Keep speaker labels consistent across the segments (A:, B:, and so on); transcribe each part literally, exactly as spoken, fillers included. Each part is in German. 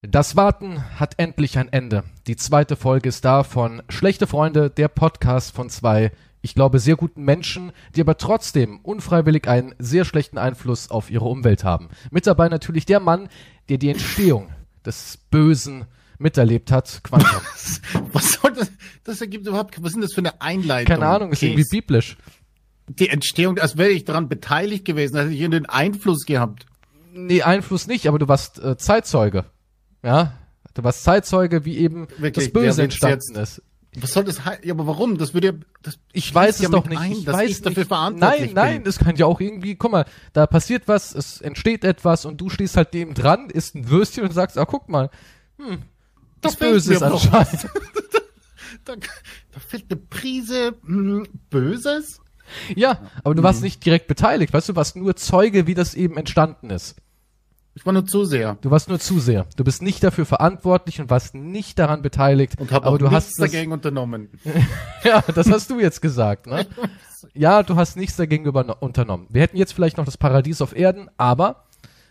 A: Das Warten hat endlich ein Ende. Die zweite Folge ist da von Schlechte Freunde, der Podcast von zwei, ich glaube, sehr guten Menschen, die aber trotzdem unfreiwillig einen sehr schlechten Einfluss auf ihre Umwelt haben. Mit dabei natürlich der Mann, der die Entstehung des Bösen miterlebt hat, Quantum.
B: Was soll das? Das ergibt überhaupt, was ist denn das für eine Einleitung?
A: Keine Ahnung, ist irgendwie biblisch.
B: Die Entstehung, als wäre ich daran beteiligt gewesen, als hätte ich einen Einfluss gehabt.
A: Nee, Einfluss nicht, aber du warst äh, Zeitzeuge. Ja, du warst Zeitzeuge, wie eben
B: Wirklich,
A: das Böse
B: ja,
A: entstanden ist.
B: Was soll das heißen? Ja, aber warum? Das würde ja, das
A: ich weiß es
B: ja
A: doch nicht.
B: Ein,
A: ich
B: dass
A: weiß
B: ich dafür
A: nicht.
B: verantwortlich
A: Nein, nein,
B: bin.
A: das kann ja auch irgendwie, guck mal, da passiert was, es entsteht etwas und du stehst halt dem dran, isst ein Würstchen und sagst, ah, guck mal, hm, das Böse ist anscheinend.
B: da, da fehlt eine Prise hm, Böses.
A: Ja, aber du warst nicht direkt beteiligt, weißt du, du warst nur Zeuge, wie das eben entstanden ist.
B: Ich war nur Zuseher.
A: Du warst nur Zuseher. Du bist nicht dafür verantwortlich und warst nicht daran beteiligt.
B: Und hab
A: aber
B: auch
A: du
B: nichts
A: hast das,
B: dagegen unternommen.
A: Ja, das hast du jetzt gesagt, ne? Ja, du hast nichts dagegen über, unternommen. Wir hätten jetzt vielleicht noch das Paradies auf Erden, aber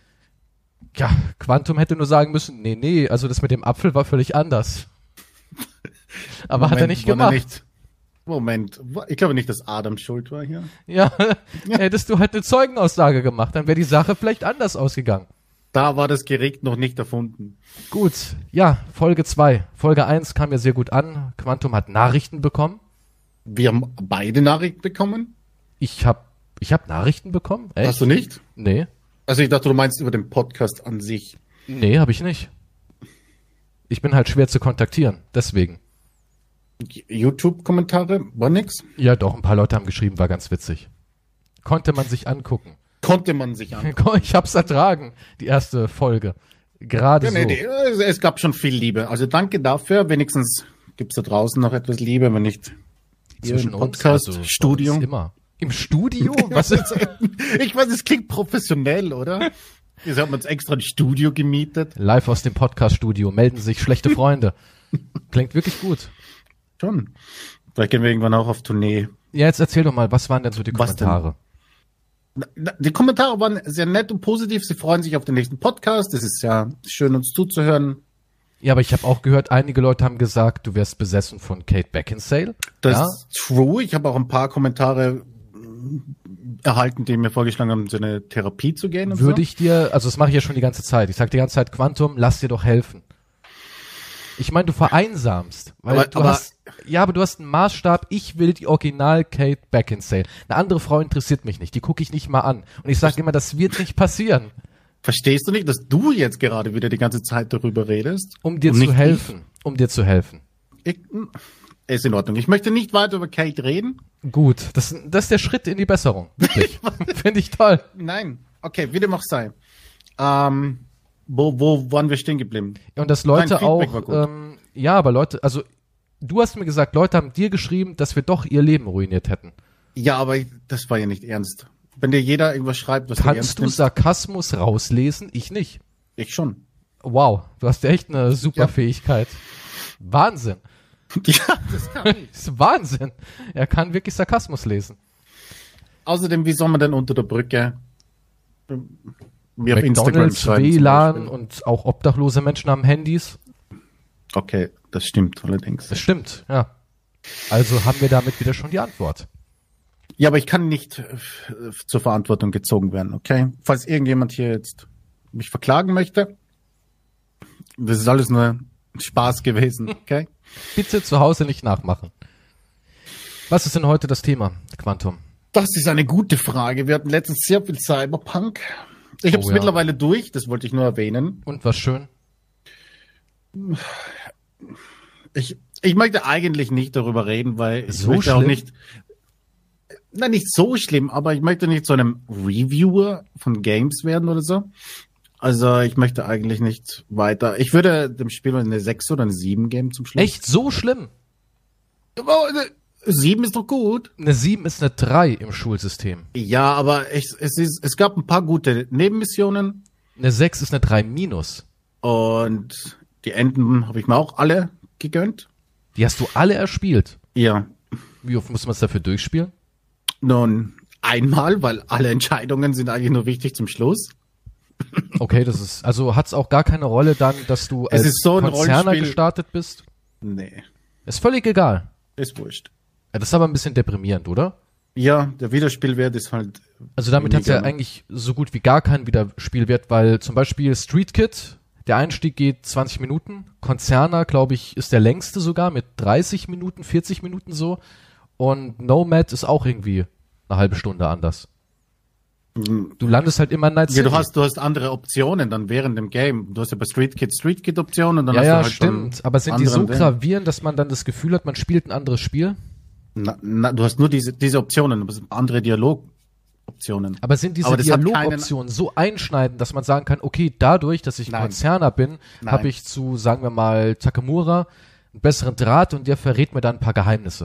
A: ja, Quantum hätte nur sagen müssen, nee, nee, also das mit dem Apfel war völlig anders. Aber
B: Moment,
A: hat er nicht
B: war
A: gemacht.
B: Er nicht, Moment, ich glaube nicht, dass Adam schuld war hier.
A: Ja, hättest du halt eine Zeugenaussage gemacht, dann wäre die Sache vielleicht anders ausgegangen.
B: Da war das Gericht noch nicht erfunden.
A: Gut, ja, Folge zwei. Folge eins kam ja sehr gut an. Quantum hat Nachrichten bekommen.
B: Wir haben beide Nachrichten bekommen.
A: Ich hab, ich hab Nachrichten bekommen? Echt?
B: Hast du nicht?
A: Nee.
B: Also ich dachte, du meinst über den Podcast an sich.
A: Nee, habe ich nicht. Ich bin halt schwer zu kontaktieren, deswegen.
B: YouTube-Kommentare, war nix?
A: Ja, doch, ein paar Leute haben geschrieben, war ganz witzig. Konnte man sich angucken.
B: Konnte man sich angucken.
A: Ich hab's ertragen, die erste Folge. Gerade
B: ja,
A: so.
B: Nee, nee, es gab schon viel Liebe. Also danke dafür. Wenigstens gibt's da draußen noch etwas Liebe, wenn nicht
A: zwischen
B: im Podcast,
A: uns, also,
B: Studio.
A: Immer. Im Studio? Was ist?
B: Ich weiß, es klingt professionell, oder? Jetzt hat man uns extra ein Studio gemietet.
A: Live aus dem Podcast-Studio. Melden sich schlechte Freunde. Klingt wirklich gut.
B: Schon. Vielleicht gehen wir irgendwann auch auf Tournee.
A: Ja, jetzt erzähl doch mal, was waren denn so die
B: Was
A: Kommentare?
B: Die Kommentare waren sehr nett und positiv. Sie freuen sich auf den nächsten Podcast. Es ist ja schön, uns zuzuhören.
A: Ja, aber ich habe auch gehört, einige Leute haben gesagt, du wärst besessen von Kate Beckinsale.
B: Das
A: ja?
B: ist true. Ich habe auch ein paar Kommentare erhalten, die mir vorgeschlagen haben, so eine Therapie zu gehen. Und
A: Würde
B: so.
A: ich dir, also das mache ich ja schon die ganze Zeit. Ich sag die ganze Zeit, Quantum, lass dir doch helfen. Ich meine, du vereinsamst. Weil
B: aber,
A: du
B: aber,
A: hast, ja, aber du hast einen Maßstab, ich will die Original Kate Beckinsale. Eine andere Frau interessiert mich nicht, die gucke ich nicht mal an. Und ich sage immer, das wird nicht passieren.
B: Verstehst du nicht, dass du jetzt gerade wieder die ganze Zeit darüber redest?
A: Um dir zu helfen. Ich. Um dir zu helfen.
B: Ich, ist in Ordnung. Ich möchte nicht weiter über Kate reden.
A: Gut, das, das ist der Schritt in die Besserung. Wirklich. Finde ich toll.
B: Nein. Okay, wie dem auch sei. Ähm, wo, wo waren wir stehen geblieben?
A: Ja, und dass Leute auch, ähm, ja, aber Leute, also du hast mir gesagt, Leute haben dir geschrieben, dass wir doch ihr Leben ruiniert hätten.
B: Ja, aber das war ja nicht ernst. Wenn dir jeder irgendwas schreibt, was du ernst
A: nimmst. Kannst du
B: nimmst,
A: Sarkasmus rauslesen? Ich nicht.
B: Ich schon.
A: Wow, du hast ja echt eine super ja. Fähigkeit. Wahnsinn.
B: Ja, das kann ich.
A: Das ist Wahnsinn. Er kann wirklich Sarkasmus
B: Außerdem, wie soll man denn unter der Brücke
A: wie auf Instagram schreiben? W L A N und auch obdachlose Menschen haben Handys.
B: Okay, das stimmt allerdings.
A: Das stimmt, ja. Also haben wir damit wieder schon die Antwort.
B: Ja, aber ich kann nicht zur Verantwortung gezogen werden, okay? Falls irgendjemand hier jetzt mich verklagen möchte, das ist alles nur Spaß gewesen, okay?
A: Bitte zu Hause nicht nachmachen. Was ist denn heute das Thema, Quantum?
B: Das ist eine gute Frage. Wir hatten letztens sehr viel Cyberpunk. Ich habe es oh, ja. mittlerweile durch, das wollte ich nur erwähnen.
A: Und was schön?
B: Ich, ich möchte eigentlich nicht darüber reden, weil ich
A: so
B: möchte
A: schlimm?
B: auch nicht... Na, nicht so schlimm, aber ich möchte nicht zu einem Reviewer von Games werden oder so. Also ich möchte eigentlich nicht weiter. Ich würde dem Spiel eine sechs oder eine sieben geben zum Schluss.
A: Echt so schlimm?
B: sieben ist doch gut.
A: Eine sieben ist eine drei im Schulsystem.
B: Ja, aber ich, es, ist, es gab ein paar gute Nebenmissionen.
A: Eine sechs ist eine drei minus.
B: Und die Enden habe ich mir auch alle gegönnt.
A: Die hast du alle erspielt?
B: Ja.
A: Wie oft muss man es dafür durchspielen?
B: Nun, einmal, weil alle Entscheidungen sind eigentlich nur wichtig zum Schluss.
A: Okay, das ist, also hat's auch gar keine Rolle dann, dass du
B: Es
A: als
B: ist so ein
A: Konzerner
B: Rollenspiel-
A: gestartet bist?
B: Nee,
A: Ist völlig egal.
B: ist wurscht.
A: Ja, das ist aber ein bisschen deprimierend, oder?
B: Ja, der Wiederspielwert ist halt.
A: Also damit hat's ja
B: weniger.
A: eigentlich so gut wie gar keinen Wiederspielwert, weil zum Beispiel Street Kid, der Einstieg geht zwanzig Minuten, Konzerner, glaube ich, ist der längste sogar mit dreißig Minuten, vierzig Minuten so und Nomad ist auch irgendwie eine halbe Stunde anders. Du landest halt immer in Night
B: Ja,
A: City.
B: du hast, du hast andere Optionen dann während dem Game. Du hast ja bei Street Kid Street Kid Optionen und dann
A: ja,
B: hast
A: ja,
B: du halt
A: stimmt.
B: schon
A: Aber sind die so
B: anderen Ding.
A: gravierend, dass man dann das Gefühl hat, man spielt ein anderes Spiel?
B: Na, na, du hast nur diese, diese Optionen, aber es sind andere Dialogoptionen.
A: Aber sind diese
B: Aber das hat
A: Dialogoptionen so einschneidend, dass man sagen kann, okay, dadurch, dass ich
B: Nein.
A: Konzerner bin,
B: Nein.
A: habe ich zu, sagen wir mal, Takamura einen besseren Draht und der verrät mir dann ein paar Geheimnisse.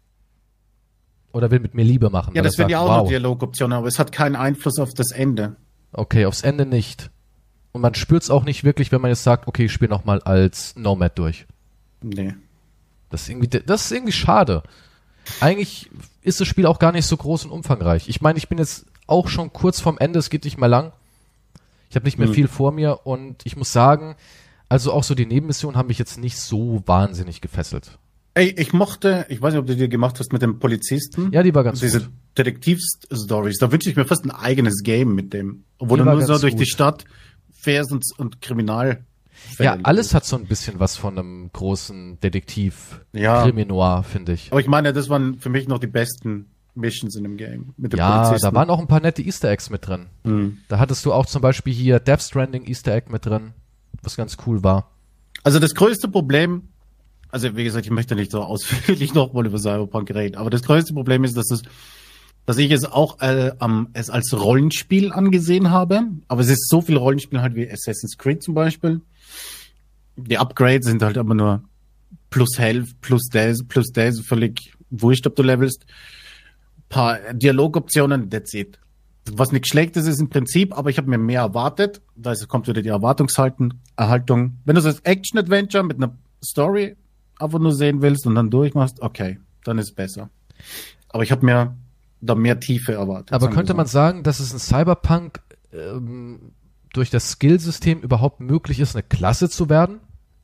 A: Oder will mit mir Liebe machen.
B: Ja,
A: weil
B: das
A: er
B: wären ja
A: sagt,
B: auch
A: wow.
B: nur Dialogoptionen, aber es hat keinen Einfluss auf das Ende.
A: Okay, aufs Ende nicht. Und man spürt's auch nicht wirklich, wenn man jetzt sagt, okay, ich spiele nochmal als Nomad durch.
B: Nee.
A: Das ist irgendwie, das ist irgendwie schade. Eigentlich ist das Spiel auch gar nicht so groß und umfangreich. Ich meine, ich bin jetzt auch schon kurz vorm Ende, es geht nicht mehr lang. Ich habe nicht mehr
B: Hm.
A: viel vor mir und ich muss sagen, also auch so die Nebenmissionen haben mich jetzt nicht so wahnsinnig gefesselt.
B: Ey, ich mochte, ich weiß nicht, ob du die gemacht hast mit dem Polizisten.
A: Ja, die war ganz
B: Diese
A: gut.
B: Detektivstories, da wünsche ich mir fast ein eigenes Game mit dem. Obwohl
A: Die
B: du
A: war
B: nur so
A: ganz
B: durch die
A: gut.
B: Stadt fährst und, und Kriminal.
A: Ja, alles hat so ein bisschen was von einem großen Detektiv,
B: Ja.
A: Krimi-Noir, finde ich.
B: Aber ich meine, das waren für mich noch die besten Missions in dem Game. Mit dem
A: Ja,
B: Polizisten.
A: da waren auch ein paar nette Easter Eggs mit drin.
B: Hm.
A: Da hattest du auch zum Beispiel hier Death Stranding Easter Egg mit drin, was ganz cool war.
B: Also das größte Problem, also wie gesagt, ich möchte nicht so ausführlich nochmal über Cyberpunk reden, aber das größte Problem ist, dass es, dass ich es auch äh, am, es als Rollenspiel angesehen habe, aber es ist so viel Rollenspiel halt wie Assassin's Creed zum Beispiel. Die Upgrades sind halt immer nur plus Health, plus Days, plus Days, völlig wurscht, ob du levelst. Paar Dialogoptionen, that's it. Was nicht schlecht ist, ist im Prinzip, aber ich habe mir mehr erwartet. Da ist, kommt wieder die Erwartungshaltung. Erhaltung. Wenn du so ein Action-Adventure mit einer Story einfach nur sehen willst und dann durchmachst, okay, dann ist es besser. Aber ich habe mir da mehr Tiefe erwartet.
A: Aber
B: sagen wir
A: könnte
B: so.
A: man sagen, dass es in Cyberpunk ähm, durch das Skillsystem überhaupt möglich ist, eine Klasse zu werden?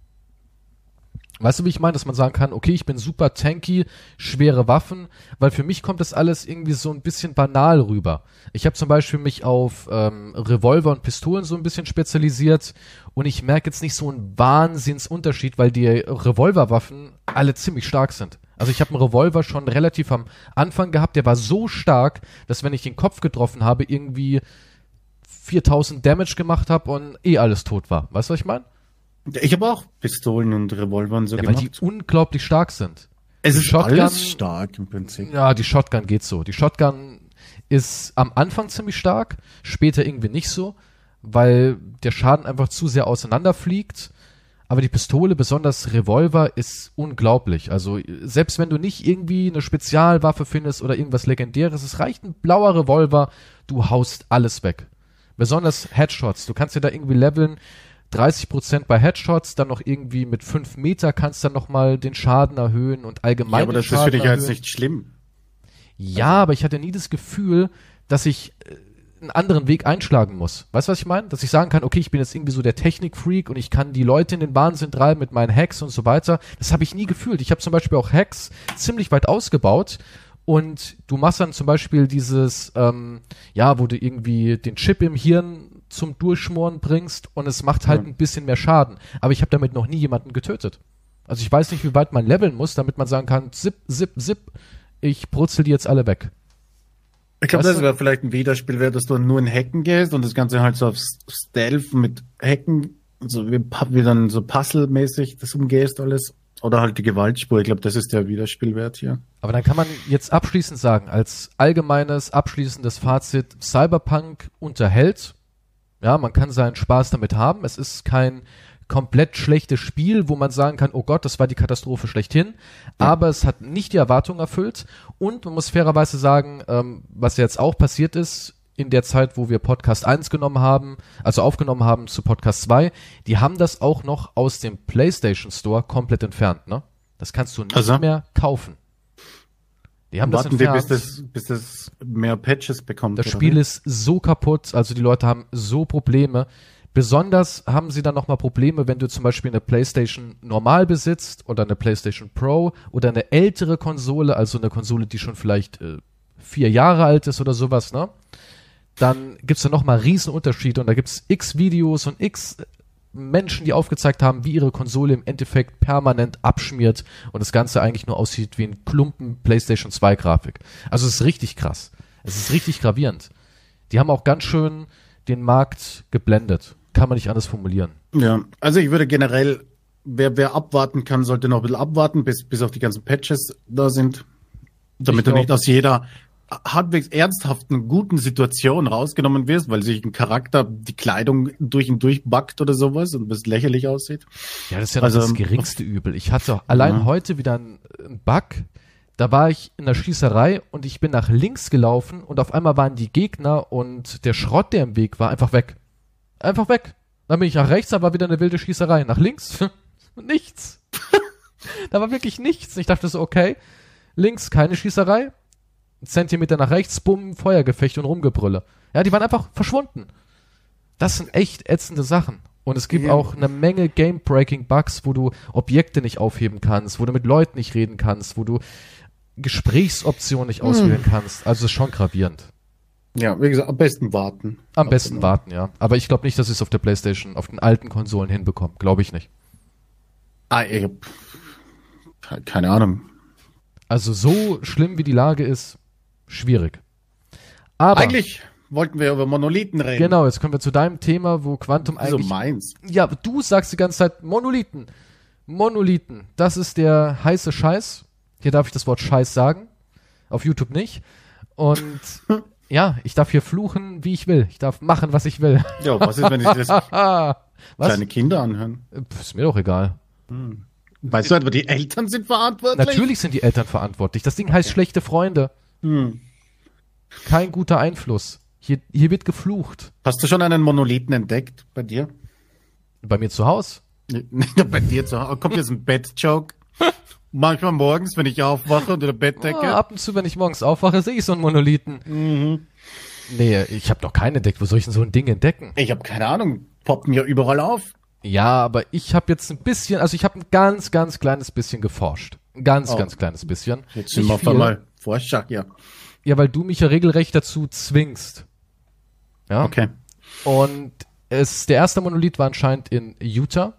A: Weißt du, wie ich meine? Dass man sagen kann, okay, ich bin super tanky, schwere Waffen, weil für mich kommt das alles irgendwie so ein bisschen banal rüber. Ich habe zum Beispiel mich auf ähm, Revolver und Pistolen so ein bisschen spezialisiert und ich merke jetzt nicht so einen Wahnsinnsunterschied, weil die Revolverwaffen alle ziemlich stark sind. Also ich habe einen Revolver schon relativ am Anfang gehabt, der war so stark, dass wenn ich den Kopf getroffen habe, irgendwie viertausend Damage gemacht habe und eh alles tot war. Weißt du, was ich meine?
B: Ich habe auch Pistolen und Revolver und so
A: Ja, weil
B: gemacht.
A: die unglaublich stark sind.
B: Es
A: die
B: ist
A: Shotgun-
B: alles stark im Prinzip.
A: Ja, die Shotgun geht so. Die Shotgun ist am Anfang ziemlich stark, später irgendwie nicht so, weil der Schaden einfach zu sehr auseinanderfliegt. Aber die Pistole, besonders Revolver, ist unglaublich. Also selbst wenn du nicht irgendwie eine Spezialwaffe findest oder irgendwas Legendäres, es reicht ein blauer Revolver, du haust alles weg. Besonders Headshots. Du kannst dir da irgendwie leveln, dreißig Prozent bei Headshots, dann noch irgendwie mit fünf Meter kannst dann nochmal den Schaden erhöhen und allgemein
B: Ja, aber
A: den
B: das ist für
A: Schaden
B: dich ja jetzt
A: erhöhen.
B: nicht schlimm.
A: Ja, aber ich hatte nie das Gefühl, dass ich äh, einen anderen Weg einschlagen muss. Weißt du, was ich meine? Dass ich sagen kann, okay, ich bin jetzt irgendwie so der Technikfreak und ich kann die Leute in den Wahnsinn treiben mit meinen Hacks und so weiter. Das habe ich nie gefühlt. Ich habe zum Beispiel auch Hacks ziemlich weit ausgebaut und du machst dann zum Beispiel dieses, ähm, ja, wo du irgendwie den Chip im Hirn zum Durchschmoren bringst und es macht halt
B: Ja.
A: ein bisschen mehr Schaden. Aber ich habe damit noch nie jemanden getötet. Also ich weiß nicht, wie weit man leveln muss, damit man sagen kann, zip, zip, zip, ich brutzel die jetzt alle weg.
B: Ich glaube,
A: Weißt
B: das
A: du?
B: wäre vielleicht ein Widerspiel, wäre, dass du nur in Hacken gehst und das Ganze halt so auf Stealth mit Hacken, so wie, Pu- wie dann so Puzzle-mäßig das umgehst alles. Oder halt die Gewaltspur. Ich glaube, das ist der Widerspielwert hier.
A: Aber dann kann man jetzt abschließend sagen, als allgemeines, abschließendes Fazit, Cyberpunk unterhält. Ja, man kann seinen Spaß damit haben. Es ist kein komplett schlechtes Spiel, wo man sagen kann, oh Gott, das war die Katastrophe schlechthin.
B: Ja.
A: Aber es hat nicht die Erwartung erfüllt. Und man muss fairerweise sagen, ähm, was jetzt auch passiert ist, in der Zeit, wo wir Podcast eins genommen haben, also aufgenommen haben zu Podcast zwei, die haben das auch noch aus dem PlayStation Store komplett entfernt, ne? Das kannst du nicht
B: Also?
A: mehr kaufen. Die haben das
B: Warten wir,
A: entfernt.
B: bis das, bis das mehr Patches bekommt.
A: Das
B: oder
A: Spiel
B: wie?
A: ist so kaputt, also die Leute haben so Probleme. Besonders haben sie dann nochmal Probleme, wenn du zum Beispiel eine PlayStation normal besitzt oder eine PlayStation Pro oder eine ältere Konsole, also eine Konsole, die schon vielleicht äh, vier Jahre alt ist oder sowas, ne? Dann gibt's da nochmal Riesenunterschiede und da gibt's x Videos und x Menschen, die aufgezeigt haben, wie ihre Konsole im Endeffekt permanent abschmiert und das Ganze eigentlich nur aussieht wie ein Klumpen PlayStation zwei Grafik. Also es ist richtig krass. Es ist richtig gravierend. Die haben auch ganz schön den Markt geblendet. Kann man nicht anders formulieren.
B: Ja, also ich würde generell, wer, wer abwarten kann, sollte noch ein bisschen abwarten, bis, bis auf die ganzen Patches da sind, damit du
A: glaub-
B: nicht aus jeder halbwegs ernsthaften, guten Situation rausgenommen wirst, weil sich ein Charakter die Kleidung durch und durch backt oder sowas und es lächerlich aussieht.
A: Ja, das ist ja noch
B: Also,
A: das geringste Übel. Ich hatte auch allein
B: Ja.
A: heute wieder einen, einen Bug. Da war ich in der Schießerei und ich bin nach links gelaufen und auf einmal waren die Gegner und der Schrott, der im Weg war, einfach weg. Einfach weg. Dann bin ich nach rechts, da war wieder eine wilde Schießerei. Nach links, nichts. Da war wirklich nichts. Ich dachte so, okay, links keine Schießerei, ein Zentimeter nach rechts, bumm, Feuergefecht und Rumgebrülle. Ja, die waren einfach verschwunden. Das sind echt ätzende Sachen. Und es gibt
B: Ja.
A: auch eine Menge Game-Breaking-Bugs, wo du Objekte nicht aufheben kannst, wo du mit Leuten nicht reden kannst, wo du Gesprächsoptionen nicht auswählen kannst. Also es ist schon gravierend.
B: Ja, wie gesagt, am besten warten.
A: Am besten warten, ja. Aber ich glaube nicht, dass sie es auf der PlayStation, auf den alten Konsolen hinbekommen. Glaube ich nicht.
B: Ah, ich hab keine Ahnung.
A: Also so schlimm wie die Lage ist, schwierig. Aber
B: Eigentlich wollten wir über Monolithen reden.
A: genau, jetzt kommen wir zu deinem Thema, wo Quantum
B: Also
A: eigentlich
B: meins.
A: ja, du sagst die ganze Zeit Monolithen. Monolithen, das ist der heiße Scheiß. Hier darf ich das Wort Scheiß sagen. Auf YouTube nicht. Und ja, ich darf hier fluchen, wie ich will. Ich darf machen, was ich will.
B: Ja, was ist, wenn ich das
A: Ah, was?
B: kleine Kinder anhören?
A: Pff, ist mir doch egal.
B: Weißt du, aber die Eltern sind verantwortlich?
A: Natürlich sind die Eltern verantwortlich. Das Ding heißt schlechte Freunde.
B: Hm.
A: Kein guter Einfluss. Hier, hier wird geflucht.
B: Hast du schon einen Monolithen entdeckt bei dir?
A: Bei mir zu Hause.
B: Nicht bei dir zu Hause. Kommt jetzt ein Bett-Joke? Manchmal morgens, wenn ich aufwache unter der Bettdecke.
A: Ah, ab und zu, wenn ich morgens aufwache, sehe ich so einen Monolithen.
B: Mhm.
A: Nee, ich habe noch keinen entdeckt. Wo soll ich denn so ein Ding entdecken?
B: Ich habe keine Ahnung. Poppen ja überall auf.
A: Ja, aber ich habe jetzt ein bisschen, also ich habe ein ganz, ganz kleines bisschen geforscht. Ein ganz,
B: Oh.
A: ganz kleines bisschen.
B: Jetzt sind wir auf
A: viel.
B: einmal Forscher hier.
A: Ja, weil du mich ja regelrecht dazu zwingst. Ja.
B: Okay.
A: Und es, der erste Monolith war anscheinend in Utah.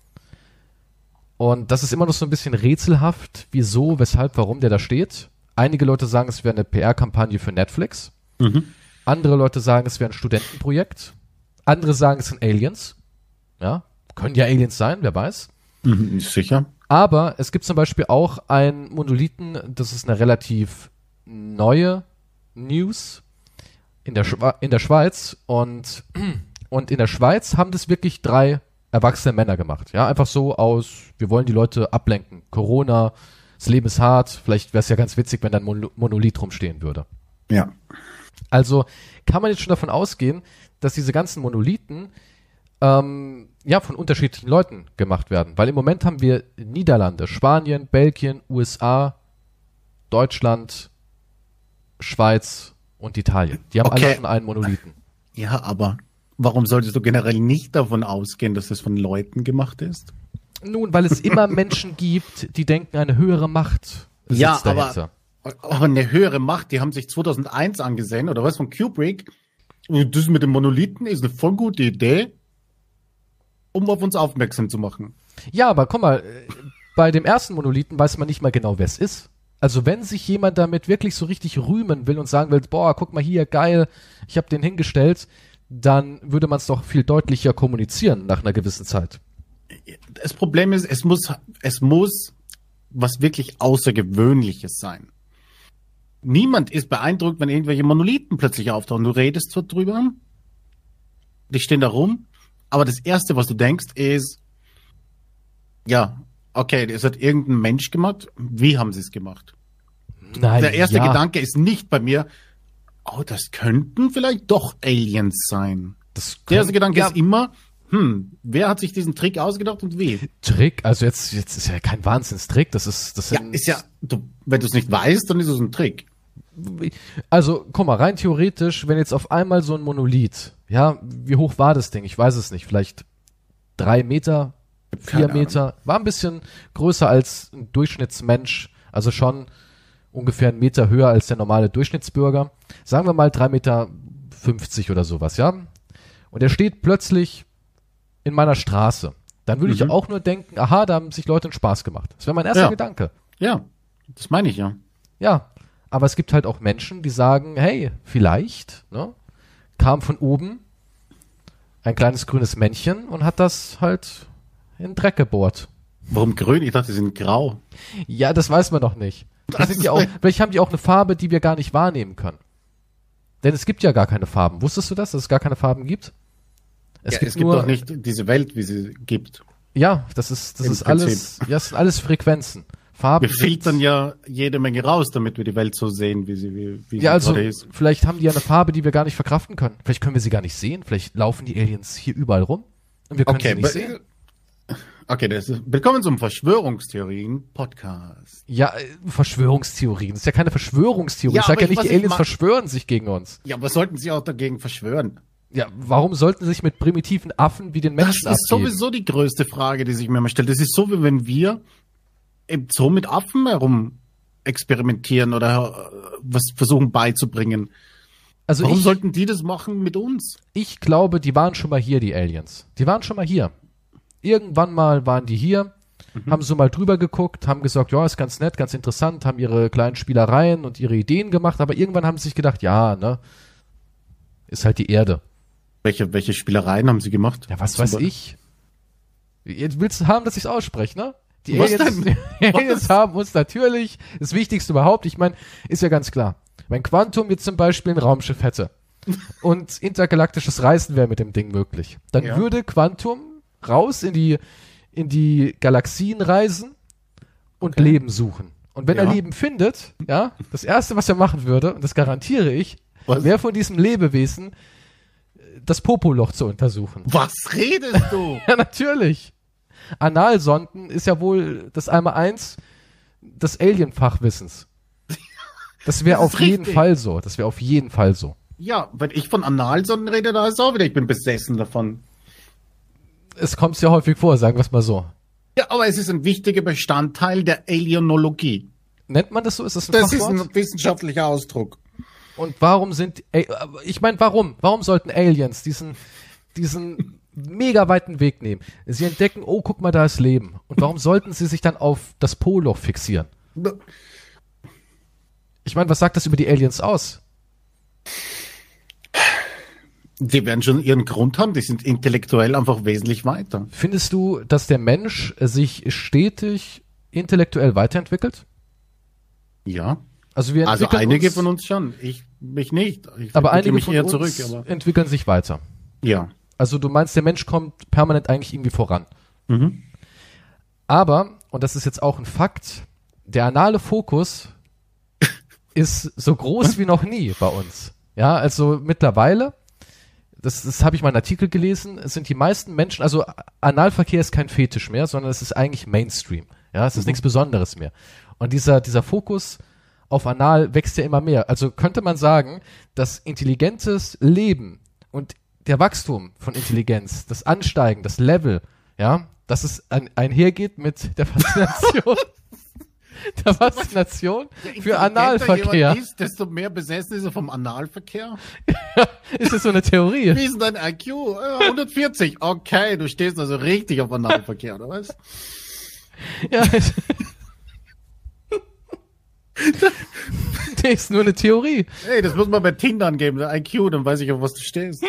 A: Und das ist immer noch so ein bisschen rätselhaft, wieso, weshalb, warum der da steht. Einige Leute sagen, es wäre eine P R-Kampagne für Netflix.
B: Mhm.
A: Andere Leute sagen, es wäre ein Studentenprojekt. Andere sagen, es sind Aliens. Ja, können ja Aliens sein, wer weiß.
B: Mhm. Sicher.
A: Aber es gibt zum Beispiel auch einen Monolithen, das ist eine relativ neue News in der, Schwa- in der Schweiz. Und, und in der Schweiz haben das wirklich drei erwachsene Männer gemacht. Ja, einfach so aus, wir wollen die Leute ablenken. Corona, das Leben ist hart. Vielleicht wäre es ja ganz witzig, wenn da ein Mon- Monolith rumstehen würde.
B: Ja.
A: Also kann man jetzt schon davon ausgehen, dass diese ganzen Monolithen ähm, ja von unterschiedlichen Leuten gemacht werden. Weil im Moment haben wir Niederlande, Spanien, Belgien, U S A, Deutschland, Schweiz und Italien. Die haben
B: Okay.
A: alle schon einen Monolithen.
B: Ja, aber warum solltest du generell nicht davon ausgehen, dass es von Leuten gemacht ist?
A: Nun, weil es immer Menschen gibt, die denken, eine höhere Macht sitzt
B: Ja, aber-
A: dahinter.
B: Aber eine höhere Macht, die haben sich zweitausendeins angesehen, oder was, von Kubrick. Das mit dem Monolithen ist eine voll gute Idee, um auf uns aufmerksam zu machen.
A: Ja, aber guck mal, äh, bei dem ersten Monolithen weiß man nicht mal genau, wer es ist. Also wenn sich jemand damit wirklich so richtig rühmen will und sagen will, boah, guck mal hier, geil, ich habe den hingestellt, dann würde man es doch viel deutlicher kommunizieren nach einer gewissen Zeit.
B: Das Problem ist, es muss, es muss was wirklich Außergewöhnliches sein. Niemand ist beeindruckt, wenn irgendwelche Monolithen plötzlich auftauchen. Du redest so drüber, die stehen da rum, aber das Erste, was du denkst, ist, ja, okay, das hat irgendein Mensch gemacht. Wie haben sie es gemacht?
A: Nein,
B: Der erste
A: ja.
B: Gedanke ist nicht bei mir, oh, das könnten vielleicht doch Aliens sein.
A: Das
B: Der erste
A: kann-
B: Gedanke
A: ja,
B: ist immer, hm, wer hat sich diesen Trick ausgedacht und wie?
A: Trick, also jetzt, jetzt ist ja kein Wahnsinnstrick, das ist, das
B: Ja,
A: sind,
B: ist ja, du, wenn du es nicht weißt, dann ist es ein Trick.
A: also, guck mal, rein theoretisch, wenn jetzt auf einmal so ein Monolith, ja, wie hoch war das Ding? Ich weiß es nicht, vielleicht drei Meter, vier
B: Keine
A: Meter, war ein bisschen größer als ein Durchschnittsmensch, also schon ungefähr einen Meter höher als der normale Durchschnittsbürger. Sagen wir mal drei Meter fünfzig oder sowas, ja? Und er steht plötzlich in meiner Straße. Dann würde
B: Mhm.
A: ich auch nur denken, aha, da haben sich Leute einen Spaß gemacht. Das wäre mein erster
B: Ja.
A: Gedanke.
B: Ja, das meine ich ja.
A: Ja, aber es gibt halt auch Menschen, die sagen, hey, vielleicht, ne, kam von oben ein kleines grünes Männchen und hat das halt in den Dreck gebohrt.
B: Warum grün? Ich dachte, sie sind grau.
A: Ja, das weiß man doch nicht. Das
B: Das
A: sind
B: ist
A: ja auch,
B: nicht-
A: vielleicht haben die auch eine Farbe, die wir gar nicht wahrnehmen können. Denn es gibt ja gar keine Farben. Wusstest du das, dass es gar keine Farben gibt? Es
B: Ja,
A: gibt
B: es gibt
A: nur,
B: doch nicht diese Welt, wie sie gibt.
A: ja, das ist, das
B: Im
A: ist alles, ja, das sind alles Frequenzen. Farben.
B: Wir
A: sind-
B: filtern ja jede Menge raus, damit wir die Welt so sehen, wie sie, wie, wie
A: Ja,
B: sie
A: also,
B: gerade ist.
A: vielleicht haben die ja eine Farbe, die wir gar nicht verkraften können. Vielleicht können wir sie gar nicht sehen. Vielleicht laufen die Aliens hier überall rum und wir können
B: Okay,
A: sie nicht
B: be-
A: sehen.
B: okay, das ist, willkommen zum Verschwörungstheorien-Podcast.
A: Ja, äh, Verschwörungstheorien. Das ist ja keine Verschwörungstheorie.
B: Ja,
A: ich sag
B: aber
A: ja
B: ich-
A: nicht,
B: was
A: die
B: ich
A: Aliens
B: ma-
A: verschwören sich gegen uns.
B: Ja, aber sollten sie auch dagegen verschwören?
A: Ja, warum sollten sie sich mit primitiven Affen wie den
B: Das
A: Menschen
B: ist
A: abgeben?
B: sowieso die größte Frage, die sich mir immer stellt. Das ist so, wie wenn wir im Zoo mit Affen herum experimentieren oder äh, was versuchen beizubringen.
A: Also
B: Warum
A: ich,
B: sollten die das machen mit uns?
A: ich glaube, die waren schon mal hier, die Aliens. Die waren schon mal hier. Irgendwann mal waren die hier,
B: Mhm.
A: haben so mal drüber geguckt, haben gesagt, ja, ist ganz nett, ganz interessant, haben ihre kleinen Spielereien und ihre Ideen gemacht, aber irgendwann haben sie sich gedacht, ja, ne, ist halt die Erde.
B: Welche, welche Spielereien haben sie gemacht?
A: Ja, was
B: Zum
A: weiß
B: Beispiel?
A: ich? Jetzt willst du haben, dass ich es ausspreche, ne? Die
B: Was
A: Aliens,
B: denn?
A: die Aliens
B: Was?
A: haben uns natürlich, das Wichtigste überhaupt, ich meine, ist ja ganz klar. Wenn Quantum jetzt zum Beispiel ein Raumschiff hätte und intergalaktisches Reisen wäre mit dem Ding möglich, dann
B: Ja.
A: würde Quantum raus in die, in die Galaxien reisen und
B: Okay.
A: Leben suchen. Und wenn er
B: Ja.
A: Leben findet, ja, das Erste, was er machen würde, und das garantiere ich,
B: Was?
A: wäre von diesem Lebewesen das Popoloch zu untersuchen.
B: Was redest du?
A: Ja, natürlich. Analsonden ist ja wohl das Einmaleins des Alien-Fachwissens. Das wäre
B: Das ist
A: auf jeden
B: richtig.
A: Fall so. Das wäre auf jeden Fall so.
B: Ja, wenn ich von Analsonden rede, da ist auch wieder, ich bin besessen davon.
A: Es kommt sehr häufig vor, sagen wir es mal so.
B: Ja, aber es ist ein wichtiger Bestandteil der Alienologie.
A: Nennt man das so? Ist das ein
B: Das ist
A: Fachwort?
B: ein wissenschaftlicher Ausdruck.
A: Und warum sind, äh, ich meine, warum? Warum sollten Aliens diesen, diesen mega weiten Weg nehmen? Sie entdecken, oh, guck mal, da ist Leben. Und warum sollten sie sich dann auf das Polloch fixieren? Ich meine, was sagt das über die Aliens aus?
B: Die werden schon ihren Grund haben, die sind intellektuell einfach wesentlich weiter.
A: Findest du, dass der Mensch äh, sich stetig intellektuell weiterentwickelt?
B: Ja.
A: Also wir
B: Also
A: entwickeln
B: einige
A: uns,
B: von uns schon, ich mich nicht. Ich
A: aber
B: entwickle
A: einige
B: mich
A: von
B: eher
A: uns
B: zurück, aber
A: entwickeln sich weiter.
B: ja.
A: Also du meinst, der Mensch kommt permanent eigentlich irgendwie voran.
B: Mhm.
A: Aber, und das ist jetzt auch ein Fakt, der anale Fokus ist so groß wie noch nie bei uns. Ja, also mittlerweile, das, das habe ich mal in einem Artikel gelesen, es sind die meisten Menschen, also Analverkehr ist kein Fetisch mehr, sondern es ist eigentlich Mainstream. Ja, es ist
B: Mhm.
A: nichts Besonderes mehr. Und dieser, dieser Fokus auf Anal wächst ja immer mehr. Also könnte man sagen, dass intelligentes Leben und der Wachstum von Intelligenz, das Ansteigen, das Level, ja, dass es ein, einhergeht mit der Faszination, der Faszination für Analverkehr.
B: Jemand ist, desto mehr besessen ist er vom Analverkehr.
A: Ist das so eine Theorie?
B: Wie ist denn dein I Q? Äh, hundertvierzig. Okay, du stehst also richtig auf Analverkehr, oder was?
A: Ja. Das ist nur eine Theorie.
B: Hey, das muss man bei Tinder angeben, der I Q, dann weiß ich, auf was du stehst.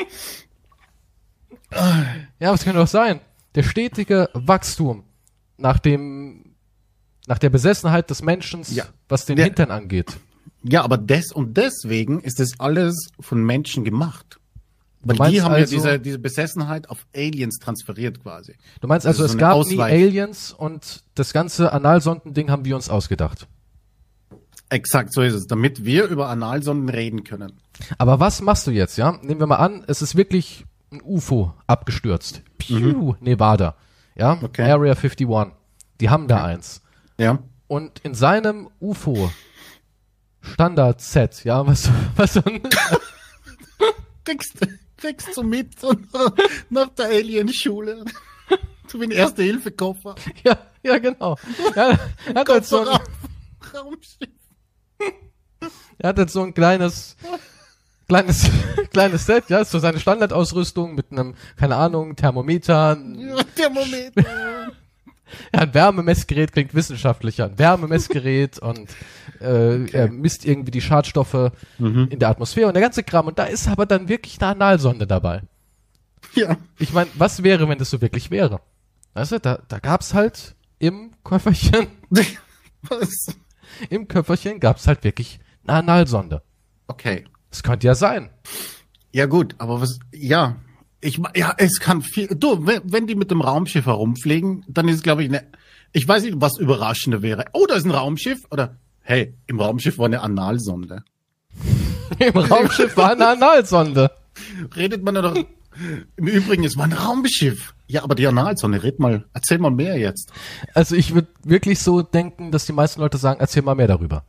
A: Ja, was kann doch sein? Der stetige Wachstum nach dem, nach der Besessenheit des Menschen,
B: Ja.
A: was den
B: Der-
A: Hintern angeht.
B: Ja, aber des und deswegen ist das alles von Menschen gemacht. Weil
A: meinst
B: die haben
A: also-
B: ja diese, diese Besessenheit auf Aliens transferiert quasi.
A: Du meinst
B: Das
A: also,
B: ist
A: es
B: so eine
A: gab
B: Ausweich-
A: nie Aliens und das ganze Analsondending haben wir uns ausgedacht.
B: Exakt, so ist es, damit wir über Analsonden reden können.
A: Aber was machst du jetzt, ja? Nehmen wir mal an, es ist wirklich ein U F O abgestürzt. Piu, mhm. Nevada. Ja,
B: okay.
A: Area einundfünfzig. Die haben da eins.
B: Ja.
A: Und in seinem U F O Standard Z, ja, was, was so ein
B: kriegst, kriegst du mit nach der Alien-Schule. So wie ein Erste-Hilfe-Koffer.
A: Ja, ja, genau. Ja, er hat halt so ein
B: Raumschiff.
A: Er hat jetzt so ein kleines, kleines, kleines Set, ja, ist so seine Standardausrüstung mit einem, keine Ahnung, Thermometer.
B: Ja, Thermometer.
A: Ja, ein Wärmemessgerät klingt wissenschaftlicher. Ein Wärmemessgerät und äh, okay. Er misst irgendwie die Schadstoffe mhm. in der Atmosphäre und der ganze Kram. Und da ist aber dann wirklich eine Analsonde dabei.
B: Ja.
A: Ich meine, was wäre, wenn das so wirklich wäre? Weißt du, da, da gab's halt im Köfferchen,
B: was?
A: Im Köfferchen gab's halt wirklich eine Analsonde.
B: Okay.
A: Das könnte ja sein.
B: Ja gut, aber was, ja, ich, ja, es kann viel, du, wenn, wenn die mit dem Raumschiff herumfliegen, dann ist es, glaube ich, ne, ich weiß nicht, was überraschender wäre. Oh, da ist ein Raumschiff, oder, hey, im Raumschiff war eine Analsonde.
A: Im Raumschiff war eine Analsonde.
B: Redet man doch, im Übrigen, es war ein Raumschiff. Ja, aber die Analsonde, red mal, erzähl mal mehr jetzt.
A: Also ich würde wirklich so denken, dass die meisten Leute sagen, erzähl mal mehr darüber.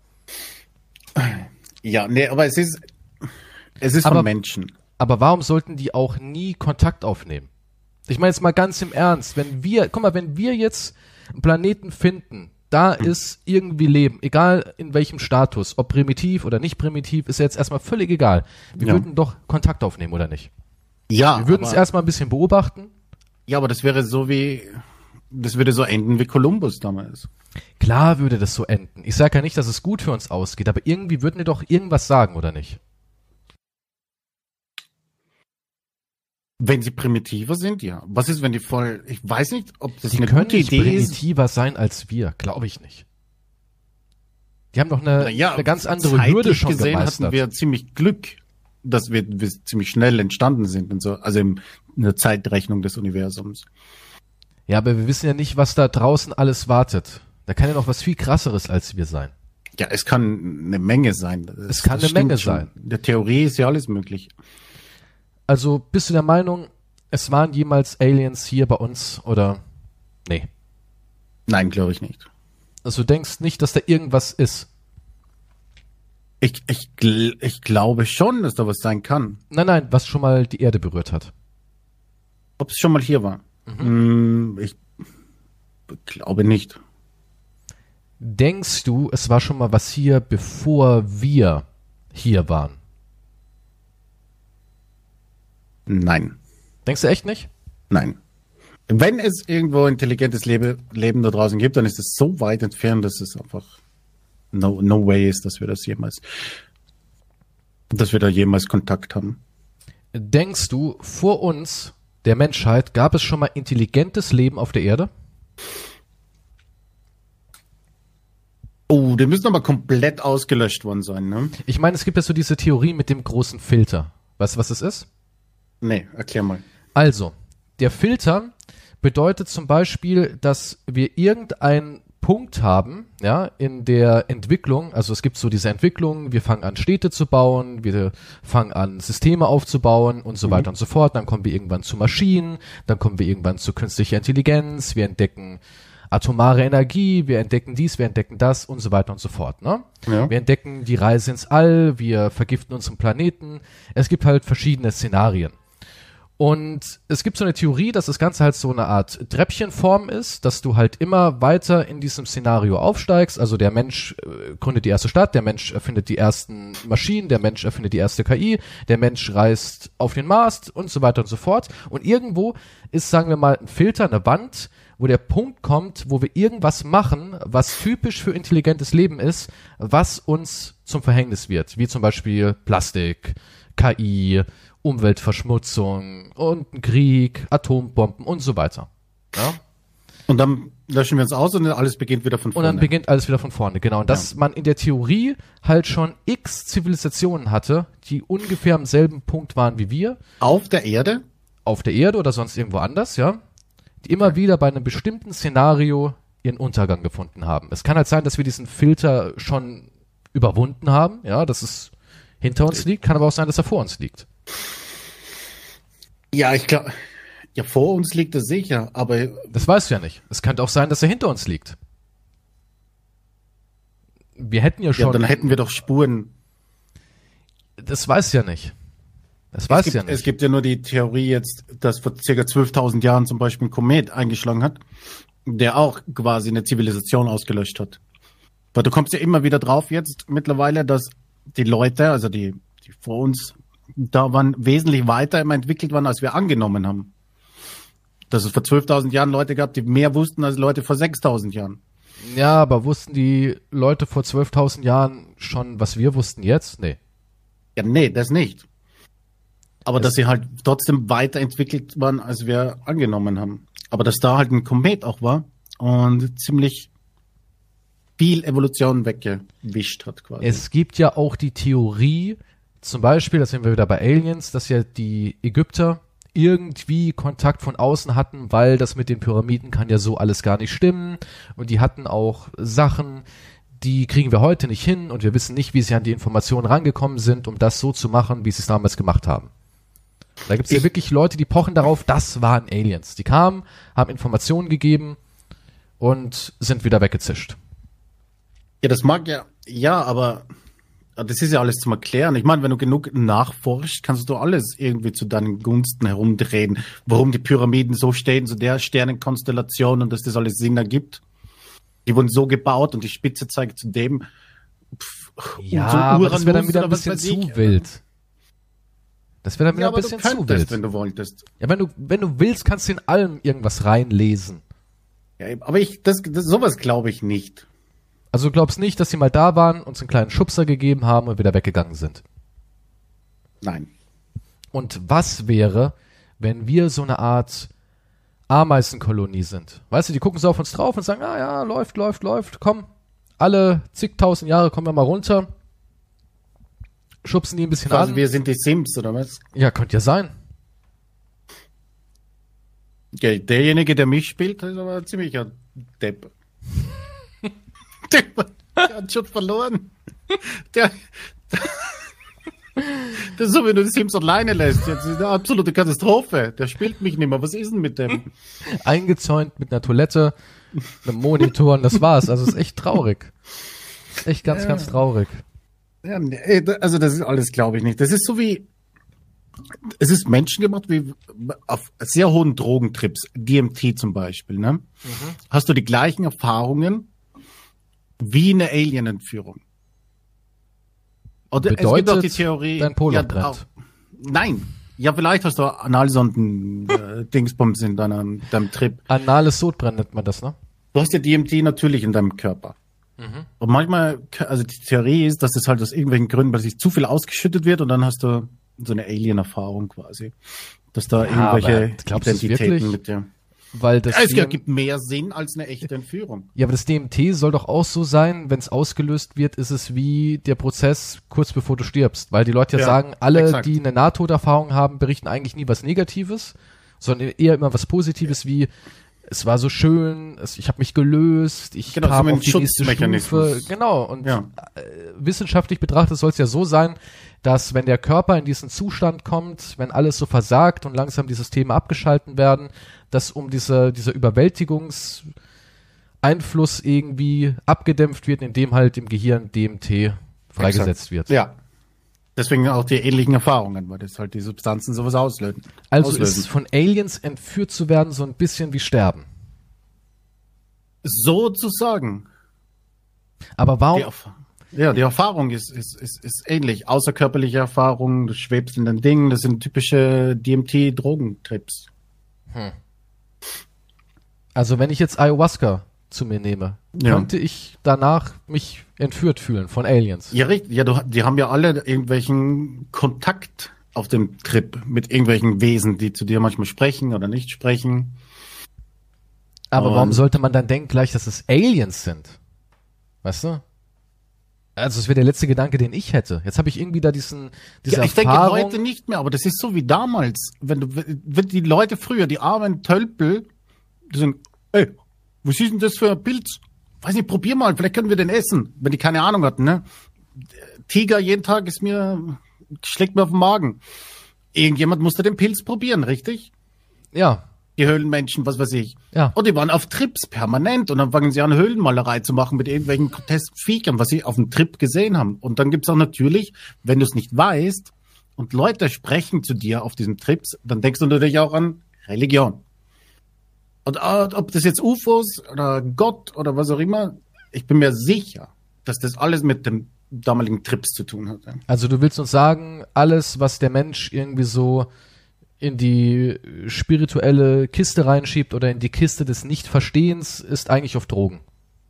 B: Ja, nee, aber es ist, es ist
A: aber,
B: von Menschen.
A: Aber warum sollten die auch nie Kontakt aufnehmen? Ich meine jetzt mal ganz im Ernst, wenn wir, guck mal, wenn wir jetzt einen Planeten finden, da hm. ist irgendwie Leben, egal in welchem Status, ob primitiv oder nicht primitiv, ist ja jetzt erstmal völlig egal. Wir ja. würden doch Kontakt aufnehmen, oder nicht?
B: Ja.
A: Wir würden es erstmal ein bisschen beobachten.
B: Ja, aber das wäre so wie, das würde so enden wie Kolumbus damals.
A: Klar würde das so enden. Ich sage ja nicht, dass es gut für uns ausgeht, aber irgendwie würden wir doch irgendwas sagen, oder nicht?
B: Wenn sie primitiver sind, ja. Was ist, wenn die voll, ich weiß nicht, ob das
A: die
B: eine
A: können
B: gute
A: nicht
B: Idee
A: primitiver
B: ist.
A: sein als wir, glaube ich nicht. Die haben doch eine,
B: ja,
A: eine ganz andere Hürde schon
B: gesehen
A: gemeistert.
B: Hatten wir ziemlich Glück, dass wir, wir ziemlich schnell entstanden sind und so, also in der Zeitrechnung des Universums.
A: Ja, aber wir wissen ja nicht, was da draußen alles wartet. Da kann ja noch was viel krasseres als wir sein.
B: Ja, es kann eine Menge sein. Das,
A: es kann eine Menge schon. sein.
B: In der Theorie ist ja alles möglich.
A: Also bist du der Meinung, es waren jemals Aliens hier bei uns oder nee?
B: Nein, glaube ich nicht.
A: Also du denkst nicht, dass da irgendwas ist?
B: Ich, ich, ich glaube schon, dass da was sein kann.
A: Nein, nein, was schon mal die Erde berührt hat.
B: Ob es schon mal hier war? Mhm. Ich glaube nicht.
A: Denkst du, es war schon mal was hier, bevor wir hier waren?
B: Nein.
A: Denkst du echt nicht?
B: Nein. Wenn es irgendwo intelligentes Lebe, Leben da draußen gibt, dann ist es so weit entfernt, dass es einfach no, no way ist, dass wir das jemals, dass wir da jemals Kontakt haben.
A: Denkst du, vor uns, der Menschheit, gab es schon mal intelligentes Leben auf der Erde?
B: Oh, die müssen aber komplett ausgelöscht worden sein, ne?
A: Ich meine, es gibt ja so diese Theorie mit dem großen Filter. Weißt du, was es ist?
B: Nee, erklär mal.
A: Also, der Filter bedeutet zum Beispiel, dass wir irgendeinen Punkt haben, ja, in der Entwicklung, also es gibt so diese Entwicklung, wir fangen an Städte zu bauen, wir fangen an Systeme aufzubauen und so mhm. weiter und so fort, dann kommen wir irgendwann zu Maschinen, dann kommen wir irgendwann zu künstlicher Intelligenz, wir entdecken atomare Energie, wir entdecken dies, wir entdecken das und so weiter und so fort, ne?
B: Ja.
A: Wir entdecken die Reise ins All, wir vergiften unseren Planeten, es gibt halt verschiedene Szenarien. Und es gibt so eine Theorie, dass das Ganze halt so eine Art Treppchenform ist, dass du halt immer weiter in diesem Szenario aufsteigst. Also der Mensch äh, gründet die erste Stadt, der Mensch erfindet die ersten Maschinen, der Mensch erfindet die erste K I, der Mensch reist auf den Mars und so weiter und so fort. Und irgendwo ist, sagen wir mal, ein Filter, eine Wand, wo der Punkt kommt, wo wir irgendwas machen, was typisch für intelligentes Leben ist, was uns zum Verhängnis wird. Wie zum Beispiel Plastik, K I, Umweltverschmutzung und ein Krieg, Atombomben und so weiter. Ja?
B: Und dann löschen wir uns aus und alles beginnt wieder von vorne.
A: Und dann beginnt alles wieder von vorne, genau. Und dass
B: ja.
A: man in der Theorie halt schon x Zivilisationen hatte, die ungefähr am selben Punkt waren wie wir.
B: Auf der Erde?
A: Auf der Erde oder sonst irgendwo anders, ja. Die immer ja. wieder bei einem bestimmten Szenario ihren Untergang gefunden haben. Es kann halt sein, dass wir diesen Filter schon überwunden haben, ja, dass es hinter uns liegt, kann aber auch sein, dass er vor uns liegt.
B: Ja, ich glaube, ja, vor uns liegt er sicher, aber
A: Das weißt du ja nicht. Es könnte auch sein, dass er hinter uns liegt. Wir hätten ja schon...
B: ja, dann hätten wir doch Spuren.
A: Das weiß ja nicht. Das
B: Es
A: weiß
B: gibt,
A: ja nicht.
B: es gibt ja nur die Theorie jetzt, dass vor circa zwölftausend Jahren zum Beispiel ein Komet eingeschlagen hat, der auch quasi eine Zivilisation ausgelöscht hat. Weil du kommst ja immer wieder drauf jetzt mittlerweile, dass die Leute, also die, die vor uns da waren, wesentlich weiter immer entwickelt waren, als wir angenommen haben. Dass es vor zwölftausend Jahren Leute gab, die mehr wussten als Leute vor sechstausend Jahren.
A: Ja, aber wussten die Leute vor zwölftausend Jahren schon, was wir wussten jetzt? Nee.
B: Ja, nee, das nicht. Aber
A: Es-
B: dass sie halt trotzdem weiterentwickelt waren, als wir angenommen haben. Aber dass da halt ein Komet auch war und ziemlich viel Evolution weggewischt hat quasi.
A: Es gibt ja auch die Theorie, zum Beispiel, da sind wir wieder bei Aliens, dass ja die Ägypter irgendwie Kontakt von außen hatten, weil das mit den Pyramiden kann ja so alles gar nicht stimmen. Und die hatten auch Sachen, die kriegen wir heute nicht hin und wir wissen nicht, wie sie an die Informationen rangekommen sind, um das so zu machen, wie sie es damals gemacht haben. Da gibt es ja
B: Ich-
A: wirklich Leute, die pochen darauf, das waren Aliens. Die kamen, haben Informationen gegeben und sind wieder weggezischt.
B: Ja, das mag ja, ja, aber das ist ja alles zum Erklären. Ich meine, wenn du genug nachforschst, kannst du alles irgendwie zu deinen Gunsten herumdrehen, warum die Pyramiden so stehen, zu der Sternenkonstellation und dass das alles Sinn ergibt. Die wurden so gebaut und die Spitze zeigt zu dem. Pff,
A: Ja,
B: und so
A: aber das wäre dann
B: Uranus
A: wieder ein
B: oder was
A: bisschen
B: weiß
A: zu
B: ich.
A: wild. Das wäre dann wieder
B: Ja,
A: ein
B: aber du
A: bisschen zu
B: könntest,
A: wild.
B: wenn du wolltest.
A: Ja, wenn du, wenn du willst, kannst du in allem irgendwas reinlesen.
B: Ja, aber ich, das, das sowas glaube ich nicht.
A: Also du glaubst nicht, dass sie mal da waren, uns einen kleinen Schubser gegeben haben und wieder weggegangen sind.
B: Nein.
A: Und was wäre, wenn wir so eine Art Ameisenkolonie sind? Weißt du, die gucken so auf uns drauf und sagen, ah ja, läuft, läuft, läuft, komm, alle zigtausend Jahre kommen wir mal runter, schubsen die ein bisschen
B: Also
A: an.
B: wir sind die Sims, oder was?
A: Ja, könnte ja sein.
B: Ja, derjenige, der mich spielt, ist aber ein ziemlicher Depp. der, der hat schon verloren. Der, das ist so, wenn du die Sims alleine lässt. Das ist eine absolute Katastrophe. Der spielt mich nicht mehr. Was ist denn mit dem?
A: Eingezäunt mit einer Toilette, einem Monitor und das war's. Also es ist echt traurig. Echt ganz,
B: Ja.
A: ganz traurig.
B: Ja, nee, also das ist alles, glaube ich nicht. Das ist so wie, es ist menschengemacht wie auf sehr hohen Drogentrips, D M T zum Beispiel, ne?
A: Mhm.
B: Hast du die gleichen Erfahrungen wie eine Alien-Entführung? Oder es gibt auch die
A: Bedeutet,
B: Theorie,
A: dein Polo
B: ja,
A: brennt.
B: auch, nein, ja, vielleicht hast du Analsonden äh, Dingsbums in deinem, deinem Trip.
A: Anales Sodbrennen nennt man das, ne?
B: Du hast ja D M T natürlich in deinem Körper.
A: Mhm.
B: Und manchmal, also die Theorie ist, dass das halt aus irgendwelchen Gründen, weil sich zu viel ausgeschüttet wird und dann hast du so eine Alien-Erfahrung quasi. Dass da
A: Ja,
B: irgendwelche
A: aber glaubst du es
B: Identitäten
A: wirklich?
B: mit dir.
A: Weil das
B: Ja, es
A: D M
B: gibt mehr Sinn als eine echte Entführung.
A: ja, aber das D M T soll doch auch so sein, wenn es ausgelöst wird, ist es wie der Prozess kurz bevor du stirbst. Weil die Leute ja,
B: Ja,
A: sagen, alle,
B: exakt.
A: die eine Nahtoderfahrung haben, berichten eigentlich nie was Negatives, sondern eher immer was Positives wie, es war so schön, es, ich habe mich gelöst, ich
B: Genau,
A: kam
B: so ein
A: auf die nächste
B: Schutzmechanismus.
A: Stufe. Genau, und
B: Ja.
A: äh, wissenschaftlich betrachtet soll es ja so sein, dass wenn der Körper in diesen Zustand kommt, wenn alles so versagt und langsam die Systeme abgeschalten werden, dass um diese, dieser Überwältigungseinfluss irgendwie abgedämpft wird, indem halt im Gehirn D M T freigesetzt wird.
B: Ja. Deswegen auch die ähnlichen Erfahrungen, weil das halt die Substanzen sowas auslösen.
A: Also
B: auslösen.
A: ist von Aliens entführt zu werden so ein bisschen wie sterben.
B: Sozusagen.
A: Aber warum?
B: Die Erf- ja, die Erfahrung ist, ist, ist, ist ähnlich. Außerkörperliche Erfahrungen, du schwebst in den Dingen, das sind typische D M T-Drogentrips.
A: Also wenn ich jetzt Ayahuasca zu mir nehme,
B: Ja.
A: könnte ich danach mich entführt fühlen von Aliens.
B: Ja, richtig. Ja, du, die haben ja alle irgendwelchen Kontakt auf dem Trip mit irgendwelchen Wesen, die zu dir manchmal sprechen oder nicht sprechen.
A: Aber
B: Und-
A: warum sollte man dann denken gleich, dass es Aliens sind? Weißt du? Also das wäre der letzte Gedanke, den ich hätte. Jetzt habe ich irgendwie da diesen diese
B: Ja, ich denke
A: Erfahrung.
B: heute nicht mehr, aber das ist so wie damals. Wenn du, wenn die Leute früher, die armen Tölpel, die sagen, ey, was ist denn das für ein Pilz? Weiß nicht, probier mal, vielleicht können wir den essen, wenn die keine Ahnung hatten, ne? Tiger jeden Tag ist mir, schlägt mir auf den Magen. irgendjemand musste den Pilz probieren, richtig?
A: Ja.
B: Die Höhlenmenschen, was weiß ich.
A: Ja.
B: Und die waren auf Trips permanent und dann fangen sie an, Höhlenmalerei zu machen mit irgendwelchen Testviechern, was sie auf dem Trip gesehen haben. Und dann gibt's auch natürlich, wenn du es nicht weißt und Leute sprechen zu dir auf diesen Trips, dann denkst du natürlich auch an Religion. Und äh, ob das jetzt U F Os oder Gott oder was auch immer, ich bin mir sicher, dass das alles mit dem damaligen Trips zu tun hat.
A: Also du willst uns sagen, alles, was der Mensch irgendwie so in die spirituelle Kiste reinschiebt oder in die Kiste des Nichtverstehens, ist eigentlich auf Drogen.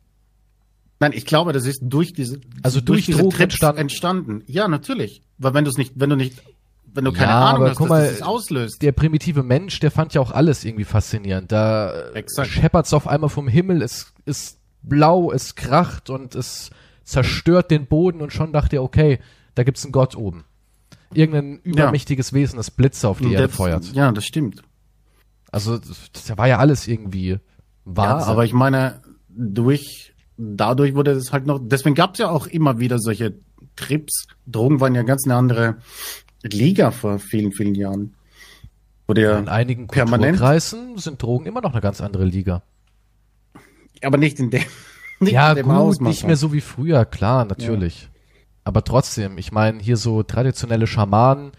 B: Nein, ich glaube, das ist durch diese,
A: also durch, durch diese
B: Drogen
A: Trips entstanden.
B: entstanden. Ja, natürlich. Weil wenn du es nicht, wenn du nicht, wenn du keine
A: ja,
B: Ahnung
A: aber
B: hast,
A: guck
B: dass
A: mal,
B: das es auslöst.
A: Der primitive Mensch, der fand ja auch alles irgendwie faszinierend. Da
B: Exakt.
A: scheppert's auf einmal vom Himmel, es ist blau, es kracht und es zerstört den Boden und schon dachte er, okay, da gibt's einen Gott oben. Irgendein übermächtiges ja. Wesen, das Blitze auf die und Erde
B: das,
A: feuert.
B: Ja, das stimmt.
A: Also, das war ja alles irgendwie Wahnsinn.
B: Ja, aber ich meine, durch, dadurch wurde es halt noch, deswegen gab's ja auch immer wieder solche Trips. Drogen waren ja ganz eine andere Liga vor vielen, vielen Jahren. Wo der
A: in einigen
B: permanent,
A: Kulturkreisen sind Drogen immer noch eine ganz andere Liga.
B: Aber nicht in dem, nicht
A: ja,
B: in dem
A: gut,
B: Ausmaß.
A: nicht mehr so wie früher, klar, natürlich. Ja. Aber trotzdem, ich meine, hier so traditionelle Schamanen,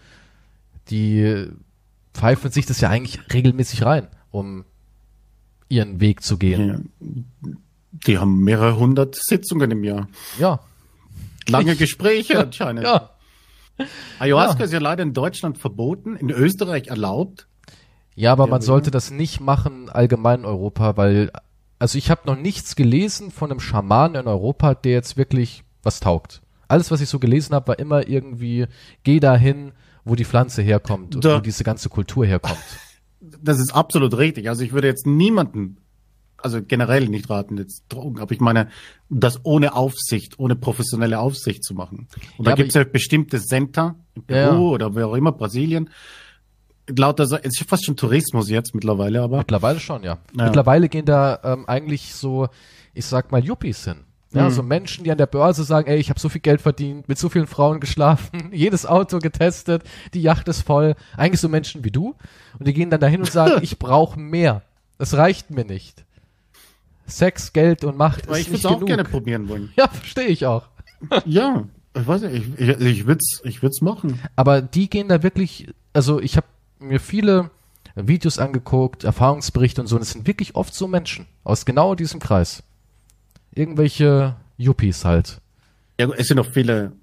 A: die pfeifen sich das ja eigentlich regelmäßig rein, um ihren Weg zu gehen.
B: Ja. Die haben mehrere hundert Sitzungen im Jahr.
A: Ja.
B: Lange
A: ich,
B: Gespräche anscheinend.
A: Ja.
B: Ayahuasca
A: ja.
B: ist ja leider in Deutschland verboten, in Österreich erlaubt.
A: Ja, aber
B: ja,
A: man
B: ja.
A: sollte das nicht machen allgemein in Europa, weil, also ich habe noch nichts gelesen von einem Schamanen in Europa, der jetzt wirklich was taugt. Alles, was ich so gelesen habe, war immer irgendwie, geh dahin, wo die Pflanze herkommt und
B: da,
A: wo diese ganze Kultur herkommt.
B: Das ist absolut richtig. Also ich würde jetzt niemanden, also generell nicht raten, jetzt Drogen, aber ich meine, das ohne Aufsicht, ohne professionelle Aufsicht zu machen. Und ja, da gibt es ja bestimmte Center, in Peru ja. oder wer auch immer, Brasilien. Lauter, es ist fast schon Tourismus jetzt mittlerweile, aber.
A: Mittlerweile schon, ja.
B: ja.
A: Mittlerweile gehen da ähm, eigentlich so, ich sag mal, Yuppies hin. Ja,
B: mhm.
A: so Menschen, die an der Börse sagen, ey, ich habe so viel Geld verdient, mit so vielen Frauen geschlafen, jedes Auto getestet, die Yacht ist voll. Eigentlich so Menschen wie du. Und die gehen dann dahin und sagen, ich brauche mehr. Das reicht mir nicht. Sex, Geld und Macht
B: aber
A: ist
B: ich
A: nicht
B: würde es auch
A: genug.
B: gerne probieren wollen.
A: Ja, verstehe ich auch.
B: Ja, ich weiß nicht, ich, ich, ich würde es ich würd's machen.
A: Aber die gehen da wirklich, also ich habe mir viele Videos angeguckt, Erfahrungsberichte und so, und es sind wirklich oft so Menschen aus genau diesem Kreis. Irgendwelche Yuppies halt.
B: Ja, es sind auch viele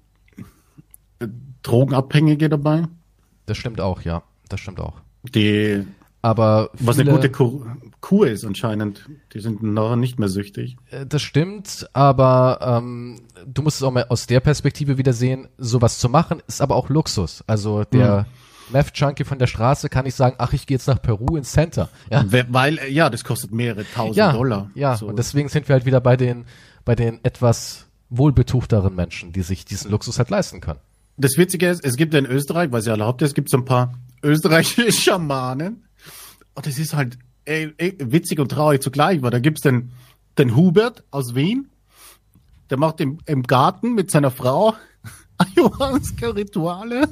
B: Drogenabhängige dabei.
A: Das stimmt auch, ja. Das stimmt auch.
B: Die,
A: aber
B: was eine gute Kur, Kur ist anscheinend. Die sind nachher nicht mehr süchtig.
A: Das stimmt, aber ähm, du musst es auch mal aus der Perspektive wieder sehen, sowas zu machen, ist aber auch Luxus. Also der mhm. Meth-Junkie von der Straße kann nicht sagen, ach, ich gehe jetzt nach Peru ins Center. Ja.
B: Weil, ja, das kostet mehrere tausend
A: ja,
B: Dollar.
A: Ja, so. Und deswegen sind wir halt wieder bei den, bei den etwas wohlbetuchteren Menschen, die sich diesen Luxus halt leisten können.
B: Das Witzige ist, es gibt ja in Österreich, weil es ja erlaubt ist, es gibt so ein paar österreichische Schamanen. Und das ist halt ey, ey, witzig und traurig zugleich, weil da gibt's den, den Hubert aus Wien, der macht im, im Garten mit seiner Frau Ayahuasca-Rituale.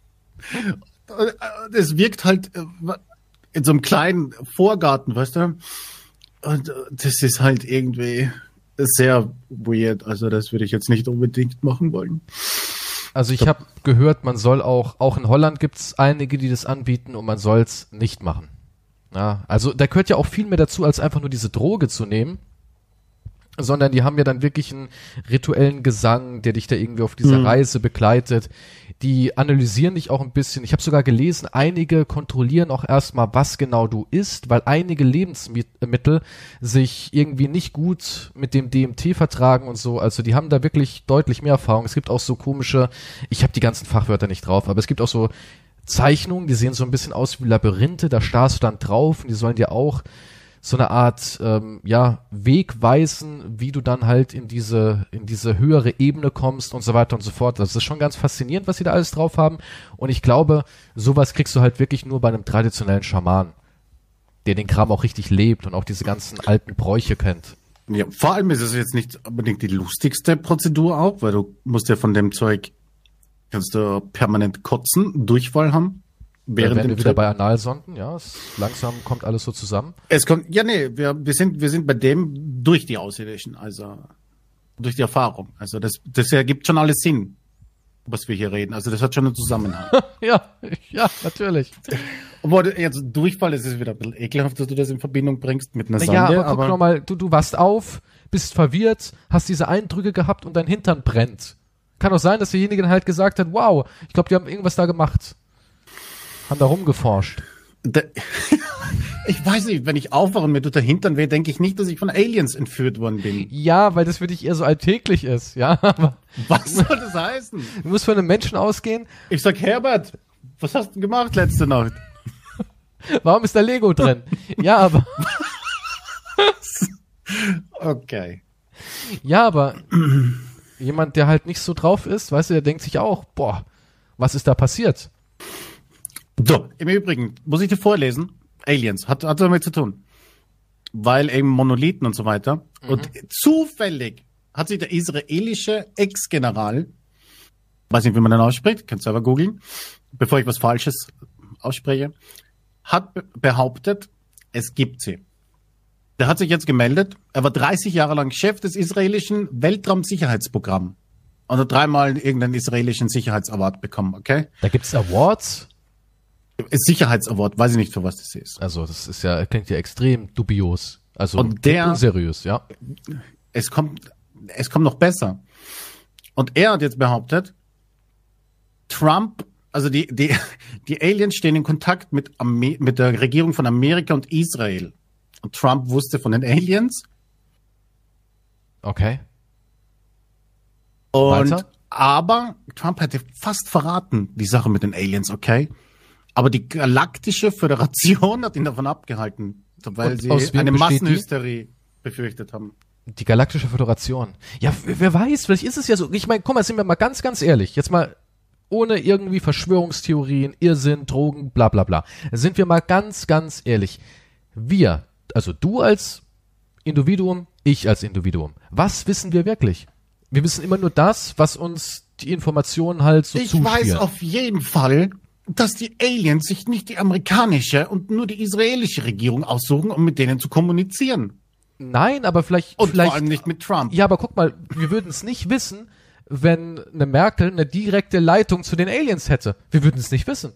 B: Das wirkt halt in so einem kleinen Vorgarten, weißt du? Und das ist halt irgendwie sehr weird. Also das würde ich jetzt nicht unbedingt machen wollen.
A: Also ich habe gehört, man soll auch, auch in Holland gibt's einige, die das anbieten und man soll's nicht machen. Ja, also da gehört ja auch viel mehr dazu, als einfach nur diese Droge zu nehmen, sondern die haben ja dann wirklich einen rituellen Gesang, der dich da irgendwie auf dieser mhm. Reise begleitet. Die analysieren dich auch ein bisschen. Ich habe sogar gelesen, einige kontrollieren auch erstmal, was genau du isst, weil einige Lebensmittel sich irgendwie nicht gut mit dem D M T vertragen und so. Also die haben da wirklich deutlich mehr Erfahrung. Es gibt auch so komische, ich habe die ganzen Fachwörter nicht drauf, aber es gibt auch so Zeichnungen, die sehen so ein bisschen aus wie Labyrinthe, da starrst du dann drauf und die sollen dir auch so eine Art ähm, ja Weg weisen, wie du dann halt in diese in diese höhere Ebene kommst und so weiter und so fort. Das ist schon ganz faszinierend, was sie da alles drauf haben. Und ich glaube, sowas kriegst du halt wirklich nur bei einem traditionellen Schaman, der den Kram auch richtig lebt und auch diese ganzen alten Bräuche kennt.
B: Ja, vor allem ist es jetzt nicht unbedingt die lustigste Prozedur auch, weil du musst ja von dem Zeug kannst du permanent kotzen, Durchfall haben. während
A: da werden
B: dem
A: wir wieder
B: Trip.
A: bei Analsonden, ja, es, langsam kommt alles so zusammen.
B: Es kommt, ja, nee, wir, wir sind, wir sind bei dem durch die Außerirdischen, also durch die Erfahrung. Also das, das ergibt schon alles Sinn, was wir hier reden. Also das hat schon einen Zusammenhang.
A: ja, ja, natürlich.
B: Obwohl jetzt Durchfall, das ist wieder ein bisschen ekelhaft, dass du das in Verbindung bringst mit einer
A: Ja,
B: Sonde.
A: aber guck noch mal, du, du wachst auf, bist verwirrt, hast diese Eindrücke gehabt und dein Hintern brennt. Kann auch sein, dass derjenige dann halt gesagt hat, wow, ich glaube, die haben irgendwas da gemacht. Haben da rumgeforscht.
B: Da, ich weiß nicht, wenn ich aufwache und mir tut der Hintern weh, denke ich nicht, dass ich von Aliens entführt worden bin.
A: Ja, weil das für dich eher so alltäglich ist, ja. Aber
B: Was soll das heißen?
A: du musst von einem Menschen ausgehen.
B: Ich sag, Herbert, was hast du gemacht letzte Nacht?
A: Warum ist da Lego drin? Ja, aber
B: Okay.
A: ja, aber jemand, der halt nicht so drauf ist, weißt du, der denkt sich auch, boah, was ist da passiert?
B: So, im Übrigen, muss ich dir vorlesen? Aliens, hat, hat damit zu tun. Weil eben Monolithen und so weiter. Mhm. Und zufällig hat sich der israelische Ex-General, weiß nicht, wie man den ausspricht, könnt selber googeln, bevor ich was Falsches ausspreche, hat be- behauptet, es gibt sie. Der hat sich jetzt gemeldet, er war dreißig Jahre lang Chef des israelischen Weltraumsicherheitsprogramms und hat dreimal irgendeinen israelischen Sicherheitsaward bekommen, okay?
A: Da gibt's Awards?
B: Sicherheitsaward, weiß ich nicht, für was das ist.
A: Also, das ist ja, klingt ja extrem dubios. Also,
B: Und der-
A: unseriös, ja.
B: Es kommt, es kommt noch besser. Und er hat jetzt behauptet, Trump, also die, die, die Aliens stehen in Kontakt mit, Amer- mit der Regierung von Amerika und Israel. Und Trump wusste von den Aliens.
A: Okay.
B: Und,
A: Weiter?
B: aber Trump hätte fast verraten, die Sache mit den Aliens, okay? Aber die Galaktische Föderation hat ihn davon abgehalten, weil
A: Und
B: sie
A: aus wem
B: eine
A: besteht die?
B: Massenhysterie befürchtet haben.
A: Die Galaktische Föderation. Ja, wer wer weiß, vielleicht ist es ja so. Ich meine, guck mal, sind wir mal ganz, ganz ehrlich. Jetzt mal ohne irgendwie Verschwörungstheorien, Irrsinn, Drogen, bla bla bla. Sind wir mal ganz, ganz ehrlich. Wir, also du als Individuum, ich als Individuum, was wissen wir wirklich? Wir wissen immer nur das, was uns die Informationen halt so
B: Ich
A: zuspielen.
B: weiß auf jeden Fall, dass die Aliens sich nicht die amerikanische und nur die israelische Regierung aussuchen, um mit denen zu kommunizieren.
A: Nein, aber vielleicht,
B: Und
A: vielleicht
B: vor allem nicht mit Trump.
A: Ja, aber guck mal, wir würden es nicht wissen, wenn eine Merkel eine direkte Leitung zu den Aliens hätte. Wir würden es nicht wissen.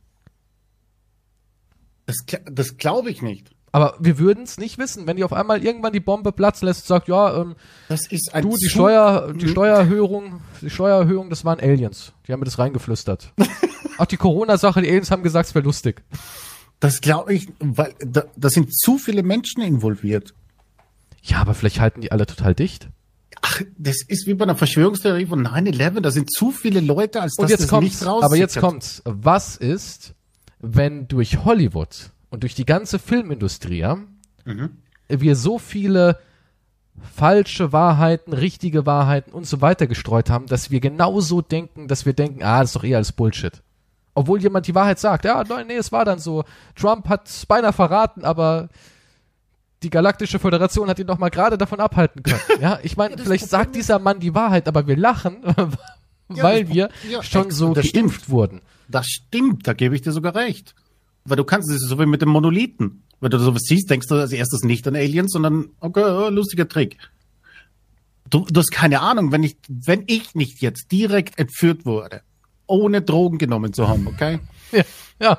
B: Das, gl- das glaube ich nicht.
A: Aber wir würden es nicht wissen, wenn die auf einmal irgendwann die Bombe platzen lässt und sagt, ja, ähm,
B: Das ist ein
A: du, die
B: zu-
A: Steuer, die Steuererhöhung, die Steuererhöhung, das waren Aliens. Die haben mir das reingeflüstert. Auch die Corona-Sache, die Aliens haben gesagt, es wäre lustig.
B: Das glaube ich, weil da, da sind zu viele Menschen involviert.
A: Ja, aber vielleicht halten die alle total dicht.
B: Ach, das ist wie bei einer Verschwörungstheorie von neun elf. Da sind zu viele Leute, als
A: Und
B: dass
A: jetzt
B: das
A: kommt's,
B: nicht raus.
A: aber jetzt kommt's. Was ist, wenn durch Hollywood und durch die ganze Filmindustrie, ja,
B: Mhm.
A: wir so viele falsche Wahrheiten, richtige Wahrheiten und so weiter gestreut haben, dass wir genauso denken, dass wir denken, ah, das ist doch eh alles Bullshit. Obwohl jemand die Wahrheit sagt, ja, nein, nee, es war dann so. Trump hat beinahe verraten, aber die Galaktische Föderation hat ihn doch mal gerade davon abhalten können. Ja, ich meine,
B: Ja, das
A: vielleicht
B: Problem
A: sagt dieser Mann die Wahrheit, aber wir lachen, weil
B: das-
A: wir
B: ja,
A: schon
B: ex-
A: so
B: das
A: geimpft
B: stimmt.
A: wurden.
B: Das stimmt, da gebe ich dir sogar recht. Weil du kannst, das ist so wie mit dem Monolithen. Wenn du sowas siehst, denkst du als erstes nicht an Aliens, sondern, okay, oh, lustiger Trick. Du, du hast keine Ahnung, wenn ich, wenn ich nicht jetzt direkt entführt wurde, ohne Drogen genommen zu haben, okay,
A: Ja, ja.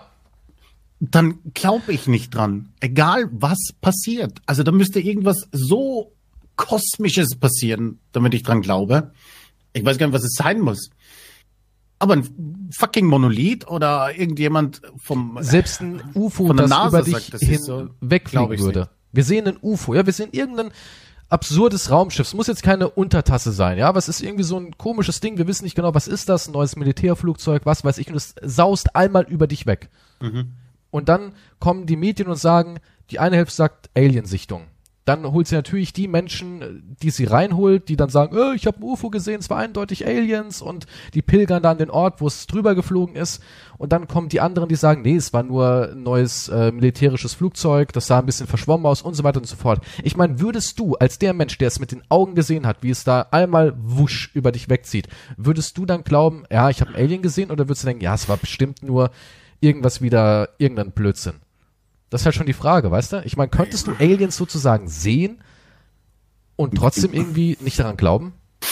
B: dann glaube ich nicht dran. Egal, was passiert. Also da müsste irgendwas so Kosmisches passieren, damit ich dran glaube. Ich weiß gar nicht, was es sein muss. Aber ein fucking Monolith oder irgendjemand vom...
A: Selbst ein U F O,
B: Von der
A: das
B: NASA
A: über dich
B: sagt, das ist so, glaub
A: hinwegfliegen
B: ich's
A: würde.
B: nicht.
A: Wir sehen ein U F O, ja, wir sehen irgendein absurdes Raumschiff. Es muss jetzt keine Untertasse sein, ja, aber es ist irgendwie so ein komisches Ding. Wir wissen nicht genau, was ist das? Ein neues Militärflugzeug, was weiß ich, und es saust einmal über dich weg.
B: Mhm.
A: Und dann kommen die Medien und sagen, die eine Hälfte sagt Aliensichtung. Dann holt sie natürlich die Menschen, die sie reinholt, die dann sagen, oh, ich habe ein U F O gesehen, es war eindeutig Aliens, und die pilgern da an den Ort, wo es drüber geflogen ist. Und dann kommen die anderen, die sagen, nee, es war nur ein neues äh, militärisches Flugzeug, das sah ein bisschen verschwommen aus und so weiter und so fort. Ich meine, würdest du als der Mensch, der es mit den Augen gesehen hat, wie es da einmal wusch über dich wegzieht, würdest du dann glauben, ja, ich habe ein Alien gesehen, oder würdest du denken, ja, es war bestimmt nur irgendwas wieder, irgendein Blödsinn. Das ist halt schon die Frage, weißt du? Ich meine, könntest du Aliens sozusagen sehen und trotzdem irgendwie nicht daran glauben?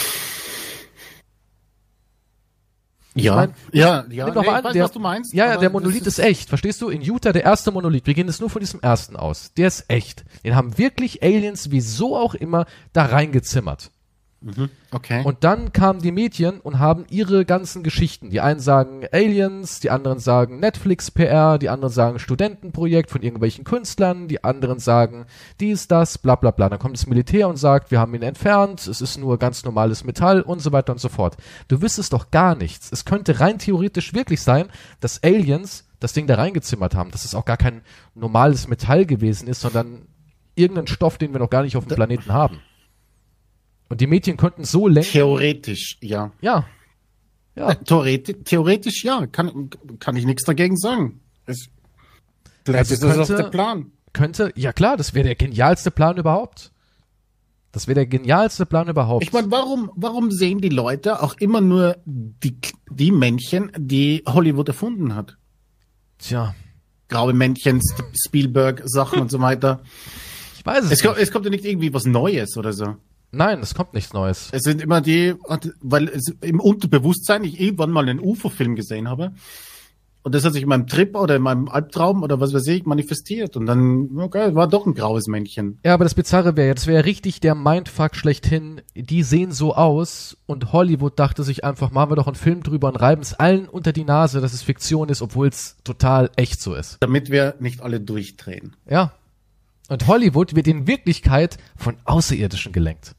A: Ich
B: Ja,
A: mein,
B: ja, ja,
A: nimm doch
B: nee,
A: an,
B: ich weiß,
A: der,
B: was du meinst.
A: Ja, ja,
B: aber
A: der
B: das
A: Monolith ist, ist echt, verstehst du? In Utah, der erste Monolith, wir gehen jetzt nur von diesem ersten aus, der ist echt. Den haben wirklich Aliens, wieso auch immer, da reingezimmert.
B: Mhm, okay.
A: Und dann kamen die Medien und haben ihre ganzen Geschichten. Die einen sagen Aliens, die anderen sagen Netflix-P R, die anderen sagen Studentenprojekt von irgendwelchen Künstlern, die anderen sagen dies, das, bla bla bla. Dann kommt das Militär und sagt, wir haben ihn entfernt, es ist nur ganz normales Metall und so weiter und so fort. Du wüsstest doch gar nichts. Es könnte rein theoretisch wirklich sein, dass Aliens das Ding da reingezimmert haben, dass es auch gar kein normales Metall gewesen ist, sondern irgendein Stoff, den wir noch gar nicht auf dem Planeten haben. Und die Medien könnten so lenken.
B: Theoretisch, ja.
A: Ja. Ja.
B: Theoretisch, theoretisch ja. Kann, kann ich nichts dagegen sagen. Es, vielleicht
A: Also
B: ist das
A: könnte-
B: auch der Plan.
A: Könnte, ja klar, das wäre der genialste Plan überhaupt. Das wäre der genialste Plan überhaupt.
B: Ich meine, warum, warum sehen die Leute auch immer nur die, die Männchen, die Hollywood erfunden hat?
A: Tja,
B: Graue Männchen, Spielberg-Sachen und so weiter.
A: ich weiß es,
B: Es kommt,
A: nicht.
B: es kommt ja nicht irgendwie was Neues oder so.
A: Nein, es kommt nichts Neues.
B: Es sind immer die, weil es im Unterbewusstsein ich irgendwann mal einen U F O-Film gesehen habe. Und das hat sich in meinem Trip oder in meinem Albtraum oder was weiß ich manifestiert. Und dann, okay, war doch ein graues Männchen.
A: Ja, aber das Bizarre wäre, das wäre richtig der Mindfuck schlechthin. Die sehen so aus und Hollywood dachte sich einfach, machen wir doch einen Film drüber und reiben es allen unter die Nase, dass es Fiktion ist, obwohl es total echt so ist.
B: Damit wir nicht alle durchdrehen.
A: Ja. Und Hollywood wird in Wirklichkeit von Außerirdischen gelenkt.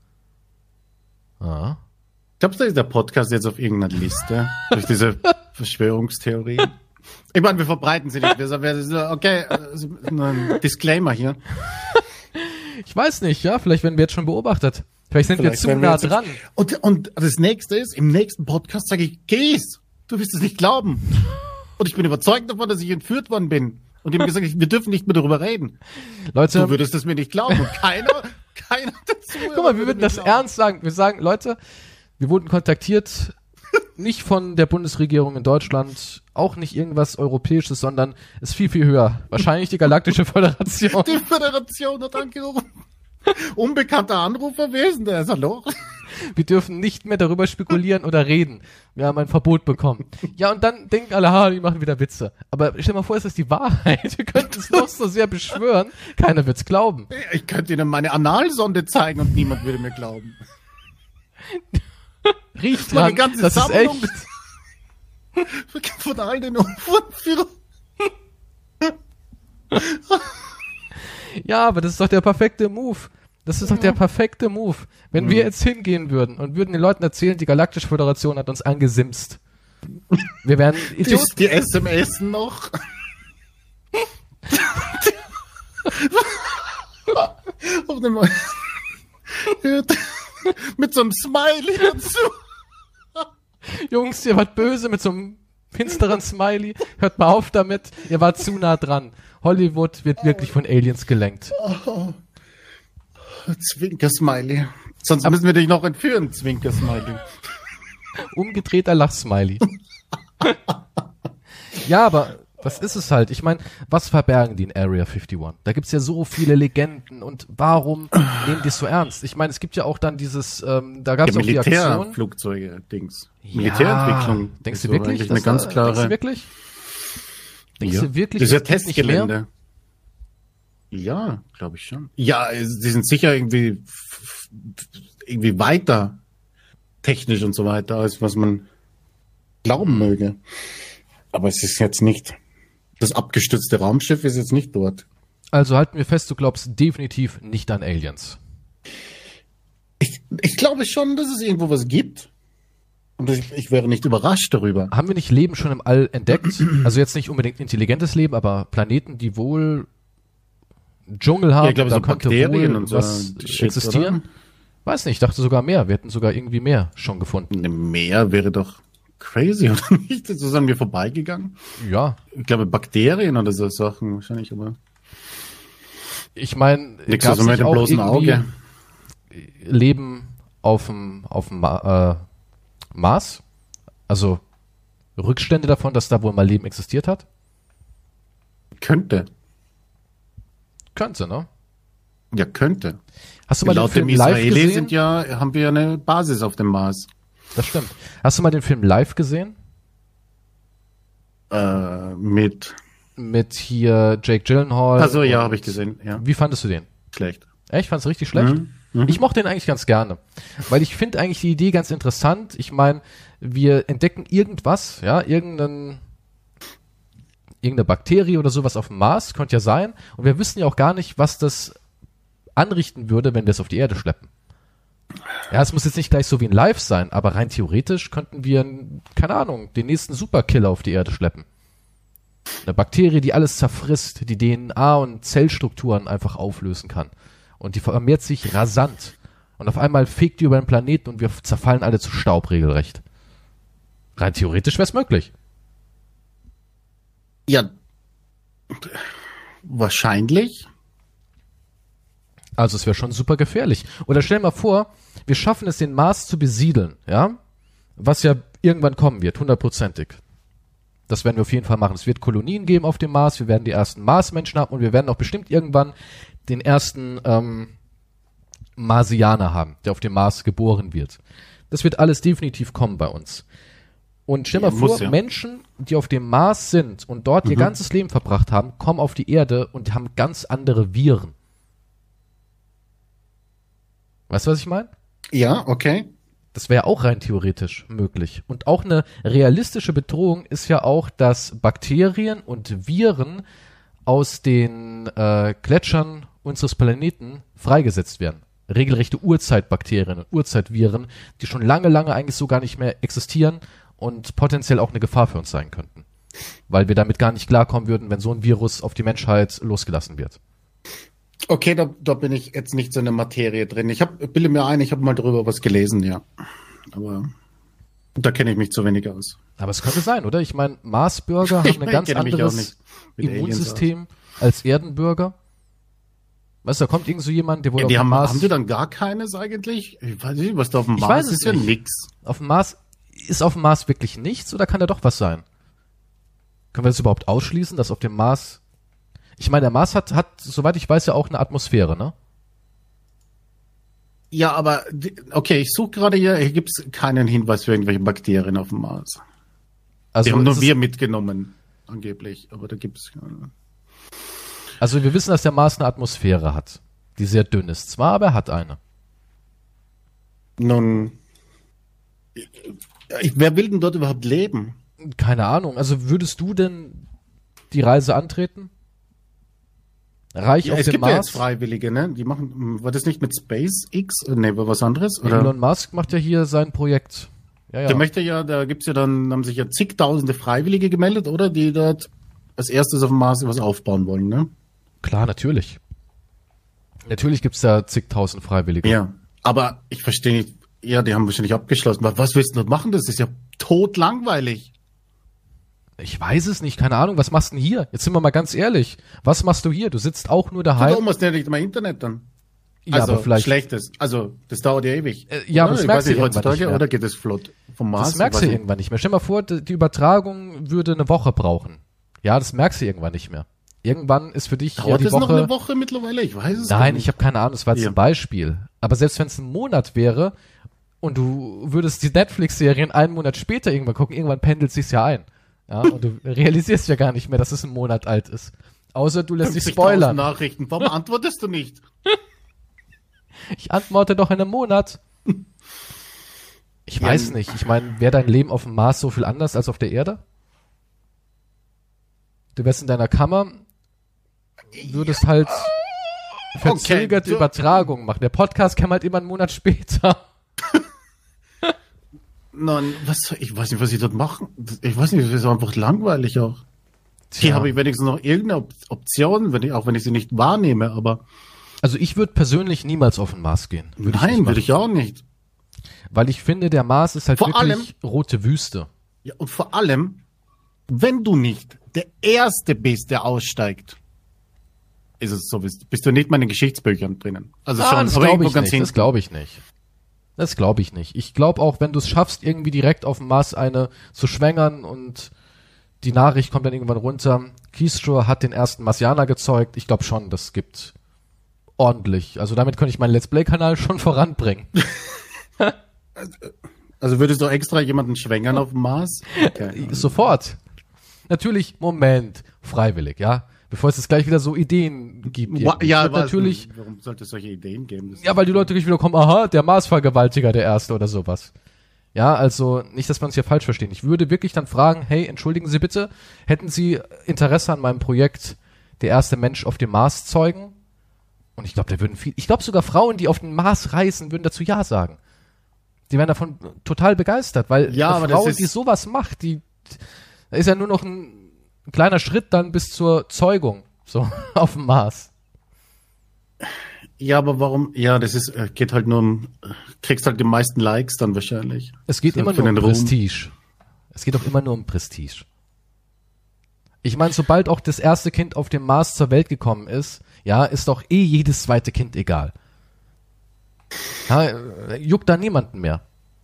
A: Ah.
B: Glaubst du, ist der Podcast jetzt auf irgendeiner Liste? Durch diese Verschwörungstheorie? Ich meine, wir verbreiten sie nicht. Wir sagen, okay, also ein Disclaimer hier.
A: Ich weiß nicht, ja, vielleicht werden wir jetzt schon beobachtet. Vielleicht sind
B: Vielleicht
A: wir zu
B: werden
A: nah
B: jetzt-
A: dran.
B: Und, und das nächste ist, im nächsten Podcast sage ich, Gies, du wirst es nicht glauben. Und ich bin überzeugt davon, dass ich entführt worden bin. Und die haben gesagt, wir dürfen nicht mehr darüber reden.
A: Leute,
B: Du würdest es mir nicht glauben. Und keiner, keiner dazu.
A: guck mal, wir würden das ernst sagen. Wir sagen, Leute, wir wurden kontaktiert, nicht von der Bundesregierung in Deutschland, auch nicht irgendwas Europäisches, sondern ist viel, viel höher. Wahrscheinlich die Galaktische Föderation.
B: Die Föderation hat angerufen. Unbekannter Anrufer, wer ist denn der? Hallo?
A: Wir dürfen nicht mehr darüber spekulieren oder reden. Wir haben ein Verbot bekommen. Ja, und dann denken alle, ha, die machen wieder Witze. Aber stell dir mal vor, ist das die Wahrheit? Wir könnten es noch so sehr beschwören. Keiner wird's glauben.
B: Ich könnte Ihnen meine Analsonde zeigen und niemand würde mir glauben.
A: Riecht
B: Meine
A: dran,
B: ganze
A: das ist
B: Sammlung.
A: echt.
B: Von all den Vorführungen.
A: Ja, aber das ist doch der perfekte Move. Das ist doch der perfekte Move. Wenn wir jetzt hingehen würden und würden den Leuten erzählen, die Galaktische Föderation hat uns angesimst. Wir wären Idioten.
B: Ist die S M S noch? Auf dem mit so einem Smiley dazu.
A: Jungs, ihr wart böse mit so einem finsteren Smiley. Hört mal auf damit. Ihr wart zu nah dran. Hollywood wird wirklich von Aliens gelenkt.
B: Zwinker-Smiley. Sonst müssen wir dich noch entführen, Zwinker-Smiley.
A: Umgedrehter Lachsmiley. Ja, aber das ist es halt. Ich meine, was verbergen die in Area einundfünfzig? Da gibt's ja so viele Legenden und warum nehmen die es so ernst? Ich meine, es gibt ja auch dann dieses, ähm, da gab's
B: Ja,
A: auch die Aktion.
B: Militärflugzeuge, Dings.
A: Ja.
B: Militärentwicklung.
A: Denkst
B: ist
A: du
B: so
A: wirklich?
B: eigentlich
A: dass
B: eine ganz
A: da,
B: klare.
A: Denkst du wirklich? Denkst
B: Ja.
A: du wirklich?
B: Das ist ja
A: es gibt nicht mehr?
B: Testgelände. Ja, glaube ich schon. Ja, es- sie sind sicher irgendwie f- f- irgendwie weiter technisch und so weiter, als was man glauben möge. Aber es ist jetzt nicht. Das abgestürzte Raumschiff ist jetzt nicht dort.
A: Also halten wir fest, du glaubst definitiv nicht an Aliens.
B: Ich, ich glaube schon, dass es irgendwo was gibt. Und ich, ich wäre nicht überrascht darüber.
A: Haben wir nicht Leben schon im All entdeckt? Also jetzt nicht unbedingt intelligentes Leben, aber Planeten, die wohl Dschungel haben,
B: Ja, ich glaube,
A: da
B: so
A: könnte
B: Bakterien
A: wohl
B: und so
A: was
B: Shit,
A: existieren. Weiß nicht, ich dachte sogar mehr. Wir hätten sogar irgendwie mehr schon gefunden.
B: Ein Meer wäre doch crazy, oder nicht? So sind wir vorbeigegangen.
A: Ja,
B: Ich glaube, Bakterien oder so Sachen wahrscheinlich, aber
A: ich meine,
B: nichts
A: gab's
B: also mit
A: nicht
B: dem
A: auch
B: bloßen
A: irgendwie
B: Auge.
A: Leben auf dem auf dem Ma äh, Mars? Also Rückstände davon, dass da wohl mal Leben existiert hat?
B: Könnte.
A: Könnte, ne?
B: Ja, könnte.
A: Hast du mal
B: Laut
A: den Film
B: dem
A: live
B: Israeli
A: gesehen?
B: sind ja, haben wir ja eine Basis auf dem Mars.
A: Das stimmt. Hast du mal den Film live gesehen?
B: Äh, mit.
A: Mit hier Jake Gyllenhaal.
B: Also ja,
A: und-
B: habe ich gesehen. Ja,
A: Wie fandest du den?
B: schlecht.
A: Echt? Ich fand's richtig schlecht?
B: Mhm. Mhm.
A: Ich mochte den eigentlich ganz gerne. Weil ich finde eigentlich die Idee ganz interessant. Ich meine, wir entdecken irgendwas, ja, irgendeinen, irgendeine Bakterie oder sowas auf dem Mars, könnte ja sein. Und wir wissen ja auch gar nicht, was das anrichten würde, wenn wir es auf die Erde schleppen. Ja, es muss jetzt nicht gleich so wie ein Live sein, aber rein theoretisch könnten wir, keine Ahnung, den nächsten Superkiller auf die Erde schleppen. Eine Bakterie, die alles zerfrisst, die D N A und Zellstrukturen einfach auflösen kann. Und die vermehrt sich rasant. Und auf einmal fegt die über den Planeten und wir zerfallen alle zu Staub regelrecht. Rein theoretisch wäre es möglich.
B: Ja, wahrscheinlich.
A: Also es wäre schon super gefährlich. Oder stell dir mal vor, wir schaffen es, den Mars zu besiedeln, ja? Was ja irgendwann kommen wird, hundertprozentig. Das werden wir auf jeden Fall machen. Es wird Kolonien geben auf dem Mars, wir werden die ersten Marsmenschen haben und wir werden auch bestimmt irgendwann den ersten ähm, Marsianer haben, der auf dem Mars geboren wird. Das wird alles definitiv kommen bei uns. Und stell dir
B: Ja,
A: mal vor,
B: muss ja.
A: Menschen, die auf dem Mars sind und dort ihr
B: Mhm.
A: ganzes Leben verbracht haben, kommen auf die Erde und haben ganz andere Viren. Weißt du, was ich meine?
B: Ja, okay.
A: Das wäre auch rein theoretisch möglich. Und auch eine realistische Bedrohung ist ja auch, dass Bakterien und Viren aus den äh, Gletschern unseres Planeten freigesetzt werden. Regelrechte Urzeitbakterien und Urzeitviren, die schon lange, lange eigentlich so gar nicht mehr existieren und potenziell auch eine Gefahr für uns sein könnten. Weil wir damit gar nicht klarkommen würden, wenn so ein Virus auf die Menschheit losgelassen wird.
B: Okay, da, da bin ich jetzt nicht so in der Materie drin. Ich hab, bilde mir ein, ich habe mal darüber was gelesen, ja. Aber da kenne ich mich zu wenig aus.
A: Aber es könnte sein, oder? Ich meine, Marsbürger haben
B: Ich
A: ein ganz
B: kenne mich auch
A: anderes
B: nicht mit Aliens
A: Immunsystem als Erdenbürger. Weißt du, da kommt irgend so jemand, der wohl
B: Ja,
A: auf
B: die
A: dem
B: haben,
A: Mars...
B: haben die dann gar keines eigentlich? Ich weiß nicht, was da auf dem
A: Ich
B: Mars
A: weiß es
B: ist, ja
A: nicht.
B: nix.
A: Auf dem Mars... Ist auf dem Mars wirklich nichts oder kann da doch was sein? Können wir das überhaupt ausschließen, dass auf dem Mars... Ich meine, der Mars hat, hat, soweit ich weiß, ja auch eine Atmosphäre, ne?
B: Ja, aber, die- okay, ich suche gerade hier, hier gibt's keinen Hinweis für irgendwelche Bakterien auf dem Mars.
A: Also,
B: Die haben
A: ist
B: nur
A: es-
B: wir mitgenommen, angeblich. Aber da gibt's. äh,
A: also wir wissen, dass der Mars eine Atmosphäre hat, die sehr dünn ist. Zwar, aber er hat eine.
B: Nun, ich, wer will denn dort überhaupt leben?
A: Keine Ahnung. Also würdest du denn die Reise antreten? Reich
B: Ja,
A: auf
B: es
A: dem
B: gibt ja
A: Mars?
B: jetzt Freiwillige, ne? Die machen, war das nicht mit SpaceX? Ne, war was anderes? Oder?
A: Elon Musk macht ja hier sein Projekt. Ja, ja.
B: Der möchte ja, da gibt's ja dann, haben sich ja zigtausende Freiwillige gemeldet, oder? Die dort als erstes auf dem Mars was aufbauen wollen, ne?
A: Klar, natürlich. Natürlich gibt's da zigtausend Freiwillige.
B: Ja. Aber ich verstehe nicht, ja, die haben wahrscheinlich abgeschlossen. Was, was willst du dort machen? Das ist ja totlangweilig.
A: Ich weiß es nicht, keine Ahnung. Was machst du denn hier? Jetzt sind wir mal ganz ehrlich. Was machst du hier? Du sitzt auch nur daheim.
B: Warum hast du nicht mal Internet dann?
A: Ja,
B: also,
A: aber vielleicht.
B: schlechtes. Also, das dauert ja ewig.
A: Äh, ja, aber
B: Oder?
A: das
B: Ich
A: merkst
B: weiß
A: du
B: nicht,
A: irgendwann nicht
B: heutzutage,
A: mehr.
B: oder geht es flott vom Mars?
A: Das merkst
B: Ich
A: du
B: weiß nicht.
A: irgendwann nicht mehr. Stell dir mal vor, die die Übertragung würde eine Woche brauchen. Ja, das merkst du irgendwann nicht mehr. Irgendwann ist für dich ja
B: Dauert
A: die
B: das
A: Woche.
B: noch eine Woche mittlerweile? Ich weiß es gar
A: Nein,
B: nicht.
A: ich habe keine Ahnung. Das war jetzt
B: Ja.
A: ein Beispiel. Aber selbst wenn es ein Monat wäre und du würdest die Netflix-Serien einen Monat später irgendwann gucken, irgendwann pendelt sich's ja ein. Ja, und du realisierst ja gar nicht mehr, dass es ein Monat alt ist. Außer du lässt dich
B: fünfzigtausend
A: spoilern.
B: Nachrichten. Warum antwortest du nicht?
A: Ich antworte doch in einem Monat. Ich
B: Ja,
A: weiß nicht. Ich meine, wäre dein Leben auf dem Mars so viel anders als auf der Erde? Du wärst in deiner Kammer, würdest halt verzögerte
B: du-
A: Übertragung machen. Der Podcast kam halt immer einen Monat später.
B: Nein, was, ich weiß nicht, was ich dort machen. Ich weiß nicht, das ist einfach langweilig auch. Hier habe ich wenigstens noch irgendeine Op Option, wenn ich, auch wenn ich sie nicht wahrnehme, aber
A: Also ich würde persönlich niemals auf den Mars gehen. Würd ich nicht
B: nein,
A: machen.
B: würde ich auch nicht.
A: Weil ich finde, der Mars ist halt
B: Vor
A: wirklich
B: allem-
A: rote Wüste.
B: Ja, und vor allem, wenn du nicht der Erste bist, der aussteigt, ist es so, bist, bist du nicht mal in den Geschichtsbüchern drinnen. Also
A: Ah,
B: schon,
A: das
B: aber
A: glaube
B: irgendwo
A: ich
B: ganz
A: nicht.
B: hinten.
A: Das glaube ich nicht. Das glaube ich nicht. Ich glaube auch, wenn du es schaffst, irgendwie direkt auf dem Mars eine zu schwängern und die Nachricht kommt dann irgendwann runter, Keystrow hat den ersten Marsianer gezeugt, ich glaube schon, das gibt ordentlich. Also damit könnte ich meinen Let's Play-Kanal schon voranbringen.
B: Also würdest du extra jemanden schwängern auf dem Mars? Okay.
A: Sofort. Natürlich, Moment, freiwillig, ja. Bevor es jetzt gleich wieder so Ideen gibt.
B: Wa- ja, was,
A: natürlich.
B: Warum sollte es solche Ideen geben? Das
A: Ja, weil die Leute gleich wieder kommen, aha, der Marsvergewaltiger, der Erste oder sowas. Ja, also nicht, dass wir uns hier falsch verstehen. Ich würde wirklich dann fragen, hey, entschuldigen Sie bitte, hätten Sie Interesse an meinem Projekt, der erste Mensch auf dem Mars zeugen? Und ich glaube, da würden viel, ich glaube sogar Frauen, die auf den Mars reisen, würden dazu Ja sagen. Die wären davon total begeistert, weil
B: Ja,
A: eine
B: aber
A: Frau,
B: das ist-
A: die sowas macht, die, da ist ja nur noch ein, ein kleiner Schritt dann bis zur Zeugung, so, auf dem Mars.
B: Ja, aber warum? Ja, das ist, äh, geht halt nur um, äh, kriegst halt die meisten Likes dann wahrscheinlich.
A: Es geht
B: Für-
A: immer
B: für
A: nur um
B: den Ruhm.
A: Prestige. Es geht auch immer nur um Prestige. Ich meine, sobald auch das erste Kind auf dem Mars zur Welt gekommen ist, ja, ist doch eh jedes zweite Kind egal. Ja, äh, juckt da niemanden mehr.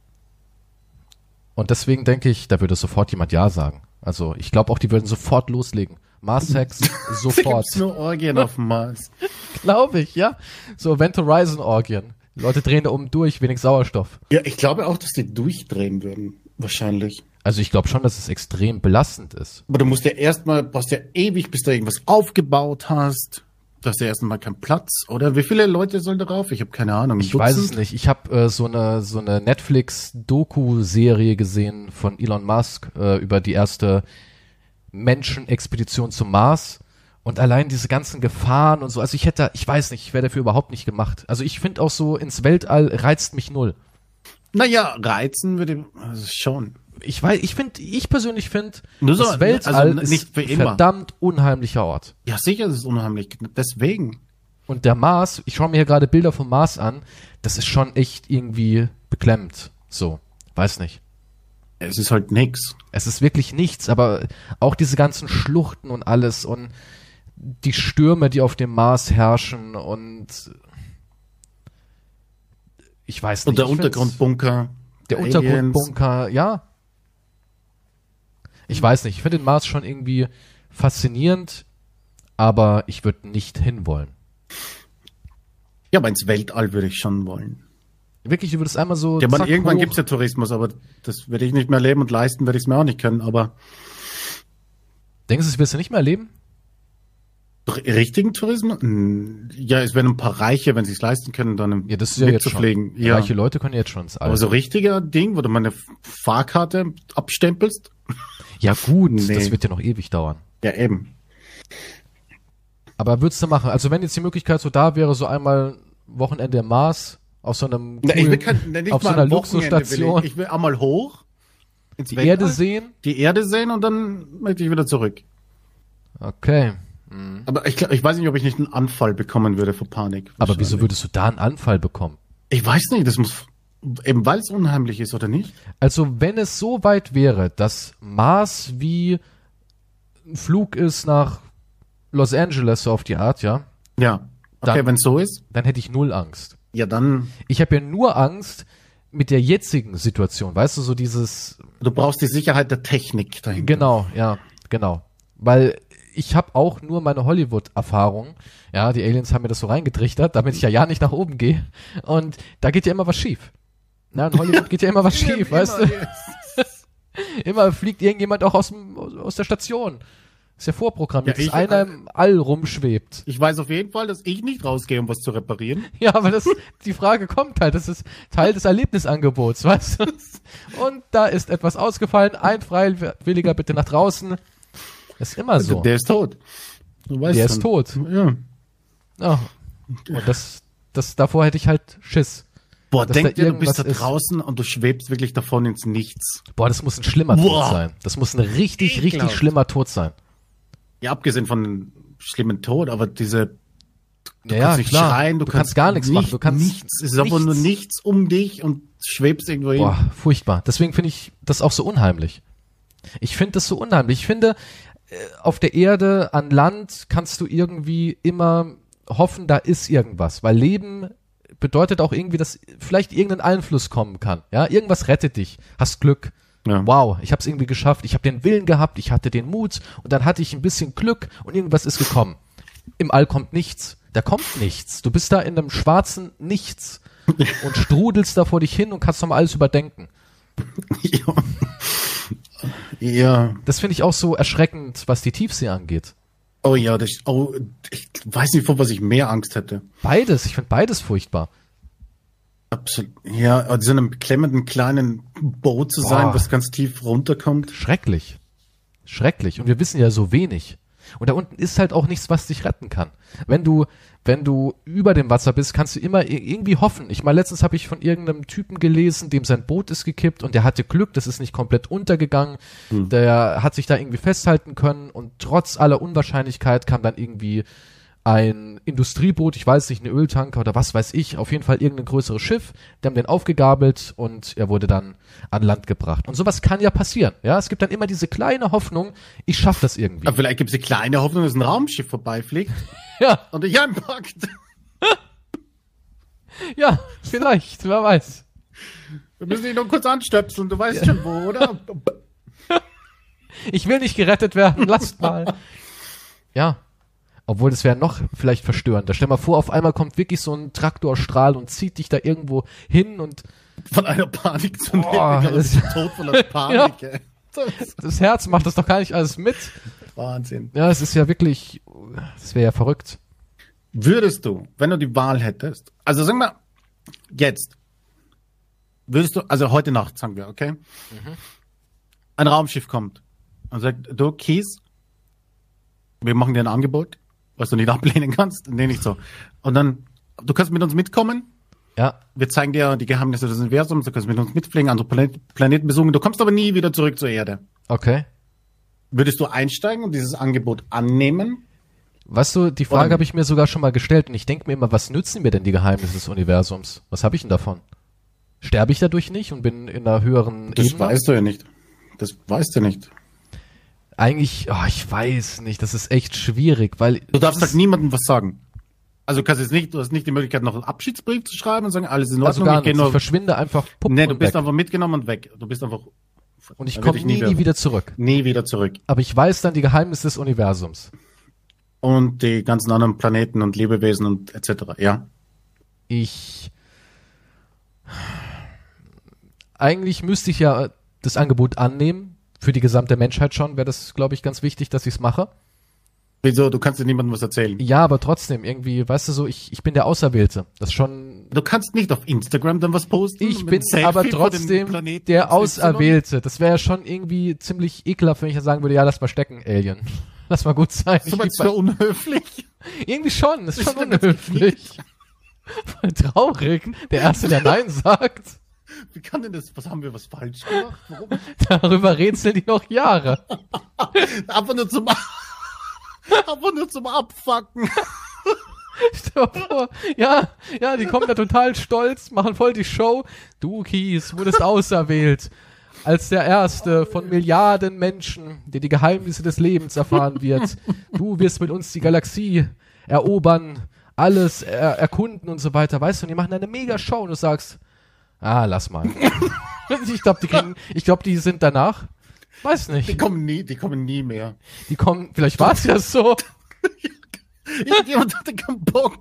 A: Und deswegen denke ich, da würde sofort jemand Ja sagen. Also ich glaube auch, die würden sofort loslegen. Mars-Sex,
B: Da
A: sofort.
B: gibt's nur Orgien auf dem Mars.
A: Glaube ich, ja. So Event Horizon-Orgien. Die Leute drehen da oben durch, wenig Sauerstoff.
B: Ja, ich glaube auch, dass die durchdrehen würden. Wahrscheinlich.
A: Also ich glaube schon, dass es extrem belastend ist.
B: Aber du musst ja erstmal, brauchst ja ewig, bis du irgendwas aufgebaut hast. Du hast ja erstmal keinen Platz. Oder wie viele Leute sollen darauf? Ich habe keine Ahnung.
A: Ich weiß es nicht. Ich habe äh, so eine so eine Netflix-Doku-Serie gesehen von Elon Musk äh, über die erste Menschenexpedition zum Mars und allein diese ganzen Gefahren und so. Also ich hätte, ich weiß nicht, ich wäre dafür überhaupt nicht gemacht. Also ich finde auch so ins Weltall reizt mich null.
B: Naja, reizen würde also schon.
A: Ich weiß, ich finde, ich persönlich finde,
B: Nur so,
A: das Weltall
B: also nicht
A: ist
B: für
A: ein
B: immer.
A: verdammt unheimlicher Ort.
B: Ja, sicher, das ist unheimlich. Deswegen.
A: Und der Mars, ich schaue mir hier gerade Bilder vom Mars an, das ist schon echt irgendwie beklemmend. So, weiß nicht.
B: Es ist halt nix.
A: Es ist wirklich nichts, aber auch diese ganzen Schluchten und alles und die Stürme, die auf dem Mars herrschen und ich weiß nicht.
B: Und der
A: ich find's-
B: Untergrundbunker.
A: Der
B: Aliens.
A: Untergrundbunker, ja. Ich weiß nicht, ich finde den Mars schon irgendwie faszinierend, aber ich würde nicht hinwollen.
B: Ja, aber ins Weltall würde ich schon wollen.
A: Wirklich, du würdest einmal so.
B: Ja, man,
A: zack,
B: irgendwann
A: hoch.
B: gibt's ja Tourismus, aber das werde ich nicht mehr leben und leisten werde ich es mir auch nicht können. Aber
A: Denkst du, das wirst du nicht mehr erleben?
B: doch richtigen Tourismus? Hm, ja, es werden ein paar Reiche, wenn sie es leisten können, dann
A: Ja, das ist ja jetzt schon.
B: mitzufliegen. Ja,
A: Reiche Leute können jetzt schon ins All.
B: aber so richtiger Ding, wo du meine Fahrkarte abstempelst?
A: Ja gut,
B: Nee.
A: das wird ja noch ewig dauern.
B: Ja, eben.
A: Aber würdest du machen? Also wenn jetzt die Möglichkeit so da wäre, so einmal Wochenende im Mars auf so einem
B: Na, ich will
A: coolen-
B: kein, nicht
A: auf so
B: mal
A: einer
B: ein Wochenende will
A: Luxusstation
B: Ich, ich will einmal hoch ins
A: die
B: Weltall,
A: Erde sehen.
B: die Erde sehen und dann möchte ich wieder zurück.
A: Okay.
B: Aber ich, glaub- ich weiß nicht, ob ich nicht einen Anfall bekommen würde vor Panik.
A: Aber wieso
B: Wahrscheinlich.
A: würdest du da einen Anfall bekommen?
B: Ich weiß nicht, das muss eben weil es unheimlich ist oder nicht.
A: Also wenn es so weit wäre, dass Mars wie ein Flug ist nach Los Angeles, so auf die Art, ja,
B: Ja. Okay,
A: Dann-
B: wenn es so ist,
A: dann hätte ich null Angst.
B: ja dann,
A: Ich habe ja nur Angst mit der jetzigen Situation, weißt du, so dieses,
B: du brauchst die Sicherheit der Technik dahinter.
A: genau, ja, genau. Weil ich habe auch nur meine Hollywood-Erfahrung, ja, die Aliens haben mir das so reingetrichtert, damit ich ja ja nicht nach oben gehe. Und da geht ja immer was schief. Na, in Hollywood geht ja immer was schief, weißt du? Immer fliegt irgendjemand auch aus, dem, aus der Station. Ist ja vorprogrammiert,
B: Ja,
A: dass
B: ich-
A: einer im All rumschwebt.
B: Ich weiß auf jeden Fall, dass ich nicht rausgehe, um was zu reparieren.
A: Ja, aber das, die Frage kommt halt, das ist Teil des Erlebnisangebots, weißt du? Und da ist etwas ausgefallen, ein Freiwilliger bitte nach draußen. Ist immer so.
B: Der ist tot. Du weißt
A: Der
B: schon.
A: ist tot.
B: Ja.
A: Ja. Und das, das, davor hätte ich halt Schiss.
B: Boah,
A: Dass
B: denk
A: da
B: dir, du bist da
A: irgendwas ist.
B: draußen und du schwebst wirklich davon ins Nichts.
A: Boah, das muss ein schlimmer
B: Boah.
A: Tod sein. Das muss ein richtig, richtig
B: Ekelhaft.
A: schlimmer Tod sein.
B: Ja, abgesehen von einem schlimmen Tod, aber diese, du
A: Ja,
B: kannst
A: ja,
B: nicht
A: klar.
B: schreien, du,
A: Du kannst gar nichts machen. Du kannst
B: nichts. Es ist einfach nur
A: nichts.
B: nichts um dich und schwebst irgendwo hin.
A: Boah, furchtbar. Deswegen finde ich das auch so unheimlich. Ich finde das so unheimlich. Ich finde, äh, auf der Erde, an Land, kannst du irgendwie immer hoffen, da ist irgendwas. Weil Leben bedeutet auch irgendwie, dass vielleicht irgendein Einfluss kommen kann. Ja, irgendwas rettet dich. Hast Glück.
B: Ja.
A: Wow, ich habe es irgendwie geschafft. Ich habe den Willen gehabt, ich hatte den Mut und dann hatte ich ein bisschen Glück und irgendwas ist gekommen. Im All kommt nichts. Da kommt nichts. Du bist da in einem schwarzen Nichts und strudelst da vor dich hin und kannst nochmal alles überdenken.
B: Ja. Ja.
A: Das finde ich auch so erschreckend, was die Tiefsee angeht.
B: Oh ja, das, oh, ich weiß nicht, vor was ich mehr Angst hätte.
A: Beides, ich finde beides furchtbar.
B: Absolut. Ja, in so einem beklemmenden kleinen Boot zu sein,
A: Boah.
B: was ganz tief runterkommt.
A: Schrecklich. Schrecklich. Und wir wissen ja so wenig. Und da unten ist halt auch nichts, was dich retten kann. Wenn du, wenn du über dem Wasser bist, kannst du immer irgendwie hoffen. Ich meine, letztens habe ich von irgendeinem Typen gelesen, dem sein Boot ist gekippt und der hatte Glück, das ist nicht komplett untergegangen. Hm. Der hat sich da irgendwie festhalten können und trotz aller Unwahrscheinlichkeit kam dann irgendwie ein Industrieboot, ich weiß nicht, eine Öltanker oder was weiß ich, auf jeden Fall irgendein größeres Schiff, die haben den aufgegabelt und er wurde dann an Land gebracht. Und sowas kann ja passieren, ja, es gibt dann immer diese kleine Hoffnung, ich schaffe das irgendwie.
B: Aber vielleicht gibt es eine kleine Hoffnung, dass ein Raumschiff vorbeifliegt
A: ja.
B: und dich einpackt.
A: Ja, vielleicht, wer weiß.
B: Wir müssen dich noch kurz anstöpseln, du weißt ja. schon wo, oder?
A: Ich will nicht gerettet werden, lasst mal. Ja. Obwohl, das wäre noch vielleicht verstörender. Stell mal vor, auf einmal kommt wirklich so ein Traktorstrahl und zieht dich da irgendwo hin und...
B: Von einer Panik zu nehmen.
A: Oh,
B: ich
A: das
B: bin tot von der Panik.
A: Ja. Das Herz macht das doch gar nicht alles mit.
B: Wahnsinn.
A: Ja, es ist ja wirklich... Das wäre ja verrückt.
B: Würdest du, wenn du die Wahl hättest, also sagen wir jetzt, würdest du, also heute Nacht, sagen wir, okay? Mhm. Ein Raumschiff kommt und sagt, du, Kies, wir machen dir ein Angebot, was du nicht ablehnen kannst. Nee, nicht so. Und dann, du kannst mit uns mitkommen.
A: Ja.
B: Wir zeigen dir die Geheimnisse des Universums, du kannst mit uns mitfliegen, andere Planet, Planeten besuchen. Du kommst aber nie wieder zurück zur Erde.
A: Okay.
B: Würdest du einsteigen und dieses Angebot annehmen?
A: Weißt du, die Frage habe ich mir sogar schon mal gestellt und ich denke mir immer, was nützen mir denn die Geheimnisse des Universums? Was habe ich denn davon? Sterbe ich dadurch nicht und bin in einer höheren
B: Das
A: Ebene?
B: Das weißt du ja nicht. Das weißt du nicht.
A: Eigentlich, oh, ich weiß nicht, das ist echt schwierig, weil...
B: Du darfst halt niemandem was sagen. Also du kannst jetzt nicht, du hast nicht die Möglichkeit, noch einen Abschiedsbrief zu schreiben und sagen, alles in Ordnung.
A: Also gar
B: ich,
A: nichts,
B: nur,
A: ich verschwinde einfach, pupp
B: nee, du
A: und
B: bist
A: weg.
B: einfach mitgenommen und weg. Du bist einfach...
A: Und ich komme nie, nie wieder zurück.
B: Nie wieder zurück.
A: Aber ich weiß dann die Geheimnisse des Universums.
B: Und die ganzen anderen Planeten und Lebewesen und et cetera, ja.
A: Ich... Eigentlich müsste ich ja das Angebot annehmen. Für die gesamte Menschheit schon wäre das, glaube ich, ganz wichtig, dass ich es mache.
B: Wieso? Du kannst dir niemandem was erzählen.
A: Ja, aber trotzdem, irgendwie, weißt du so, ich, ich bin der Auserwählte. Das ist schon...
B: Du kannst nicht auf Instagram dann was posten.
A: Ich bin aber trotzdem der Auserwählte. Das wäre ja schon irgendwie ziemlich ekelhaft, wenn ich ja sagen würde, ja, lass mal stecken, Alien. Lass mal gut sein.
B: So meinst du unhöflich?
A: Irgendwie schon, das ist schon unhöflich. Voll traurig. Der Erste, der Nein sagt.
B: Wie kann denn das, was haben wir was falsch gemacht? Warum?
A: Darüber rätseln die noch Jahre.
B: Einfach nur zum, einfach nur zum Abfucken.
A: Stell dir vor, ja, ja, die kommen da total stolz, machen voll die Show. Du, Kies, wurdest auserwählt. Als der Erste von Milliarden Menschen, der die Geheimnisse des Lebens erfahren wird. Du wirst mit uns die Galaxie erobern, alles er erkunden und so weiter. Weißt du, und die machen eine mega Show und du sagst, ah, lass mal. Ich glaube, die kriegen, ich glaube, die sind danach, weiß nicht.
B: Die kommen nie, die kommen nie mehr.
A: Die kommen, vielleicht war es ja so.
B: Irgendjemand hatte keinen Bock.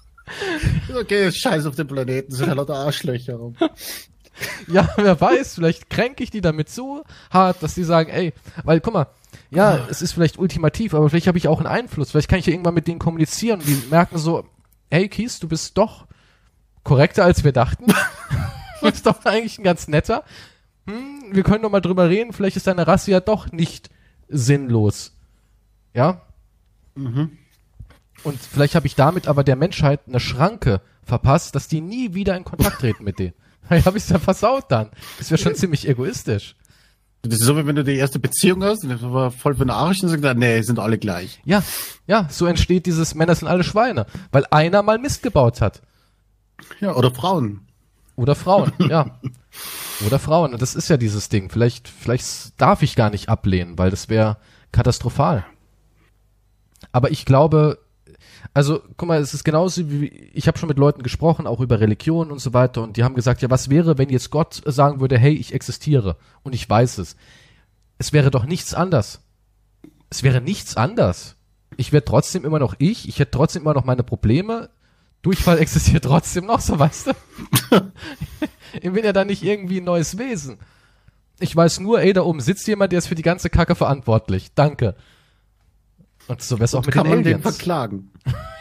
B: Okay, scheiß auf den Planeten, sind ja lauter Arschlöcher rum.
A: Ja, wer weiß, vielleicht kränke ich die damit so hart, dass die sagen, ey, weil, guck mal, ja, es ist vielleicht ultimativ, aber vielleicht habe ich auch einen Einfluss, vielleicht kann ich ja irgendwann mit denen kommunizieren und die merken so, hey, Kies, du bist doch korrekter, als wir dachten. Du bist doch eigentlich ein ganz netter. Hm, wir können doch mal drüber reden, vielleicht ist deine Rasse ja doch nicht sinnlos. Ja?
B: Mhm.
A: Und vielleicht habe ich damit aber der Menschheit eine Schranke verpasst, dass die nie wieder in Kontakt treten mit denen. Dann habe ich es ja versaut dann. Das wäre schon ziemlich egoistisch.
B: Das ist so, wie wenn du die erste Beziehung hast und das war voll für den Arsch und sagst, nee, sind alle gleich.
A: Ja, ja, so entsteht dieses Männer sind alle Schweine, weil einer mal Mist gebaut hat.
B: Ja, oder Frauen.
A: Oder Frauen, ja. Oder Frauen. Und das ist ja dieses Ding. Vielleicht, vielleicht darf ich gar nicht ablehnen, weil das wäre katastrophal. Aber ich glaube, Also, guck mal, es ist genauso wie, ich habe schon mit Leuten gesprochen, auch über Religion und so weiter, und die haben gesagt, ja, was wäre, wenn jetzt Gott sagen würde, hey, ich existiere und ich weiß es. Es wäre doch nichts anders. Es wäre nichts anders. Ich wäre trotzdem immer noch ich, ich hätte trotzdem immer noch meine Probleme. Durchfall existiert trotzdem noch, so weißt du. Ich bin ja dann nicht irgendwie ein neues Wesen. Ich weiß nur, ey, da oben sitzt jemand, der ist für die ganze Kacke verantwortlich. Danke. Und so wär's auch mit den Aliens.
B: Kann man den verklagen?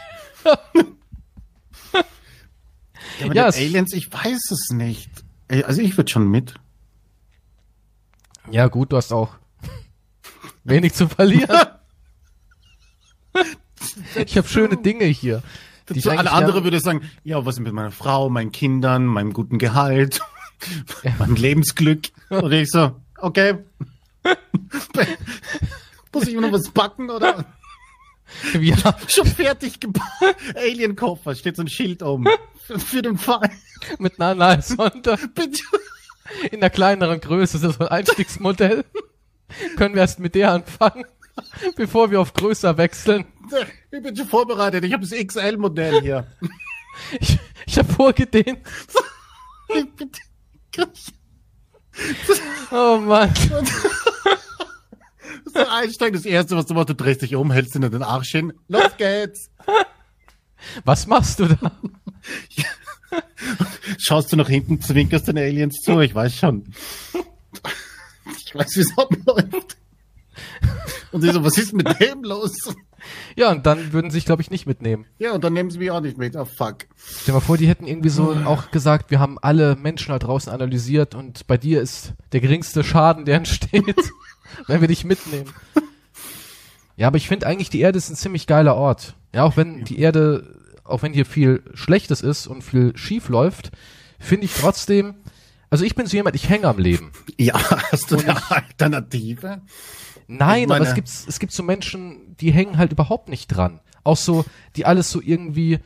B: Ja, mit
A: Ja,
B: den Aliens, ich weiß es nicht. Ey, also ich würde schon mit.
A: Ja gut, du hast auch wenig zu verlieren. Ich habe schöne Dinge hier. Die
B: So, alle andere würde sagen, ja, was ist mit meiner Frau, meinen Kindern, meinem guten Gehalt, meinem Lebensglück? Und ich so, okay. Muss ich noch was backen, oder?
A: Ja.
B: Schon fertig gebaut. Alien-Koffer, steht so ein Schild oben. Für, für den Fall.
A: Mit einer Nahesonde.
B: Bitte.
A: In einer kleineren Größe, das ist so ein Einstiegsmodell. Können wir erst mit der anfangen, bevor wir auf größer wechseln.
B: Ich bin schon vorbereitet, ich habe das X L-Modell hier.
A: Ich, ich habe vorgedehnt. Oh Mann.
B: So einsteigen, das Erste, was du machst, du drehst dich um, hältst ihn in den Arsch hin. Los geht's.
A: Was machst du da?
B: Schaust du nach hinten, zwinkerst den Aliens zu, ich weiß schon. Ich weiß, wie es abläuft. Und sie so, was ist mit dem los?
A: Ja, und dann würden sie sich, glaube ich, nicht mitnehmen.
B: Ja, und dann nehmen sie mich auch nicht mit. Oh, fuck.
A: Stell dir mal vor, die hätten irgendwie so auch gesagt, wir haben alle Menschen da draußen analysiert und bei dir ist der geringste Schaden, der entsteht, wenn wir dich mitnehmen. Ja, aber ich finde eigentlich, die Erde ist ein ziemlich geiler Ort. Ja, auch wenn die Erde, auch wenn hier viel Schlechtes ist und viel schief läuft, finde ich trotzdem, also ich bin so jemand, ich hänge am Leben.
B: Ja, hast du eine Alternative?
A: Nein,
B: meine,
A: aber es gibt, es gibt so Menschen, die hängen halt überhaupt nicht dran. Auch so, die alles so irgendwie,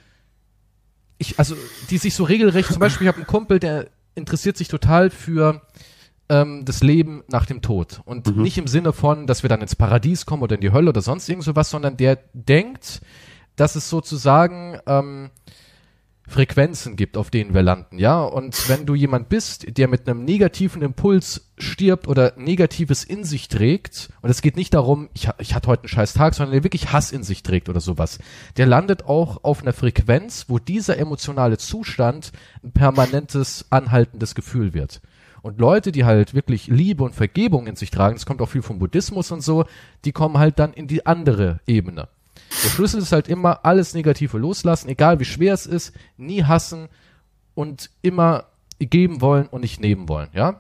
A: ich, also, die sich so regelrecht, zum Beispiel, ich habe einen Kumpel, der interessiert sich total für ähm, das Leben nach dem Tod. Und mhm. nicht im Sinne von, dass wir dann ins Paradies kommen oder in die Hölle oder sonst irgend sowas, sondern der denkt, dass es sozusagen ähm, Frequenzen gibt, auf denen wir landen, ja, und wenn du jemand bist, der mit einem negativen Impuls stirbt oder Negatives in sich trägt, und es geht nicht darum, ich, ich hatte heute einen scheiß Tag, sondern der wirklich Hass in sich trägt oder sowas, der landet auch auf einer Frequenz, wo dieser emotionale Zustand ein permanentes, anhaltendes Gefühl wird. Und Leute, die halt wirklich Liebe und Vergebung in sich tragen, das kommt auch viel vom Buddhismus und so, die kommen halt dann in die andere Ebene. Der Schlüssel ist halt immer alles Negative loslassen, egal wie schwer es ist, nie hassen und immer geben wollen und nicht nehmen wollen, ja?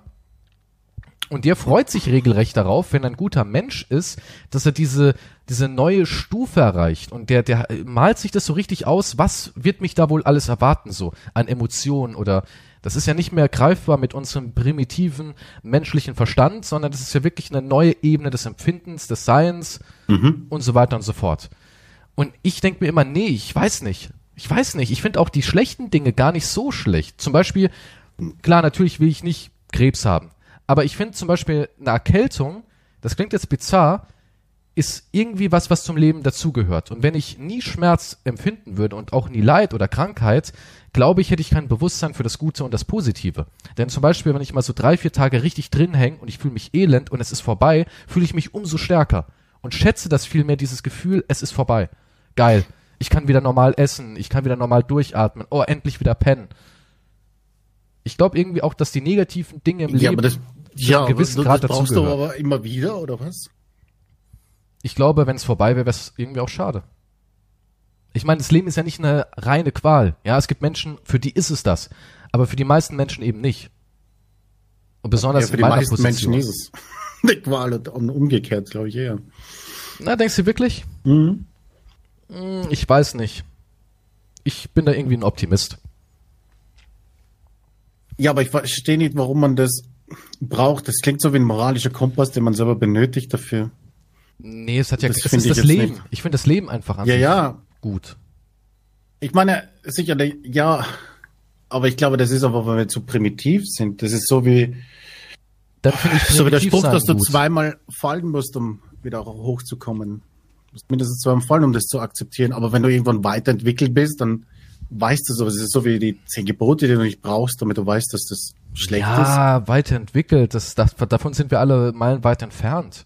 A: Und der freut sich regelrecht darauf, wenn er ein guter Mensch ist, dass er diese, diese neue Stufe erreicht. Und der, der malt sich das so richtig aus, was wird mich da wohl alles erwarten, so an Emotionen oder, das ist ja nicht mehr greifbar mit unserem primitiven menschlichen Verstand, sondern das ist ja wirklich eine neue Ebene des Empfindens, des Seiens mhm. und so weiter und so fort. Und ich denke mir immer, nee, ich weiß nicht. Ich weiß nicht. Ich finde auch die schlechten Dinge gar nicht so schlecht. Zum Beispiel, klar, natürlich will ich nicht Krebs haben. Aber ich finde zum Beispiel eine Erkältung, das klingt jetzt bizarr, ist irgendwie was, was zum Leben dazugehört. Und wenn ich nie Schmerz empfinden würde und auch nie Leid oder Krankheit, glaube ich, hätte ich kein Bewusstsein für das Gute und das Positive. Denn zum Beispiel, wenn ich mal so drei, vier Tage richtig drin hänge und ich fühle mich elend und es ist vorbei, fühle ich mich umso stärker. Und schätze das viel mehr, dieses Gefühl, es ist vorbei. Geil. Ich kann wieder normal essen. Ich kann wieder normal durchatmen. Oh, endlich wieder pennen. Ich glaube irgendwie auch, dass die negativen Dinge im
B: ja,
A: Leben
B: aber das, ja,
A: einem gewissen
B: aber
A: Grad
B: das brauchst
A: dazugehören.
B: du aber immer wieder, oder was?
A: Ich glaube, wenn es vorbei wäre, wäre es irgendwie auch schade. Ich meine, das Leben ist ja nicht eine reine Qual. Ja, es gibt Menschen, für die ist es das. Aber für die meisten Menschen eben nicht. Und besonders
B: ja, für
A: in
B: die
A: meiner
B: meisten
A: Position.
B: Menschen ist es eine Qual und umgekehrt, glaube ich eher.
A: Na, denkst du wirklich?
B: Mhm.
A: Ich weiß nicht. Ich bin da irgendwie ein Optimist.
B: Ja, aber ich verstehe nicht, warum man das braucht. Das klingt so wie ein moralischer Kompass, den man selber benötigt dafür.
A: Nee, es hat ja,
B: Das
A: es
B: finde
A: ist
B: ich
A: das
B: jetzt
A: Leben.
B: nicht.
A: Ich finde das Leben einfach an
B: Ja,
A: sich
B: ja.
A: gut.
B: Ich meine, sicherlich, ja, aber ich glaube, das ist aber, weil wir zu primitiv sind. Das ist so wie,
A: Dann finde ich
B: so wie der
A: primitiv
B: Spruch,
A: sein
B: dass du
A: gut.
B: zweimal fallen musst, um wieder hochzukommen. Du musst mindestens zweimal fallen, um das zu akzeptieren. Aber wenn du irgendwann weiterentwickelt bist, dann weißt du so, es ist so wie die zehn Gebote, die du nicht brauchst, damit du weißt, dass das schlecht
A: ja,
B: ist.
A: Ja, weiterentwickelt. Das, das, davon sind wir alle meilenweit entfernt.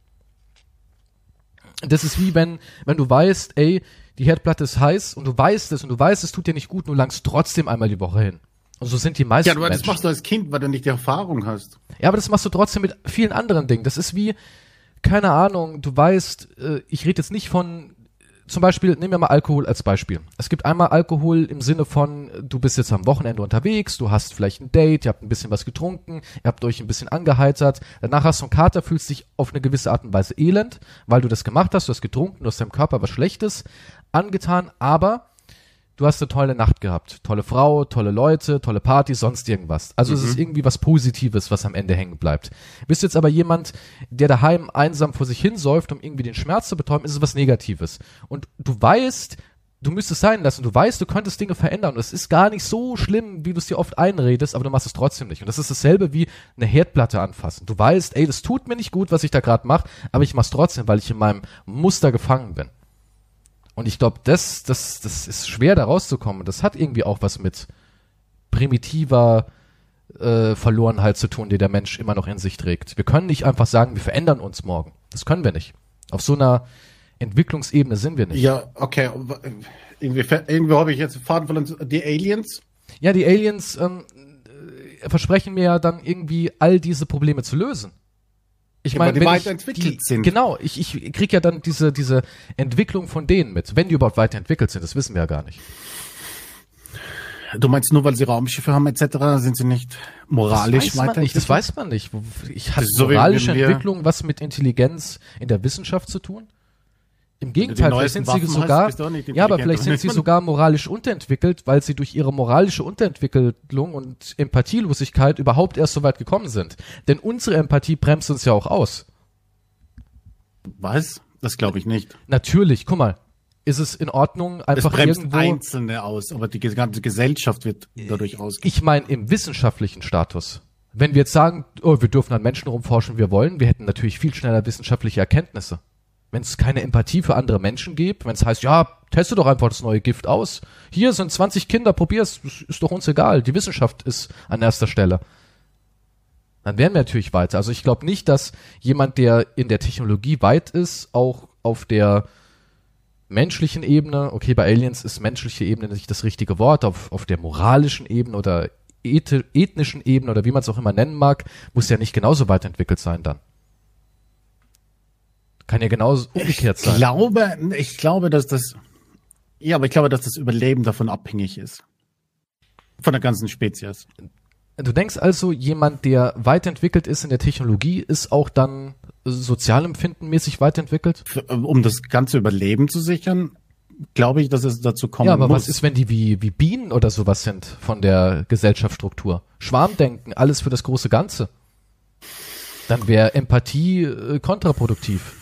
A: Das ist wie wenn, wenn du weißt, ey, die Herdplatte ist heiß und du weißt es und du weißt, es tut dir nicht gut, du langst trotzdem einmal die Woche hin. Und so sind die meisten
B: Ja, du, das
A: Menschen.
B: machst du als Kind, weil du nicht die Erfahrung hast.
A: Ja, aber das machst du trotzdem mit vielen anderen Dingen. Das ist wie, keine Ahnung, du weißt, äh, ich rede jetzt nicht von, zum Beispiel, nehmen wir mal Alkohol als Beispiel. Es gibt einmal Alkohol im Sinne von, du bist jetzt am Wochenende unterwegs, du hast vielleicht ein Date, ihr habt ein bisschen was getrunken, ihr habt euch ein bisschen angeheitert, danach hast du einen Kater, fühlst dich auf eine gewisse Art und Weise elend, weil du das gemacht hast, du hast getrunken, du hast deinem Körper was Schlechtes angetan, aber du hast eine tolle Nacht gehabt. Tolle Frau, tolle Leute, tolle Party, sonst irgendwas. Also mhm. es ist irgendwie was Positives, was am Ende hängen bleibt. Bist du jetzt aber jemand, der daheim einsam vor sich hinsäuft, um irgendwie den Schmerz zu betäuben, ist es was Negatives. Und du weißt, du müsstest sein lassen, du weißt, du könntest Dinge verändern. Und es ist gar nicht so schlimm, wie du es dir oft einredest, aber du machst es trotzdem nicht. Und das ist dasselbe wie eine Herdplatte anfassen. Du weißt, ey, das tut mir nicht gut, was ich da gerade mache, aber ich mach's trotzdem, weil ich in meinem Muster gefangen bin. Und ich glaube, das, das, das ist schwer, da rauszukommen. Das hat irgendwie auch was mit primitiver äh, Verlorenheit zu tun, die der Mensch immer noch in sich trägt. Wir können nicht einfach sagen, wir verändern uns morgen. Das können wir nicht. Auf so einer Entwicklungsebene sind wir nicht.
B: Ja, okay. Irgendwie, irgendwie habe ich jetzt Faden verloren. Die Aliens?
A: Ja, die Aliens ähm, äh, versprechen mir ja dann irgendwie, all diese Probleme zu lösen. Ich
B: ja,
A: meine,
B: weil die weiterentwickelt
A: die,
B: sind.
A: Genau, ich, ich krieg ja dann diese, diese Entwicklung von denen mit. Wenn die überhaupt weiterentwickelt sind, das wissen wir ja gar nicht.
B: Du meinst nur, weil sie Raumschiffe haben et cetera, sind sie nicht moralisch
A: das weiß man nicht, das weiß man nicht. Ich hat
B: so
A: moralische
B: wir,
A: Entwicklung was mit Intelligenz in der Wissenschaft zu tun? Im Gegenteil, vielleicht sind sie sogar, hast, ja, aber vielleicht sind sie sogar moralisch unterentwickelt, weil sie durch ihre moralische Unterentwicklung und Empathielosigkeit überhaupt erst so weit gekommen sind. Denn unsere Empathie bremst uns ja auch aus.
B: Was? Das glaube ich nicht.
A: Natürlich, guck mal, ist es in Ordnung, einfach
B: es bremst
A: irgendwo...
B: Einzelne aus, aber die ganze Gesellschaft wird dadurch aus.
A: Ich meine im wissenschaftlichen Status. Wenn wir jetzt sagen, oh, wir dürfen an Menschen rumforschen, wie wir wollen, wir hätten natürlich viel schneller wissenschaftliche Erkenntnisse. Wenn es keine Empathie für andere Menschen gibt, wenn es heißt, ja, teste doch einfach das neue Gift aus. Hier sind zwanzig Kinder, probier's, ist doch uns egal. Die Wissenschaft ist an erster Stelle. Dann wären wir natürlich weiter. Also ich glaube nicht, dass jemand, der in der Technologie weit ist, auch auf der menschlichen Ebene, okay, bei Aliens ist menschliche Ebene nicht das richtige Wort, auf, auf der moralischen Ebene oder eth- ethnischen Ebene oder wie man es auch immer nennen mag, muss ja nicht genauso weiterentwickelt sein dann. Kann ja genauso umgekehrt sein.
B: Ich glaube, ich glaube, dass das, ja, aber ich glaube, dass das Überleben davon abhängig ist. Von der ganzen Spezies.
A: Du denkst also, jemand, der weiterentwickelt ist in der Technologie, ist auch dann sozialempfindenmäßig weiterentwickelt?
B: Für, um das ganze Überleben zu sichern, glaube ich, dass es dazu kommen muss.
A: Ja, aber
B: muss.
A: was ist, wenn die wie, wie Bienen oder sowas sind von der Gesellschaftsstruktur? Schwarmdenken, alles für das große Ganze. Dann wäre Empathie äh, kontraproduktiv.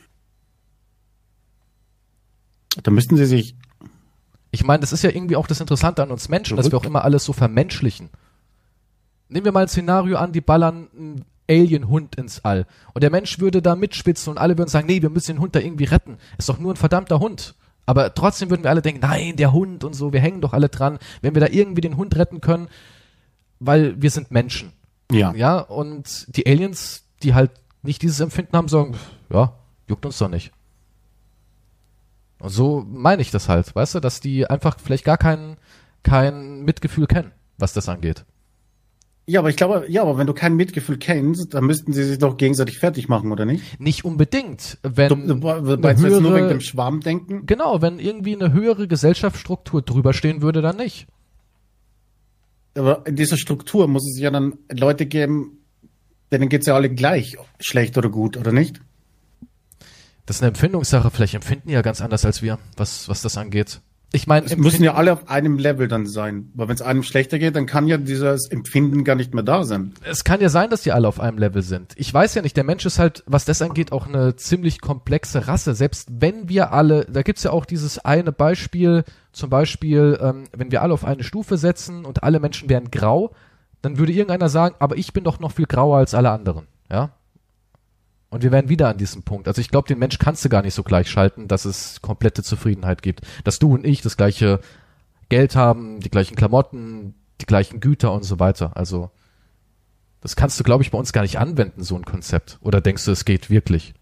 B: Da müssten sie sich...
A: Ich meine, das ist ja irgendwie auch das Interessante an uns Menschen, dass wir auch immer alles so vermenschlichen. Nehmen wir mal ein Szenario an, die ballern einen Alien-Hund ins All. Und der Mensch würde da mitspitzen und alle würden sagen, nee, wir müssen den Hund da irgendwie retten. Ist doch nur ein verdammter Hund. Aber trotzdem würden wir alle denken, nein, der Hund und so, wir hängen doch alle dran. Wenn wir da irgendwie den Hund retten können, weil wir sind Menschen.
B: Ja.
A: Ja, und die Aliens, die halt nicht dieses Empfinden haben, sagen, ja, juckt uns doch nicht. Und so meine ich das halt, weißt du, dass die einfach vielleicht gar kein, kein Mitgefühl kennen, was das angeht.
B: Ja, aber ich glaube, ja, aber wenn du kein Mitgefühl kennst, dann müssten sie sich doch gegenseitig fertig machen, oder nicht?
A: Nicht unbedingt. Wenn
B: du, du, du meinst
A: höhere,
B: jetzt nur wegen dem Schwarmdenken?
A: Genau, wenn irgendwie eine höhere Gesellschaftsstruktur drüber stehen würde, dann nicht.
B: Aber in dieser Struktur muss es ja dann Leute geben, denen geht's ja alle gleich, schlecht oder gut, oder nicht?
A: Das ist eine Empfindungssache. Vielleicht empfinden die ja ganz anders als wir, was, was das angeht. Ich meine,
B: es müssen ja alle auf einem Level dann sein. Weil wenn es einem schlechter geht, dann kann ja dieses Empfinden gar nicht mehr da sein.
A: Es kann ja sein, dass die alle auf einem Level sind. Ich weiß ja nicht, der Mensch ist halt, was das angeht, auch eine ziemlich komplexe Rasse. Selbst wenn wir alle, da gibt's ja auch dieses eine Beispiel, zum Beispiel, ähm, wenn wir alle auf eine Stufe setzen und alle Menschen wären grau, dann würde irgendeiner sagen, aber ich bin doch noch viel grauer als alle anderen. Ja? Und wir wären wieder an diesem Punkt. Also ich glaube, den Mensch kannst du gar nicht so gleichschalten, dass es komplette Zufriedenheit gibt. Dass du und ich das gleiche Geld haben, die gleichen Klamotten, die gleichen Güter und so weiter. Also das kannst du, glaube ich, bei uns gar nicht anwenden, so ein Konzept. Oder denkst du, es geht wirklich?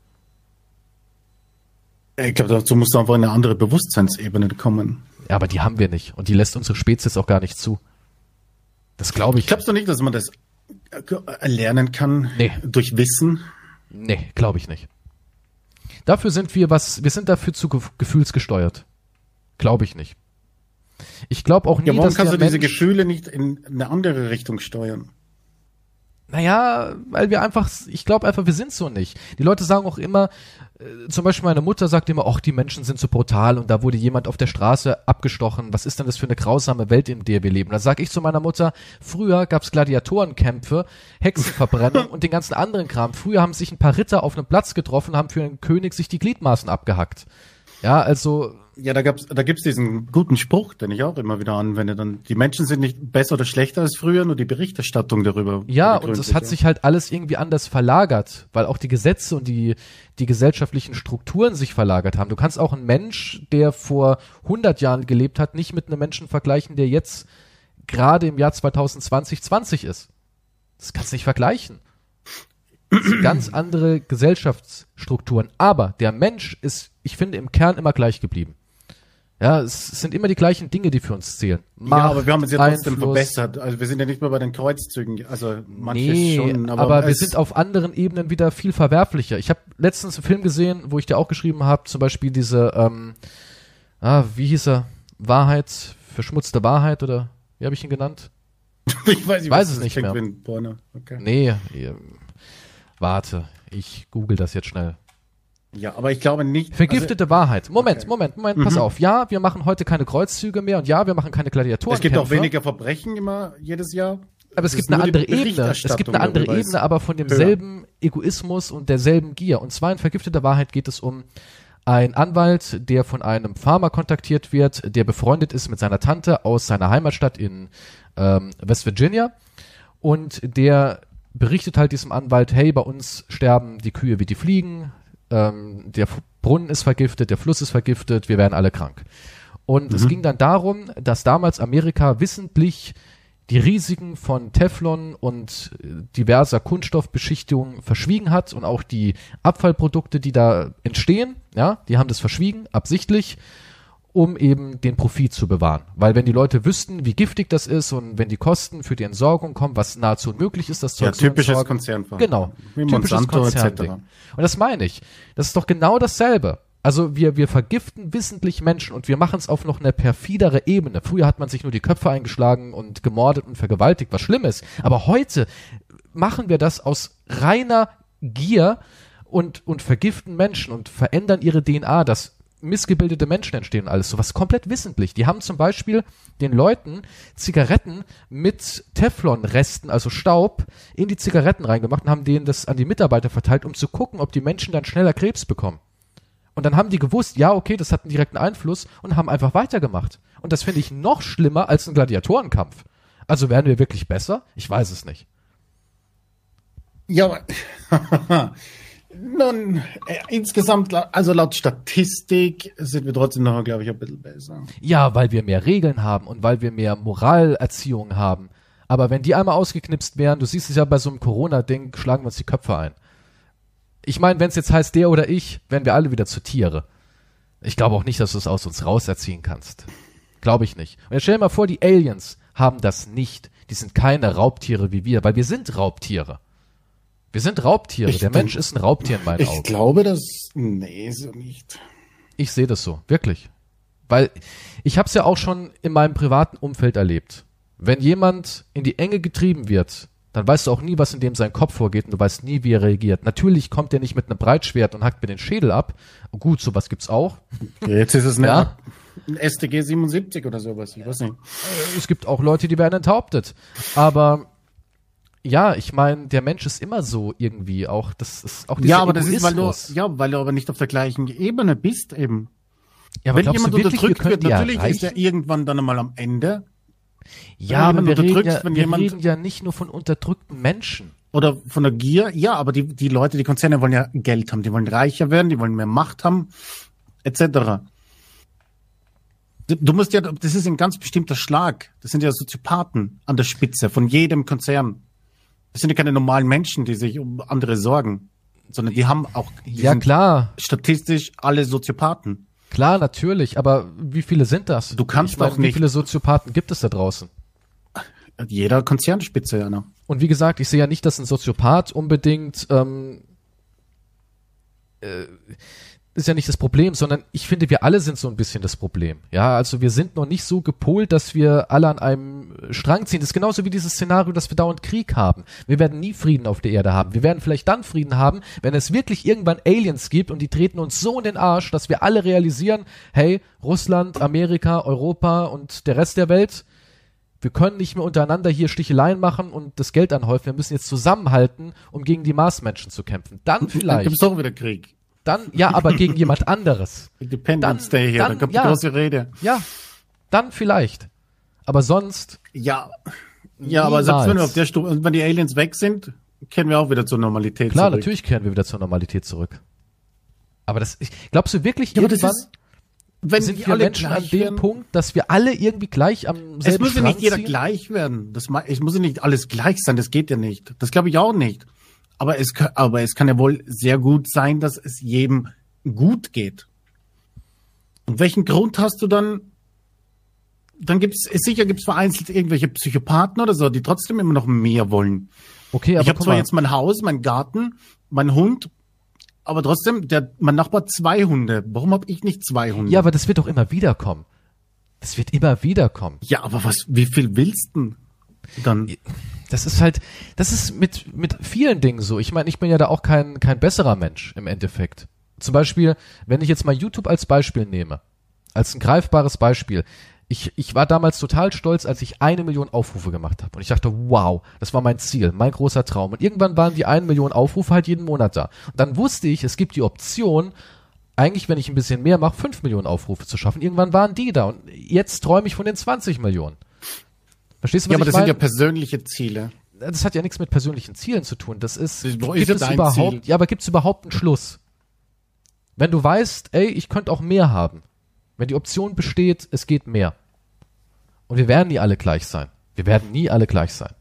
B: Ich glaube, dazu musst du einfach in eine andere Bewusstseinsebene kommen.
A: Ja, aber die haben wir nicht. Und die lässt unsere Spezies auch gar nicht zu. Das glaube ich.
B: Glaubst du nicht, dass man das erlernen kann?
A: Nee.
B: Durch Wissen?
A: Nee, glaube ich nicht. Dafür sind wir was, wir sind dafür zu ge- gefühlsgesteuert. Glaube ich nicht. Ich glaube auch nie,
B: ja, warum
A: dass
B: kannst
A: der
B: du diese
A: Mensch,
B: Gefühle nicht in eine andere Richtung steuern?
A: Naja, weil wir einfach, ich glaube einfach, wir sind so nicht. Die Leute sagen auch immer, äh, zum Beispiel meine Mutter sagt immer, ach, die Menschen sind so brutal und da wurde jemand auf der Straße abgestochen. Was ist denn das für eine grausame Welt, in der wir leben? Da sage ich zu meiner Mutter, früher gab's Gladiatorenkämpfe, Hexenverbrennung und den ganzen anderen Kram. Früher haben sich ein paar Ritter auf einem Platz getroffen, haben für einen König sich die Gliedmaßen abgehackt. Ja, also...
B: Ja, da gab's, da gibt's diesen guten Spruch, den ich auch immer wieder anwende. Dann, die Menschen sind nicht besser oder schlechter als früher, nur die Berichterstattung darüber.
A: Ja, und es hat
B: ja.
A: sich halt alles irgendwie anders verlagert, weil auch die Gesetze und die, die gesellschaftlichen Strukturen sich verlagert haben. Du kannst auch einen Mensch, der vor hundert Jahren gelebt hat, nicht mit einem Menschen vergleichen, der jetzt gerade im Jahr zwanzig zwanzig zwanzig ist. Das kannst du nicht vergleichen. Das sind ganz andere Gesellschaftsstrukturen. Aber der Mensch ist, ich finde, im Kern immer gleich geblieben. Ja, es sind immer die gleichen Dinge, die für uns zählen. Macht,
B: ja, aber wir haben uns ja trotzdem
A: Einfluss.
B: verbessert. Also wir sind ja nicht mehr bei den Kreuzzügen. Also manche
A: Nee,
B: schon.
A: aber,
B: Aber,
A: wir
B: es,
A: sind auf anderen Ebenen wieder viel verwerflicher. Ich habe letztens einen Film gesehen, wo ich dir auch geschrieben habe, zum Beispiel diese, ähm, ah, wie hieß er? Wahrheit, verschmutzte Wahrheit oder wie habe ich ihn genannt?
B: ich weiß, nicht,
A: weiß
B: was
A: es
B: das
A: nicht
B: klingt
A: mehr.
B: wie ein Porno. Okay.
A: Nee, ihr, warte, ich google das jetzt schnell.
B: Ja, aber ich glaube nicht.
A: Vergiftete Wahrheit. Moment,
B: Okay.
A: Moment, Moment, pass
B: Mhm.
A: auf. Ja, wir machen heute keine Kreuzzüge mehr und ja, wir machen keine
B: Also,
A: Gladiatoren.
B: es gibt auch weniger Verbrechen immer jedes Jahr.
A: Aber es
B: Es
A: gibt
B: ist
A: eine
B: nur die
A: andere Ebene. Es gibt
B: Berichterstattung
A: eine andere
B: darüber ist
A: Ebene, aber von demselben Egoismus und derselben Gier. Und zwar in vergifteter Wahrheit geht es um einen Anwalt, der von einem Farmer kontaktiert wird, der befreundet ist mit seiner Tante aus seiner Heimatstadt in ähm, West Virginia. Und der berichtet halt diesem Anwalt, hey, bei uns sterben die Kühe wie die Fliegen, ähm, der F- Brunnen ist vergiftet, der Fluss ist vergiftet, wir werden alle krank. Und mhm. es ging dann darum, dass damals Amerika wissentlich die Risiken von Teflon und diverser Kunststoffbeschichtung verschwiegen hat und auch die Abfallprodukte, die da entstehen, ja, die haben das verschwiegen, absichtlich, um eben den Profit zu bewahren. Weil wenn die Leute wüssten, wie giftig das ist und wenn die Kosten für die Entsorgung kommen, was nahezu unmöglich ist, das Zeug
B: Ja,
A: zu
B: typisches
A: entsorgen.
B: Konzernverhalten.
A: Genau,
B: Wie
A: typisches
B: Monsanto et
A: Konzernding.
B: cetera.
A: Und das meine ich. Das ist doch genau dasselbe. Also wir, wir vergiften wissentlich Menschen und wir machen es auf noch eine perfidere Ebene. Früher hat man sich nur die Köpfe eingeschlagen und gemordet und vergewaltigt, was schlimm ist. Aber heute machen wir das aus reiner Gier und, und vergiften Menschen und verändern ihre D N A, dass missgebildete Menschen entstehen und alles sowas komplett wissentlich. Die haben zum Beispiel den Leuten Zigaretten mit Teflonresten, also Staub, in die Zigaretten reingemacht und haben denen das an die Mitarbeiter verteilt, um zu gucken, ob die Menschen dann schneller Krebs bekommen. Und dann haben die gewusst, ja, okay, das hat einen direkten Einfluss und haben einfach weitergemacht. Und das finde ich noch schlimmer als ein Gladiatorenkampf. Also werden wir wirklich besser? Ich weiß es nicht.
B: Ja, aber nun, äh, insgesamt, la- also laut Statistik sind wir trotzdem noch, glaube ich, ein bisschen besser.
A: Ja, weil wir mehr Regeln haben und weil wir mehr Moralerziehung haben. Aber wenn die einmal ausgeknipst wären, du siehst es ja bei so einem Corona-Ding, schlagen wir uns die Köpfe ein. Ich meine, wenn es jetzt heißt, der oder ich, werden wir alle wieder zu Tiere. Ich glaube auch nicht, dass du es aus uns rauserziehen kannst. Glaube ich nicht. Und jetzt stell dir mal vor, die Aliens haben das nicht. Die sind keine Raubtiere wie wir, weil wir sind Raubtiere. Wir sind Raubtiere.
B: Ich
A: Der
B: denk-
A: Mensch ist ein Raubtier in meinen
B: Ich
A: Augen.
B: glaube, dass, nee, so nicht.
A: Ich sehe das so, wirklich. Weil ich habe es ja auch schon in meinem privaten Umfeld erlebt. Wenn jemand in die Enge getrieben wird, dann weißt du auch nie, was in dem sein Kopf vorgeht und du weißt nie, wie er reagiert. Natürlich kommt er nicht mit einem Breitschwert und hackt mir den Schädel ab. Gut, sowas gibt's auch.
B: Jetzt ist es eine,
A: Ja.
B: ein S T G siebenundsiebzig oder sowas, ich weiß nicht.
A: Es gibt auch Leute, die werden enthauptet. Aber ja, ich meine, der Mensch ist immer so irgendwie auch. Das ist auch dieser
B: Ja, aber das ist, weil du,
A: Egoismus.
B: ja, weil du aber nicht auf der gleichen Ebene bist eben.
A: Ja, aber
B: Wenn
A: glaubst
B: jemand
A: du wirklich, wir
B: unterdrückt
A: können
B: wird,
A: die
B: natürlich
A: erreichen?
B: ist er irgendwann dann einmal am Ende.
A: Ja, aber
B: jemand
A: wir reden
B: unterdrückst,
A: ja,
B: wenn
A: wir
B: jemand-
A: reden ja nicht nur von unterdrückten Menschen.
B: Oder von der Gier, ja, aber die, die Leute, die Konzerne wollen ja Geld haben, die wollen reicher werden, die wollen mehr Macht haben, et cetera. Du musst ja, das ist ein ganz bestimmter Schlag. Das sind ja Soziopathen an der Spitze von jedem Konzern. Das sind ja keine normalen Menschen, die sich um andere sorgen, sondern die haben auch, die
A: Ja, klar.
B: statistisch alle Soziopathen.
A: Klar, natürlich, aber wie viele sind das?
B: Du kannst
A: ich meine,
B: doch nicht-
A: Wie viele Soziopathen gibt es da draußen?
B: Jeder Konzernspitze, ja noch.
A: Und wie gesagt, ich sehe ja nicht, dass ein Soziopath unbedingt ähm, äh, ist ja nicht das Problem, sondern ich finde, wir alle sind so ein bisschen das Problem. Ja, also wir sind noch nicht so gepolt, dass wir alle an einem Strang ziehen. Das ist genauso wie dieses Szenario, dass wir dauernd Krieg haben. Wir werden nie Frieden auf der Erde haben. Wir werden vielleicht dann Frieden haben, wenn es wirklich irgendwann Aliens gibt und die treten uns so in den Arsch, dass wir alle realisieren, hey, Russland, Amerika, Europa und der Rest der Welt, wir können nicht mehr untereinander hier Sticheleien machen und das Geld anhäufen. Wir müssen jetzt zusammenhalten, um gegen die Marsmenschen zu kämpfen. Dann
B: Dann
A: vielleicht.
B: gibt's doch wieder Krieg.
A: Dann, ja, aber gegen jemand anderes.
B: Independence
A: Dann-
B: Day hier,
A: dann-
B: dann kommt
A: ja.
B: die große Rede.
A: Ja, dann vielleicht. Aber sonst,
B: Ja, ja, aber selbst wenn wir
A: Niemals.
B: auf der Stufe, und wenn die Aliens weg sind, kehren wir auch wieder zur Normalität
A: klar,
B: zurück.
A: natürlich kehren wir wieder zur Normalität zurück. Aber das, ich, glaubst du wirklich,
B: Ja, aber das
A: irgendwann
B: ist, wenn
A: sind
B: die
A: wir
B: alle
A: Menschen an
B: gleich
A: dem
B: werden,
A: Punkt, dass wir alle irgendwie gleich am selben
B: es muss ja
A: Strang
B: nicht jeder
A: ziehen?
B: gleich werden. Das, ma- es muss ja nicht alles gleich sein, das geht ja nicht. Das glaube ich auch nicht. Aber es, kann- aber es kann ja wohl sehr gut sein, dass es jedem gut geht. Und welchen Grund hast du dann? Dann gibt's, ist sicher gibt's vereinzelt irgendwelche Psychopathen oder so, die trotzdem immer noch mehr wollen.
A: Okay, aber
B: ich habe
A: guck
B: zwar
A: mal,
B: jetzt mein Haus, mein Garten, mein Hund, aber trotzdem, der, mein Nachbar hat zwei Hunde. Warum habe ich nicht zwei Hunde?
A: ja, aber das wird doch immer wieder kommen. Das wird immer wieder kommen.
B: Ja, aber was, wie viel willst du denn dann?
A: Das ist halt, das ist mit, mit vielen Dingen so. Ich meine, ich bin ja da auch kein, kein besserer Mensch im Endeffekt. Zum Beispiel, wenn ich jetzt mal YouTube als Beispiel nehme, als ein greifbares Beispiel. Ich, ich war damals total stolz, als ich eine Million Aufrufe gemacht habe. Und ich dachte, wow, das war mein Ziel, mein großer Traum. Und irgendwann waren die eine Million Aufrufe halt jeden Monat da. Und dann wusste ich, es gibt die Option, eigentlich, wenn ich ein bisschen mehr mache, fünf Millionen Aufrufe zu schaffen. Irgendwann waren die da. Und jetzt träume ich von den zwanzig Millionen. Verstehst du, was
B: Ja, aber
A: ich
B: das sind
A: meine?
B: ja persönliche Ziele.
A: Das hat ja nichts mit persönlichen Zielen zu tun. Das ist,
B: Wo
A: gibt
B: ist ja
A: es
B: dein
A: überhaupt,
B: Ziel?
A: ja, aber gibt es überhaupt einen Schluss? Wenn du weißt, ey, ich könnte auch mehr haben. Wenn die Option besteht, es geht mehr. Und wir werden nie alle gleich sein. Wir werden nie alle gleich sein.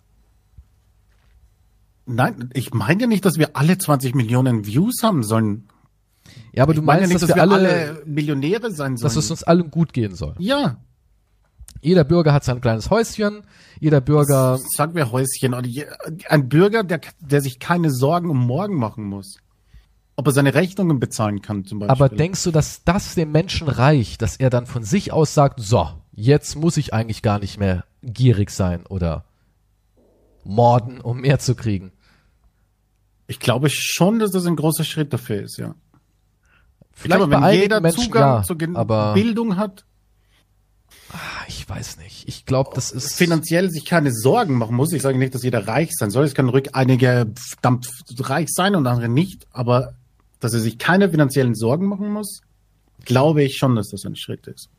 B: Nein, ich meine ja nicht, dass wir alle zwanzig Millionen Views haben sollen.
A: Ja, aber du
B: Ich meine ja
A: meinst,
B: nicht,
A: dass, wir alle,
B: Millionäre sein sollen.
A: dass es uns allen gut gehen soll.
B: ja,
A: Jeder Bürger hat sein kleines Häuschen. Jeder Bürger,
B: sag mir Häuschen. Oder je- ein Bürger, der, der sich keine Sorgen um morgen machen muss. Ob er seine Rechnungen bezahlen kann, zum Beispiel.
A: aber denkst du, dass das dem Menschen reicht, dass er dann von sich aus sagt, so, jetzt muss ich eigentlich gar nicht mehr gierig sein oder morden, um mehr zu kriegen?
B: Ich glaube schon, dass das ein großer Schritt dafür ist, ja. Ich
A: Vielleicht
B: glaube,
A: bei
B: wenn
A: einigen
B: jeder
A: Menschen,
B: Zugang
A: ja,
B: zur Gen-
A: aber
B: Bildung hat,
A: ich weiß nicht. Ich glaube, das ist
B: finanziell sich keine Sorgen machen muss. Ich sage nicht, dass jeder reich sein soll. Es können ruhig einige verdammt reich sein und andere nicht. Aber dass er sich keine finanziellen Sorgen machen muss, glaube ich schon, dass das ein Schritt ist.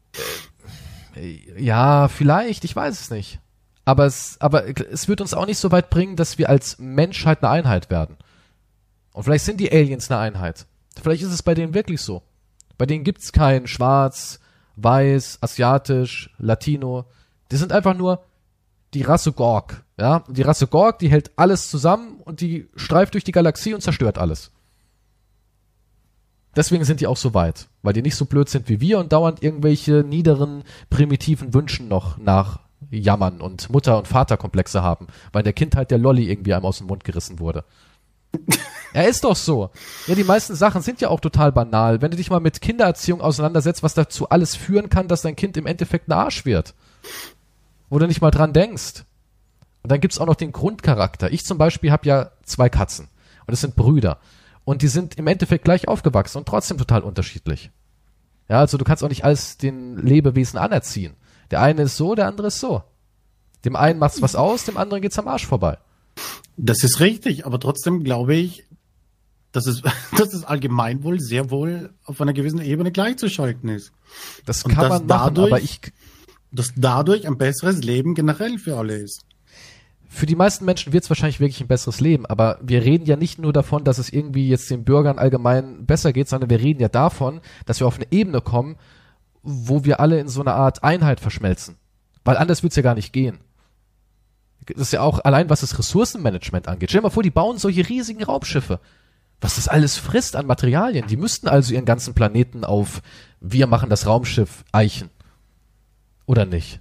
A: ja, vielleicht, ich weiß es nicht. Aber es, aber es wird uns auch nicht so weit bringen, dass wir als Menschheit eine Einheit werden. Und vielleicht sind die Aliens eine Einheit. Vielleicht ist es bei denen wirklich so. Bei denen gibt's kein Schwarz, Weiß, Asiatisch, Latino. Die sind einfach nur die Rasse Gorg. Ja, und die Rasse Gorg, die hält alles zusammen und die streift durch die Galaxie und zerstört alles. Deswegen sind die auch so weit, weil die nicht so blöd sind wie wir und dauernd irgendwelche niederen, primitiven Wünschen noch nachjammern und Mutter- und Vaterkomplexe haben, weil in der Kindheit der Lolli irgendwie einem aus dem Mund gerissen wurde. Er ist doch so. Ja, die meisten Sachen sind ja auch total banal. Wenn du dich mal mit Kindererziehung auseinandersetzt, was dazu alles führen kann, dass dein Kind im Endeffekt ein Arsch wird. Wo du nicht mal dran denkst. Und dann gibt's auch noch den Grundcharakter. Ich zum Beispiel habe ja zwei Katzen. Und das sind Brüder. Und die sind im Endeffekt gleich aufgewachsen und trotzdem total unterschiedlich. Ja, also du kannst auch nicht alles den Lebewesen anerziehen. Der eine ist so, der andere ist so. Dem einen macht's was aus, dem anderen geht's am Arsch vorbei.
B: Das ist richtig, aber trotzdem glaube ich, dass es, dass es allgemein wohl sehr wohl auf einer gewissen Ebene gleichzuschalten ist.
A: Das
B: Und
A: kann
B: dass
A: man machen,
B: dadurch-
A: aber ich,
B: Dass dadurch ein besseres Leben generell für alle ist.
A: für die meisten Menschen wird es wahrscheinlich wirklich ein besseres Leben, aber wir reden ja nicht nur davon, dass es irgendwie jetzt den Bürgern allgemein besser geht, sondern wir reden ja davon, dass wir auf eine Ebene kommen, wo wir alle in so eine Art Einheit verschmelzen. Weil anders wird es ja gar nicht gehen. Das ist ja auch allein, was das Ressourcenmanagement angeht. Stell dir mal vor, die bauen solche riesigen Raumschiffe. Was das alles frisst an Materialien. Die müssten also ihren ganzen Planeten auf wir machen das Raumschiff eichen. Oder nicht?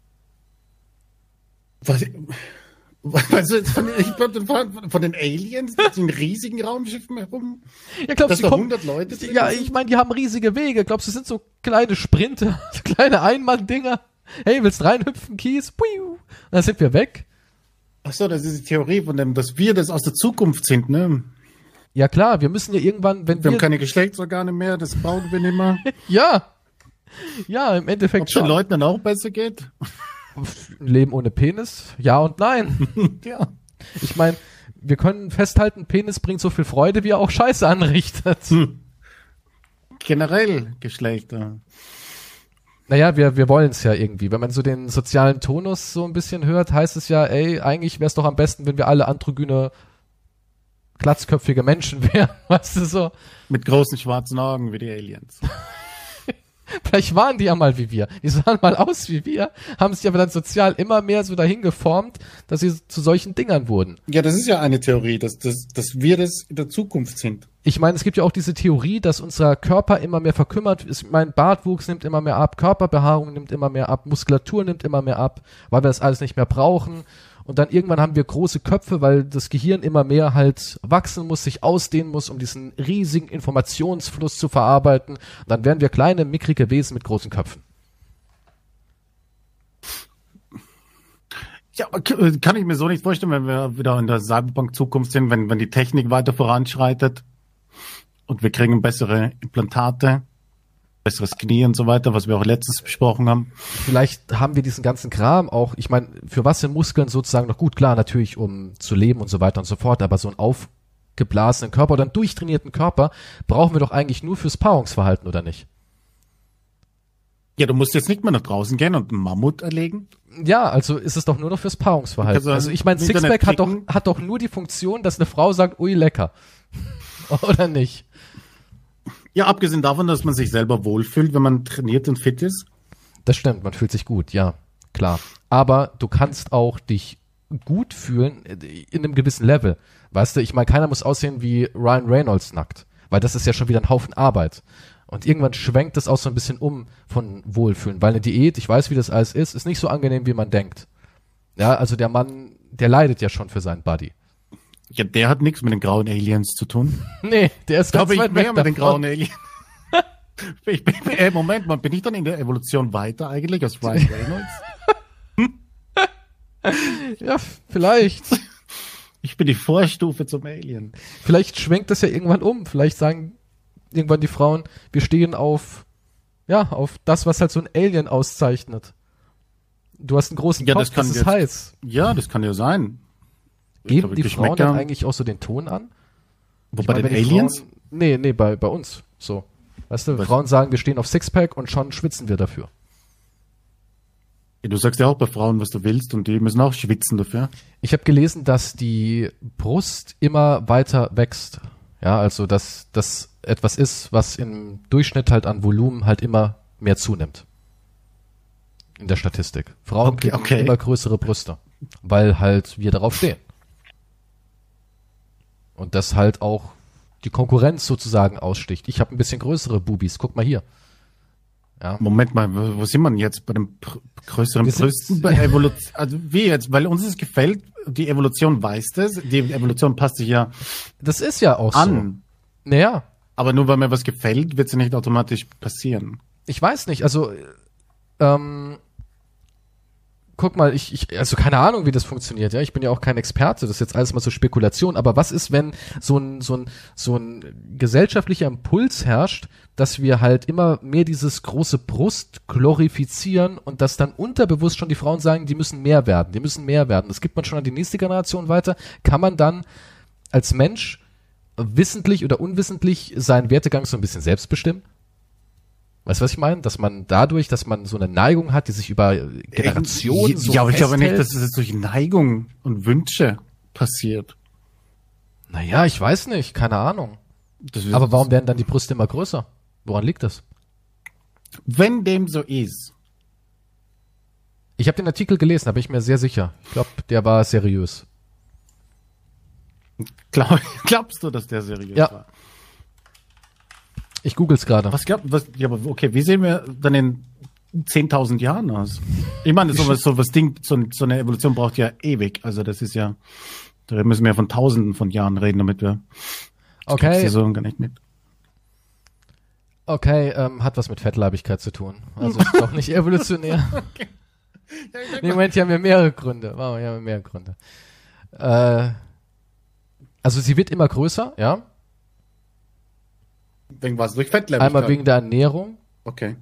B: Was, was du jetzt von, ich glaub, von, von den Aliens, mit den riesigen Raumschiffen herum?
A: Ja, glaubst
B: dass
A: du,
B: da
A: kommen,
B: hundert Leute drin
A: ja,
B: sind?
A: ich meine, die haben riesige Wege. Glaubst du, das sind so kleine Sprinter, so kleine Einmann-Dinger? Hey, willst reinhüpfen, Kies? Puiu. Dann sind wir weg.
B: Ach so, das ist die Theorie von dem, dass wir das aus der Zukunft sind, ne?
A: Ja klar, wir müssen ja irgendwann, wenn
B: Wir
A: wir...
B: haben keine Geschlechtsorgane mehr, das brauchen wir nicht mehr.
A: ja. Ja, im Endeffekt
B: Ob es den
A: schon.
B: Leuten dann auch besser geht?
A: Ein Leben ohne Penis? Ja und nein.
B: Ja.
A: Ich meine, wir können festhalten, Penis bringt so viel Freude, wie er auch Scheiße anrichtet.
B: Hm. Generell Geschlechter.
A: Naja, wir, wir wollen es ja irgendwie. Wenn man so den sozialen Tonus so ein bisschen hört, heißt es ja, ey, eigentlich wäre es doch am besten, wenn wir alle androgyne, glatzköpfige Menschen wären. Weißt du so?
B: Mit großen schwarzen Augen wie die Aliens.
A: Vielleicht waren die ja mal wie wir. Die sahen mal aus wie wir, haben sich aber dann sozial immer mehr so dahin geformt, dass sie zu solchen Dingern wurden.
B: Ja, das ist ja eine Theorie, dass, dass, dass wir das in der Zukunft sind.
A: Ich meine, es gibt ja auch diese Theorie, dass unser Körper immer mehr verkümmert ist. Mein Bartwuchs nimmt immer mehr ab, Körperbehaarung nimmt immer mehr ab, Muskulatur nimmt immer mehr ab, weil wir das alles nicht mehr brauchen. Und dann irgendwann haben wir große Köpfe, weil das Gehirn immer mehr halt wachsen muss, sich ausdehnen muss, um diesen riesigen Informationsfluss zu verarbeiten. Und dann werden wir kleine, mickrige Wesen mit großen Köpfen.
B: Ja, aber kann ich mir so nicht vorstellen, wenn wir wieder in der Cyberpunk-Zukunft sind, wenn, wenn die Technik weiter voranschreitet und wir kriegen bessere Implantate, besseres Knie und so weiter, was wir auch letztens besprochen haben.
A: Vielleicht haben wir diesen ganzen Kram auch, ich meine, für was sind Muskeln sozusagen noch gut? Klar, natürlich, um zu leben und so weiter und so fort, aber so einen aufgeblasenen Körper oder einen durchtrainierten Körper brauchen wir doch eigentlich nur fürs Paarungsverhalten, oder nicht?
B: Ja, du musst jetzt nicht mehr nach draußen gehen und einen Mammut erlegen.
A: Ja, also ist es doch nur noch fürs Paarungsverhalten.
B: Also,
A: Also ich meine,
B: im Internet
A: Sixpack hat doch,
B: klicken.
A: hat doch nur die Funktion, dass eine Frau sagt, ui, lecker. Oder nicht?
B: Ja, abgesehen davon, dass man sich selber wohlfühlt, wenn man trainiert und fit ist.
A: Das stimmt, man fühlt sich gut, ja, klar. Aber du kannst auch dich gut fühlen in einem gewissen Level. Weißt du, ich meine, keiner muss aussehen wie Ryan Reynolds nackt, weil das ist ja schon wieder ein Haufen Arbeit. Und irgendwann schwenkt das auch so ein bisschen um von Wohlfühlen, weil eine Diät, ich weiß, wie das alles ist, ist nicht so angenehm, wie man denkt. Ja, also der Mann, der leidet ja schon für seinen Body.
B: Ja, der hat nichts mit den grauen Aliens zu tun.
A: Nee, der ist ganz
B: Glaube ich
A: weit
B: mehr
A: weg
B: mit den
A: davon.
B: grauen Aliens. ich bin, äh, Moment mal, bin ich dann in der Evolution weiter eigentlich als Ryan Reynolds?
A: Ja, vielleicht.
B: Ich bin die Vorstufe zum Alien.
A: Vielleicht schwenkt das ja irgendwann um. Vielleicht sagen irgendwann die Frauen, wir stehen auf, ja, auf das, was halt so ein Alien auszeichnet. Du hast einen großen
B: Ja,
A: Kopf,
B: das kann
A: das ist
B: jetzt-
A: heiß.
B: Ja, das kann ja sein. Ich
A: Geben
B: glaube,
A: die Frauen
B: Geschmäcker-
A: dann eigentlich auch so den Ton an?
B: Wo,
A: Ich
B: bei
A: meine,
B: den
A: wenn die
B: Aliens?
A: Frauen, nee, nee, bei, bei uns. So. Weißt du,
B: Was?
A: Frauen sagen, wir stehen auf Sixpack und schon schwitzen wir dafür.
B: Ja, du sagst ja auch bei Frauen, was du willst und die müssen auch schwitzen dafür.
A: Ich habe gelesen, dass die Brust immer weiter wächst. Ja, also dass das etwas ist, was im Durchschnitt halt an Volumen halt immer mehr zunimmt. In der Statistik. Frauen
B: Okay,
A: kriegen
B: okay.
A: immer größere Brüste, weil halt wir darauf stehen. Und das halt auch die Konkurrenz sozusagen aussticht. Ich habe ein bisschen größere Bubis, guck mal hier. Ja.
B: Moment mal, wo, wo sind wir denn jetzt? Bei den pr- größeren
A: Wir sind-
B: Brüsten? Bei Evolution, also wie jetzt? Weil uns es gefällt, die Evolution weiß das, die Evolution passt sich ja
A: Das ist ja auch
B: an.
A: so. Naja,
B: Aber nur weil mir was gefällt, wird es ja nicht automatisch passieren.
A: ich weiß nicht, also ähm, guck mal, ich, ich, also keine Ahnung, wie das funktioniert, ja, ich bin ja auch kein Experte, das ist jetzt alles mal so Spekulation, aber was ist, wenn so ein, so ein, so ein gesellschaftlicher Impuls herrscht, dass wir halt immer mehr dieses große Brust glorifizieren und dass dann unterbewusst schon die Frauen sagen, die müssen mehr werden, die müssen mehr werden, das gibt man schon an die nächste Generation weiter, kann man dann als Mensch wissentlich oder unwissentlich seinen Werdegang so ein bisschen selbst bestimmen? Weißt du, was ich meine? Dass man dadurch, dass man so eine Neigung hat, die sich über Generationen
B: ja,
A: so
B: ja, aber ich glaube nicht,
A: festhält.
B: dass es jetzt durch Neigung und Wünsche passiert.
A: Naja, ich weiß nicht, keine Ahnung.
B: Das
A: Aber warum werden dann die Brüste immer größer? Woran liegt das?
B: Wenn dem so ist,
A: Ich habe den Artikel gelesen, da bin ich mir sehr sicher. Ich glaube, der war seriös.
B: glaub, glaubst du, dass der seriös
A: Ja.
B: war?
A: Ich google's gerade.
B: Was glaubt, was, ja, aber okay, wie sehen wir dann in zehntausend Jahren aus? Ich meine, so was, so was Ding, so, so eine Evolution braucht ja ewig. Also das ist ja, da müssen wir ja von Tausenden von Jahren reden, damit wir
A: Okay,
B: die so gar nicht mit.
A: okay, ähm, hat was mit Fettleibigkeit zu tun. Also ist doch nicht evolutionär.
B: Okay.
A: Nee, Moment, hier haben wir mehrere Gründe. Wow, hier haben wir mehrere Gründe. Äh, also sie wird immer größer, ja.
B: Wegen was? Durch Fettleibigkeit?
A: Einmal wegen der Ernährung
B: Okay.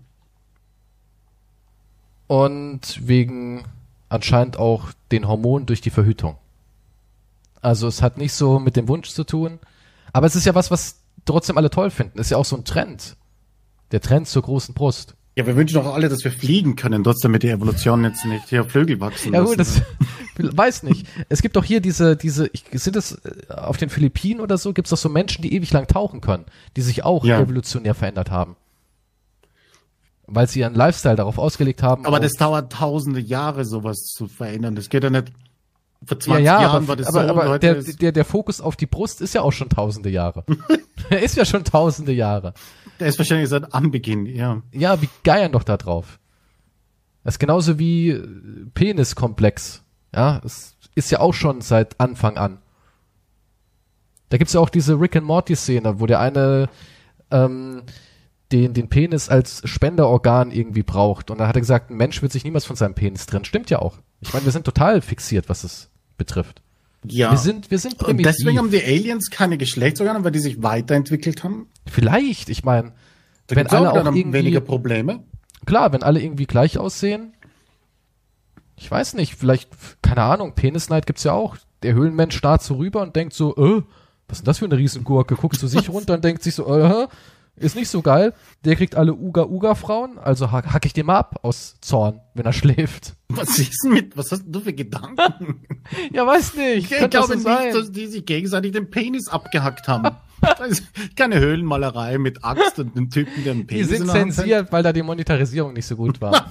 A: und wegen anscheinend auch den Hormonen durch die Verhütung. Also es hat nicht so mit dem Wunsch zu tun, aber es ist ja was, was trotzdem alle toll finden. Ist ja auch so ein Trend. Der Trend zur großen Brust.
B: Ja, wir wünschen doch alle, dass wir fliegen können, trotzdem mit der Evolution jetzt nicht hier Flügel wachsen
A: Ja
B: lassen.
A: gut, das weiß nicht. Es gibt doch hier diese, diese, ich, sind es äh, auf den Philippinen oder so, gibt es doch so Menschen, die ewig lang tauchen können, die sich auch
B: Ja.
A: evolutionär verändert haben. Weil sie ihren Lifestyle darauf ausgelegt haben.
B: Aber
A: auf-
B: das dauert tausende Jahre, sowas zu verändern. Das geht ja nicht. Vor
A: ja,
B: zwanzig
A: ja,
B: Jahren
A: aber,
B: war das
A: aber,
B: so.
A: aber
B: und heute
A: der,
B: ist,
A: der, der Fokus auf die Brust ist ja auch schon tausende Jahre. Er ist ja schon tausende Jahre.
B: der ist wahrscheinlich seit Anbeginn, ja.
A: Ja, wie geiern doch da drauf. Das ist genauso wie äh, Peniskomplex. Ja, es ist ja auch schon seit Anfang an. Da gibt's ja auch diese Rick and Morty Szene, wo der eine ähm, den, den Penis als Spenderorgan irgendwie braucht. Und dann hat er gesagt, ein Mensch wird sich niemals von seinem Penis trennen. Stimmt ja auch. Ich meine, wir sind total fixiert, was es betrifft.
B: Ja.
A: Wir sind, wir sind
B: und
A: primitiv.
B: deswegen haben die Aliens keine Geschlechtsorgane, weil die sich weiterentwickelt haben.
A: Vielleicht, ich meine,
B: Da
A: wenn
B: gibt's auch
A: alle
B: wieder
A: auch
B: dann
A: irgendwie,
B: weniger Probleme.
A: klar, wenn alle irgendwie gleich aussehen, ich weiß nicht, vielleicht, keine Ahnung, Penisneid gibt's ja auch. Der Höhlenmensch starrt so rüber und denkt so, äh, was ist denn das für eine Riesengurke? Guckt zu sich runter und denkt sich so, äh, ist nicht so geil. Der kriegt alle Uga-Uga-Frauen, also hack, hack ich den mal ab aus Zorn, wenn er schläft.
B: Was ist denn mit, was hast du für Gedanken?
A: Ja, weiß nicht.
B: Ich
A: könnte das
B: glaube
A: so
B: nicht,
A: sein.
B: dass die sich gegenseitig den Penis abgehackt haben. Das ist keine Höhlenmalerei mit Axt und einem Typen, der einen
A: Die
B: Penis
A: sind
B: in der Hand hält.
A: zensiert, weil da die Monetarisierung nicht so gut war.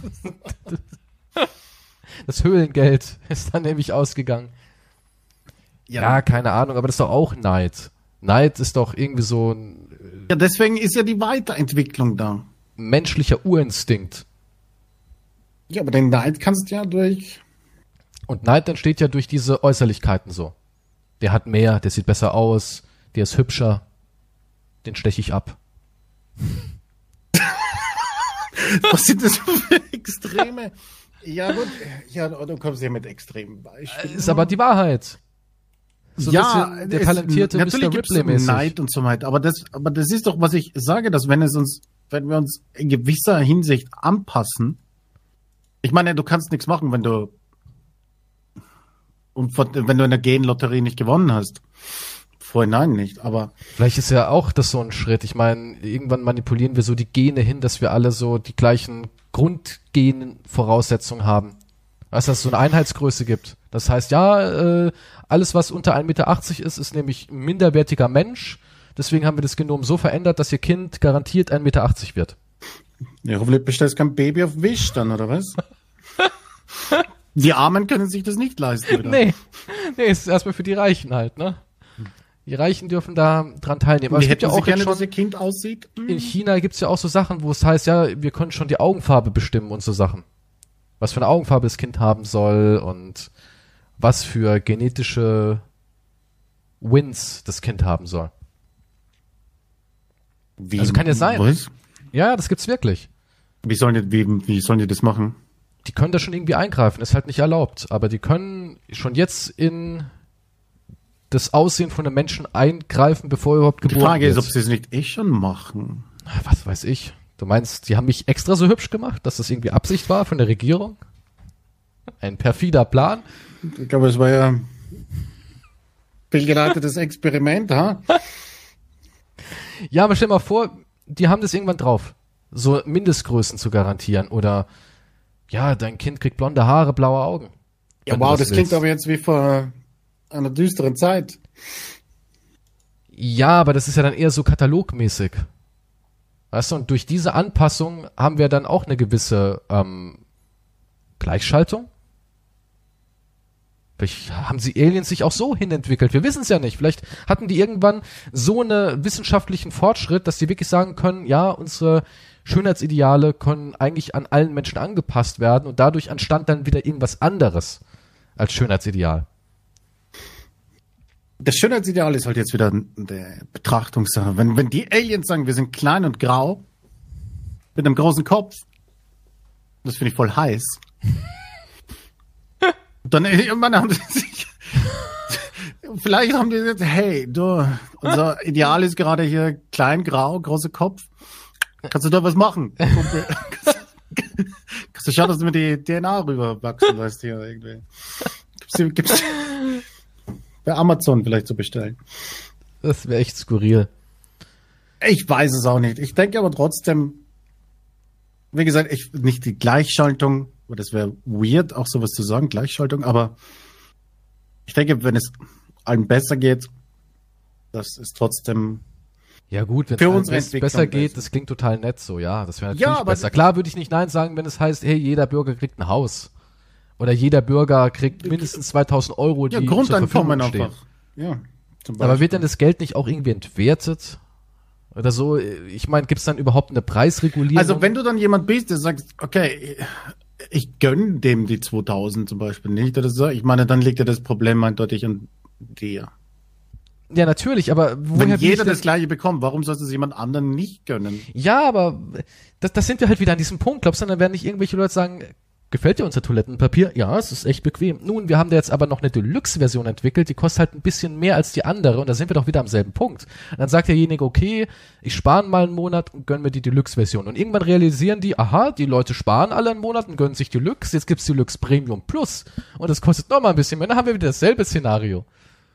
A: Das Höhlengeld ist dann nämlich ausgegangen. Ja, keine Ahnung, aber das ist doch auch Neid. Neid ist doch irgendwie so ein
B: Ja, deswegen ist ja die Weiterentwicklung da.
A: menschlicher Urinstinkt.
B: Ja, aber den Neid kannst du ja durch.
A: Und Neid entsteht ja durch diese Äußerlichkeiten so. Der hat mehr, der sieht besser aus, der ist hübscher, den steche ich ab.
B: Was sind das für Extreme? Ja, gut. Ja, du kommst ja mit extremen Beispielen.
A: Ist aber die Wahrheit. So ein bisschen der
B: es-
A: talentierte
B: natürlich
A: Mister
B: gibt's
A: Ripley-mäßig.
B: Neid und so weiter. Aber das, aber das ist doch, was ich sage, dass wenn es uns, wenn wir uns in gewisser Hinsicht anpassen, ich meine, du kannst nichts machen, wenn du und von, wenn du in der Genlotterie nicht gewonnen hast. Vorhinein nicht, aber
A: Vielleicht ist ja auch das so ein Schritt. Ich meine, irgendwann manipulieren wir so die Gene hin, dass wir alle so die gleichen Grundgenvoraussetzungen haben. Weißt du, dass es so eine Einheitsgröße gibt. Das heißt, ja, äh, alles, was unter ein Meter achtzig ist, ist nämlich ein minderwertiger Mensch. Deswegen haben wir das Genom so verändert, dass ihr Kind garantiert ein Meter achtzig wird.
B: ja, hoffentlich bestellst du kein Baby auf Wish dann, oder was? Die Armen können sich das nicht leisten, oder?
A: Nee, nee, ist erstmal für die Reichen halt, ne? Die Reichen dürfen da dran teilnehmen. Aber
B: Wie
A: es gibt ja
B: hätten sie
A: auch
B: gerne,
A: jetzt
B: dass
A: schon,
B: ihr Kind aussieht?
A: in China gibt's ja auch so Sachen, wo es heißt, ja, wir können schon die Augenfarbe bestimmen und so Sachen. Was für eine Augenfarbe das Kind haben soll und was für genetische Wins das Kind haben soll.
B: Wie,
A: Also kann ja sein.
B: Was?
A: Ja, das gibt's wirklich.
B: Wie sollen die, wie, wie sollen die das machen?
A: Die können da schon irgendwie eingreifen, ist halt nicht erlaubt. Aber die können schon jetzt in das Aussehen von einem Menschen eingreifen, bevor er überhaupt
B: Die
A: geboren
B: Frage
A: wird.
B: ist, ob sie es nicht eh schon machen.
A: Was weiß ich. Du meinst, die haben mich extra so hübsch gemacht, dass das irgendwie Absicht war von der Regierung? Ein perfider Plan?
B: Ich glaube, es war ja fehlgeleitetes Experiment, ha?
A: Ja, aber stell mal vor, die haben das irgendwann drauf. so Mindestgrößen zu garantieren oder ja, dein Kind kriegt blonde Haare, blaue Augen.
B: Ja, wow, das, das klingt aber jetzt wie vor einer düsteren Zeit.
A: Ja, aber das ist ja dann eher so katalogmäßig. Weißt du, und durch diese Anpassung haben wir dann auch eine gewisse ähm, Gleichschaltung. Vielleicht haben sie Aliens sich auch so hinentwickelt. Wir wissen es ja nicht. Vielleicht hatten die irgendwann so einen wissenschaftlichen Fortschritt, dass sie wirklich sagen können, ja, unsere Schönheitsideale können eigentlich an allen Menschen angepasst werden und dadurch entstand dann wieder irgendwas anderes als Schönheitsideal.
B: Das Schönheitsideal ist halt jetzt wieder eine Betrachtungssache. Wenn, wenn die Aliens sagen, wir sind klein und grau, mit einem großen Kopf, das finde ich voll heiß. Dann irgendwann haben sie sich, vielleicht haben die gesagt, hey, du, unser Ideal ist gerade hier klein, grau, großer Kopf. Kannst du da was machen, Kumpel? Kannst du schauen, dass du mir die D N A rüberwachsen lässt hier irgendwie. Gibt's, gibt's bei Amazon vielleicht zu bestellen.
A: Das wäre echt skurril.
B: Ich weiß es auch nicht. Ich denke aber trotzdem, wie gesagt, ich nicht die Gleichschaltung, das wäre weird, auch sowas zu sagen, Gleichschaltung, aber ich denke, wenn es allen besser geht, das ist trotzdem
A: ja gut, wenn es besser geht, besser. Das klingt total nett so, ja, das wäre natürlich ja, besser. Klar würde ich nicht Nein sagen, wenn es heißt, hey, jeder Bürger kriegt ein Haus. Oder jeder Bürger kriegt mindestens zweitausend Euro, die
B: ja,
A: zur
B: Grundeinkommen
A: Verfügung stehen.
B: Einfach. Ja, zum
A: aber wird dann das Geld nicht auch irgendwie entwertet? Oder so? Ich meine, gibt es dann überhaupt eine Preisregulierung?
B: Also wenn du dann jemand bist, der sagt, okay, ich gönne dem die zweitausend zum Beispiel nicht oder so, ich meine, dann liegt ja das Problem eindeutig an dir.
A: Ja, natürlich, aber
B: woher wenn jeder das Gleiche bekommt, warum sollte es jemand anderen nicht gönnen?
A: Ja, aber das, das sind wir halt wieder an diesem Punkt. Glaubst du, dann werden nicht irgendwelche Leute sagen, gefällt dir unser Toilettenpapier? Ja, es ist echt bequem. Nun, wir haben da jetzt aber noch eine Deluxe-Version entwickelt, die kostet halt ein bisschen mehr als die andere und da sind wir doch wieder am selben Punkt. Und dann sagt derjenige, okay, ich spare mal einen Monat und gönne mir die Deluxe-Version. Und irgendwann realisieren die, aha, die Leute sparen alle einen Monat und gönnen sich Deluxe, jetzt gibt's Deluxe Premium Plus und das kostet noch mal ein bisschen mehr. Dann haben wir wieder dasselbe Szenario.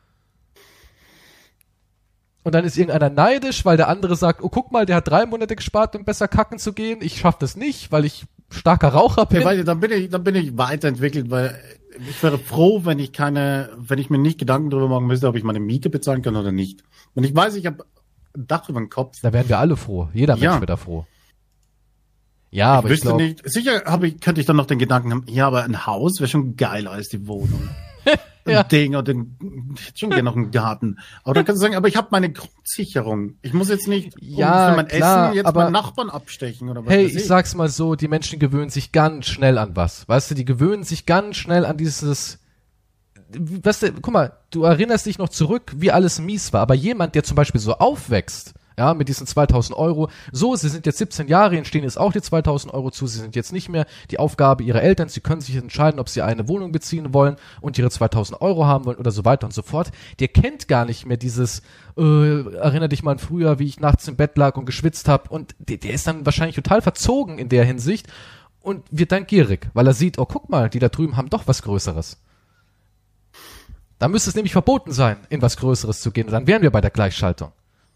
A: Und dann ist irgendeiner neidisch, weil der andere sagt, oh, guck mal, der hat drei Monate gespart, um besser kacken zu gehen. Ich schaff das nicht, weil ich starker Raucher bin.
B: Ja, weil, dann bin ich, dann bin ich weiterentwickelt, weil ich wäre froh, wenn ich keine, wenn ich mir nicht Gedanken darüber machen müsste, ob ich meine Miete bezahlen kann oder nicht. Wenn ich weiß, ich habe ein Dach über dem Kopf.
A: Da wären wir alle froh. Jeder Mensch
B: ja.
A: wäre da froh. Ja,
B: ich
A: aber
B: wüsste
A: ich glaube
B: nicht. Sicher habe ich, könnte ich dann noch den Gedanken haben, ja, aber ein Haus wäre schon geiler als die Wohnung.
A: ja.
B: Ein Ding oder ein, ich hätte schon gerne noch einen Garten. Aber dann kannst du sagen, aber ich habe meine Grundsicherung. Ich muss jetzt nicht
A: ja,
B: für mein
A: klar,
B: Essen jetzt
A: aber
B: meinen Nachbarn abstechen oder was.
A: Hey,
B: weiß
A: ich
B: ich
A: sag's mal so, die Menschen gewöhnen sich ganz schnell an was. Weißt du, die gewöhnen sich ganz schnell an dieses, weißt du, guck mal, du erinnerst dich noch zurück, wie alles mies war. Aber jemand, der zum Beispiel so aufwächst, ja, mit diesen zweitausend Euro. So, sie sind jetzt siebzehn Jahre, ihnen stehen jetzt auch die zweitausend Euro zu. Sie sind jetzt nicht mehr die Aufgabe ihrer Eltern. Sie können sich entscheiden, ob sie eine Wohnung beziehen wollen und ihre zweitausend Euro haben wollen oder so weiter und so fort. Der kennt gar nicht mehr dieses, äh, erinner dich mal an früher, wie ich nachts im Bett lag und geschwitzt habe. Und der, der ist dann wahrscheinlich total verzogen in der Hinsicht und wird dann gierig, weil er sieht, oh, guck mal, die da drüben haben doch was Größeres. Da müsste es nämlich verboten sein, in was Größeres zu gehen. Und dann wären wir bei der Gleichschaltung.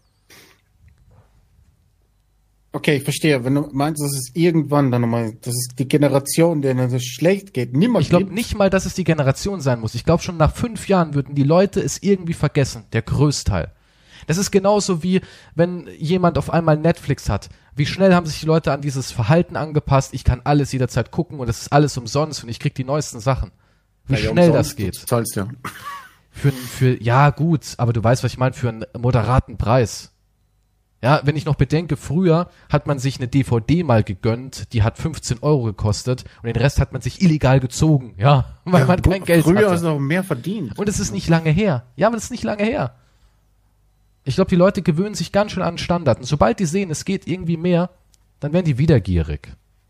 B: Okay, ich verstehe. Wenn du meinst, dass es irgendwann dann nochmal, das ist die Generation, denen es schlecht geht, niemand.
A: Ich glaube nicht mal, dass es die Generation sein muss. Ich glaube schon nach fünf Jahren würden die Leute es irgendwie vergessen. Der Größteil. Das ist genauso wie, wenn jemand auf einmal Netflix hat. Wie schnell haben sich die Leute an dieses Verhalten angepasst? Ich kann alles jederzeit gucken und es ist alles umsonst und ich krieg die neuesten Sachen. Wie ja, schnell das geht.
B: Du zahlst ja.
A: Für, für, ja gut, aber du weißt, was ich meine, für einen moderaten Preis. Ja, wenn ich noch bedenke, früher hat man sich eine D V D mal gegönnt, die hat fünfzehn Euro gekostet und den Rest hat man sich illegal gezogen, ja, weil ja, man kein Geld
B: früher
A: hatte.
B: Früher hast du noch mehr verdient.
A: Und es ist nicht lange her. Ja, aber es ist nicht lange her. Ich glaube, die Leute gewöhnen sich ganz schön an den Standard. Und sobald die sehen, es geht irgendwie mehr, dann werden die wieder gierig.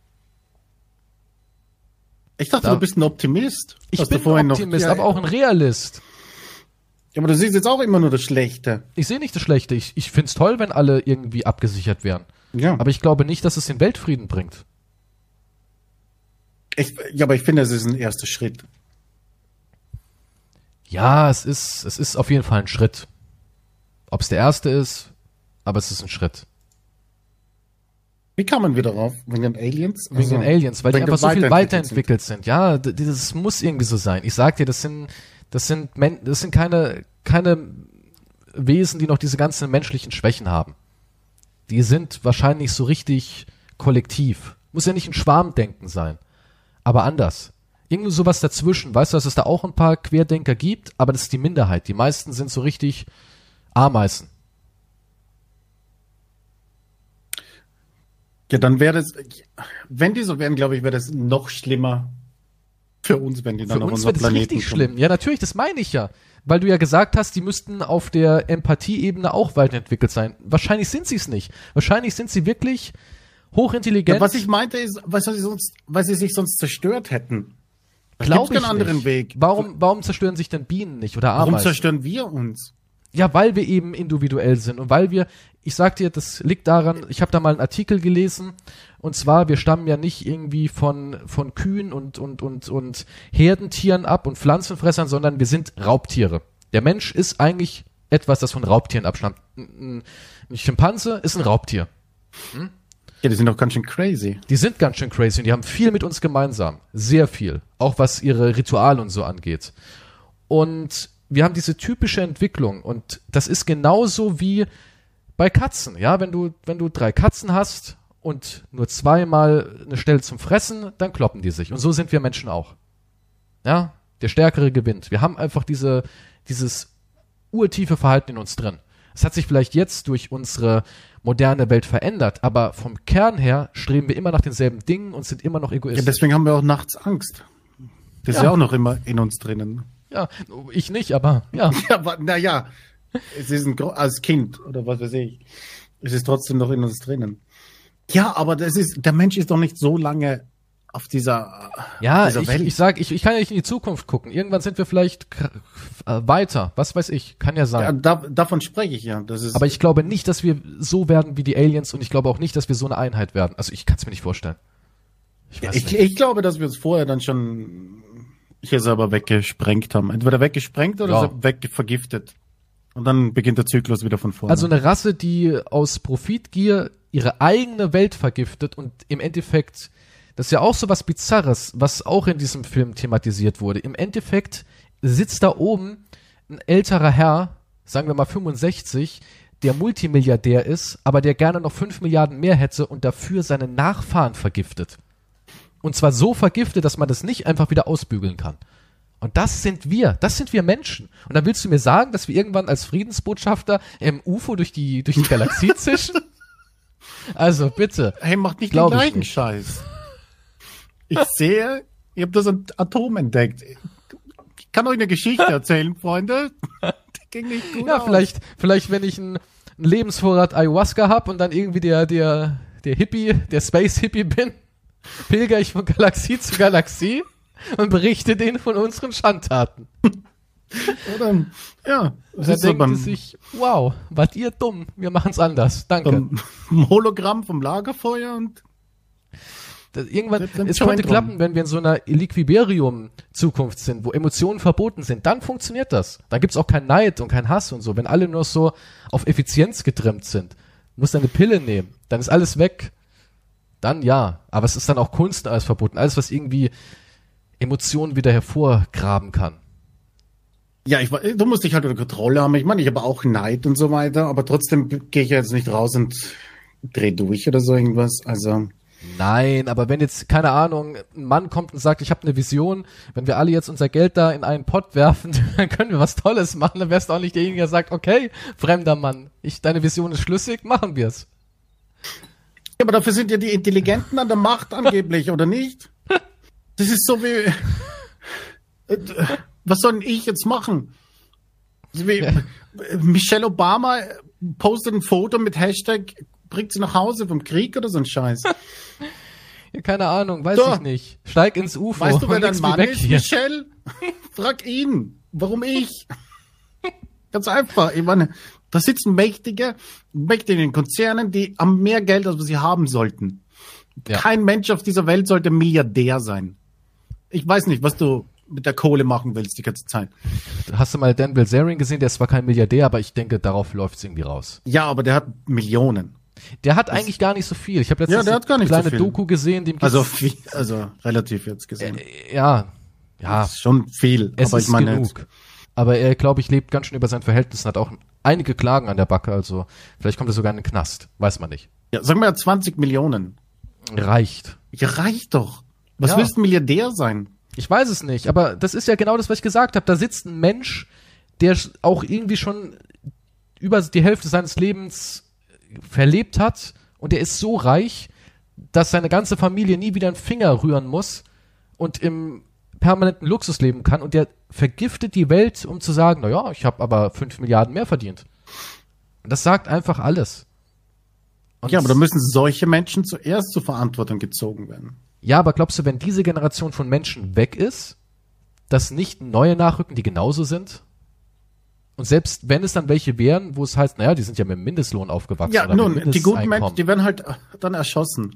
B: Ich dachte,
A: da,
B: du bist ein Optimist.
A: Ich bin ein Optimist, noch, ja, aber auch ein Realist.
B: Ja, aber du siehst jetzt auch immer nur das Schlechte.
A: Ich sehe nicht das Schlechte. Ich, ich find's toll, wenn alle irgendwie abgesichert wären.
B: Ja.
A: Aber ich glaube nicht, dass es den Weltfrieden bringt.
B: Ich, ja, aber ich finde, es ist ein erster Schritt.
A: Ja, es ist, es ist auf jeden Fall ein Schritt. Ob es der erste ist, aber es ist ein Schritt.
B: Wie kam man wieder drauf? Wegen den Aliens?
A: Wegen
B: Also,
A: den Aliens, weil die
B: wegen
A: einfach so viel
B: weiterentwickelt
A: weiterentwickelt sind. Ja, d- das muss irgendwie so sein. Ich sag dir, das sind, das sind, Men das sind keine, keine Wesen, die noch diese ganzen menschlichen Schwächen haben. Die sind wahrscheinlich so richtig kollektiv. Muss ja nicht ein Schwarmdenken sein, aber anders. Irgendwie sowas dazwischen. Weißt du, dass es da auch ein paar Querdenker gibt, aber das ist die Minderheit. Die meisten sind so richtig Ameisen.
B: Ja, dann wäre das, wenn die so wären, glaube ich, wäre das noch schlimmer für uns, wenn die dann
A: Für
B: auf
A: uns
B: unser
A: wird es
B: Planeten
A: richtig
B: kommen.
A: schlimm. Ja, natürlich, das meine ich ja. Weil du ja gesagt hast, die müssten auf der Empathieebene auch weiterentwickelt sein. Wahrscheinlich sind sie es nicht. Wahrscheinlich sind sie wirklich hochintelligent.
B: Ja, was ich meinte ist, was sie sonst, weil sie sich sonst zerstört hätten. Da
A: Glaub
B: gibt's keinen
A: ich
B: anderen
A: nicht.
B: Weg.
A: Warum, warum zerstören sich denn Bienen nicht oder
B: Warum
A: Ameisen?
B: zerstören wir uns?
A: Ja, weil wir eben individuell sind und weil wir, ich sag dir, das liegt daran, ich habe da mal einen Artikel gelesen und zwar, wir stammen ja nicht irgendwie von von Kühen und und und und Herdentieren ab und Pflanzenfressern, sondern wir sind Raubtiere. Der Mensch ist eigentlich etwas, das von Raubtieren abstammt. Ein, ein, ein Schimpanse ist ein Raubtier.
B: Ja, die sind doch ganz schön crazy.
A: Die sind ganz schön crazy und die haben viel mit uns gemeinsam. Sehr viel. Auch was ihre Rituale und so angeht. Und wir haben diese typische Entwicklung und das ist genauso wie bei Katzen. Ja, wenn du, wenn du drei Katzen hast und nur zweimal eine Stelle zum Fressen, dann kloppen die sich. Und so sind wir Menschen auch. Ja, der Stärkere gewinnt. Wir haben einfach diese, dieses urtiefe Verhalten in uns drin. Es hat sich vielleicht jetzt durch unsere moderne Welt verändert, aber vom Kern her streben wir immer nach denselben Dingen und sind immer noch
B: Ja,
A: egoistisch.
B: deswegen haben wir auch nachts Angst. Das ist
A: Ja.
B: ja auch noch immer in uns drinnen.
A: Ja, ich nicht, aber ja.
B: Ja, aber naja, es ist ein, Gro- als Kind oder was weiß ich. Es ist trotzdem noch in uns drinnen. Ja, aber das ist, der Mensch ist doch nicht so lange auf dieser,
A: Ja,
B: dieser
A: ich,
B: Welt.
A: ich sag, ich, ich kann ja nicht in die Zukunft gucken. Irgendwann sind wir vielleicht k- äh, weiter. Was weiß ich, kann ja sein.
B: ja, da, davon spreche ich ja. Das ist,
A: Aber ich glaube nicht, dass wir so werden wie die Aliens und ich glaube auch nicht, dass wir so eine Einheit werden. Also ich kann es mir nicht vorstellen. Ich weiß
B: ich,
A: nicht.
B: ich glaube, dass wir uns vorher dann schon hier selber weggesprengt haben. Entweder weggesprengt oder
A: Ja.
B: so weg vergiftet. Und dann beginnt der Zyklus wieder von vorne.
A: Also eine Rasse, die aus Profitgier ihre eigene Welt vergiftet und im Endeffekt, das ist ja auch so was Bizarres, was auch in diesem Film thematisiert wurde. Im Endeffekt sitzt da oben ein älterer Herr, sagen wir mal fünfundsechzig, der Multimilliardär ist, aber der gerne noch fünf Milliarden mehr hätte und dafür seine Nachfahren vergiftet. Und zwar so vergiftet, dass man das nicht einfach wieder ausbügeln kann. Und das sind wir, das sind wir Menschen. Und dann willst du mir sagen, dass wir irgendwann als Friedensbotschafter im U F O durch die, durch die Galaxie zischen? Also bitte.
B: hey, macht nicht den
A: Glaub ich
B: gleichen
A: nicht.
B: Scheiß. Ich sehe, ihr habt das Atom entdeckt. Ich kann euch eine Geschichte erzählen, Freunde. Die ging nicht gut
A: Ja,
B: aus.
A: vielleicht, vielleicht, wenn ich einen, einen Lebensvorrat Ayahuasca hab und dann irgendwie der, der, der Hippie, der Space Hippie bin, pilger ich von Galaxie zu Galaxie und berichte denen von unseren Schandtaten.
B: Oder, ja,
A: Und
B: das
A: dann
B: ist so
A: denken
B: beim,
A: die sich, wow, wart ihr dumm, wir machen's anders, danke.
B: beim Hologramm vom Lagerfeuer und
A: Das, irgendwann,
B: Mit einem
A: es könnte
B: Joint
A: klappen,
B: rum.
A: wenn wir in so einer Liquiberium-Zukunft sind, wo Emotionen verboten sind, dann funktioniert das. Da gibt's auch kein Neid und kein Hass und so. Wenn alle nur so auf Effizienz getrimmt sind, musst du eine Pille nehmen, dann ist alles weg. Dann ja. Aber es ist dann auch Kunst alles verboten. Alles, was irgendwie Emotionen wieder hervorgraben kann.
B: ja, ich, war- du musst dich halt unter Kontrolle haben. Ich meine, ich habe auch Neid und so weiter, aber trotzdem gehe ich ja jetzt nicht raus und dreh durch oder so irgendwas. Also,
A: Nein, aber wenn jetzt, keine Ahnung, ein Mann kommt und sagt, ich habe eine Vision, wenn wir alle jetzt unser Geld da in einen Pott werfen, dann können wir was Tolles machen, dann wärst du auch nicht derjenige, der sagt, okay, fremder Mann, ich, deine Vision ist schlüssig, machen wir's.
B: ja, aber dafür sind ja die Intelligenten an der Macht angeblich, oder nicht? Das ist so wie, äh, was soll denn ich jetzt machen? So wie, Michelle Obama postet ein Foto mit Hashtag, bringt sie nach Hause vom Krieg oder so ein Scheiß.
A: Ja, keine Ahnung, weiß
B: So.
A: ich nicht. Steig ins U F O
B: Weißt du, wer
A: und
B: dein
A: nix wie
B: Mann
A: weg
B: ist,
A: hier.
B: Michelle? Frag ihn. Warum ich? Ganz einfach. Ich meine, da sitzen Mächtige, Mächtige in den Konzernen, die haben mehr Geld, als sie haben sollten.
A: Ja.
B: Kein Mensch auf dieser Welt sollte Milliardär sein. Ich weiß nicht, was du mit der Kohle machen willst die ganze Zeit.
A: Hast du mal Dan Bilzerian gesehen? Der ist zwar kein Milliardär, aber ich denke, darauf läuft's irgendwie raus.
B: Ja, aber der hat Millionen.
A: Der hat das eigentlich gar nicht so viel. Ich habe letztens
B: ja, der hat gar nicht
A: eine
B: so
A: kleine
B: viel.
A: Doku gesehen, dem
B: Also viel, also relativ jetzt gesehen.
A: Äh, ja, ja.
B: Das ist schon viel,
A: Es
B: aber
A: ist
B: ich meine
A: genug.
B: jetzt,
A: Aber er, glaube ich, lebt ganz schön über sein Verhältnis und hat auch einige Klagen an der Backe. Also vielleicht kommt er sogar in den Knast. Weiß man nicht.
B: ja, sagen wir ja zwanzig Millionen.
A: Reicht.
B: Ja, reicht doch. Was
A: Ja.
B: willst du Milliardär sein?
A: Ich weiß es nicht, aber das ist ja genau das, was ich gesagt habe. Da sitzt ein Mensch, der auch irgendwie schon über die Hälfte seines Lebens verlebt hat und der ist so reich, dass seine ganze Familie nie wieder einen Finger rühren muss und im permanenten Luxus leben kann und der vergiftet die Welt, um zu sagen, na ja, ich habe aber fünf Milliarden mehr verdient. Und das sagt einfach alles. Und
B: Ja, aber da müssen solche Menschen zuerst zur Verantwortung gezogen werden.
A: ja, aber glaubst du, wenn diese Generation von Menschen weg ist, dass nicht neue nachrücken, die genauso sind? Und selbst wenn es dann welche wären, wo es heißt, naja, die sind ja mit dem Mindestlohn aufgewachsen.
B: Ja,
A: oder
B: nun,
A: mit
B: die guten
A: Mindesteinkommen.
B: Menschen, die werden halt dann erschossen.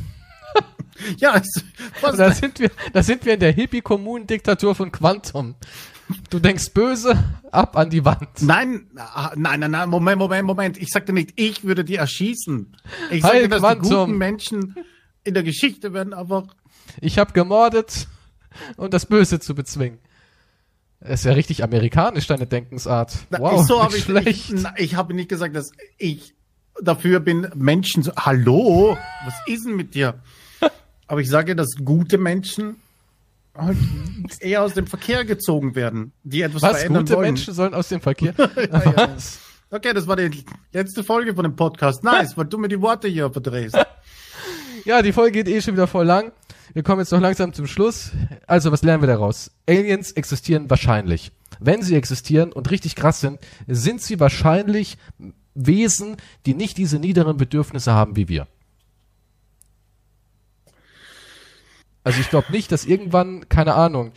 B: ja, es, was,
A: Da sind wir, da sind wir in der Hippie-Kommunen-Diktatur von Quantum. Du denkst böse, ab an die Wand.
B: nein, ah, nein, nein, nein, Moment, Moment, Moment. Ich sagte nicht, ich würde die erschießen. Ich
A: Heil
B: sagte, dass
A: Quantum.
B: die guten Menschen in der Geschichte werden einfach.
A: Ich habe gemordet, um das Böse zu bezwingen. Das ist ja richtig amerikanisch, deine Denkensart.
B: Na,
A: Wow,
B: so
A: nicht
B: habe ich,
A: schlecht.
B: ich, na, ich habe nicht gesagt, dass ich dafür bin, Menschen zu. Hallo, was ist denn mit dir? Aber ich sage, dass gute Menschen halt eher aus dem Verkehr gezogen werden, die etwas
A: Was,
B: verändern
A: gute
B: wollen.
A: Menschen sollen aus dem Verkehr?
B: ja, ja.
A: Was?
B: Okay, das war die letzte Folge von dem Podcast. Nice, weil du mir die Worte hier verdrehst.
A: Ja, die Folge geht eh schon wieder voll lang. Wir kommen jetzt noch langsam zum Schluss. Also, was lernen wir daraus? Aliens existieren wahrscheinlich. Wenn sie existieren und richtig krass sind, sind sie wahrscheinlich Wesen, die nicht diese niederen Bedürfnisse haben wie wir. Also ich glaube nicht, dass irgendwann, keine Ahnung,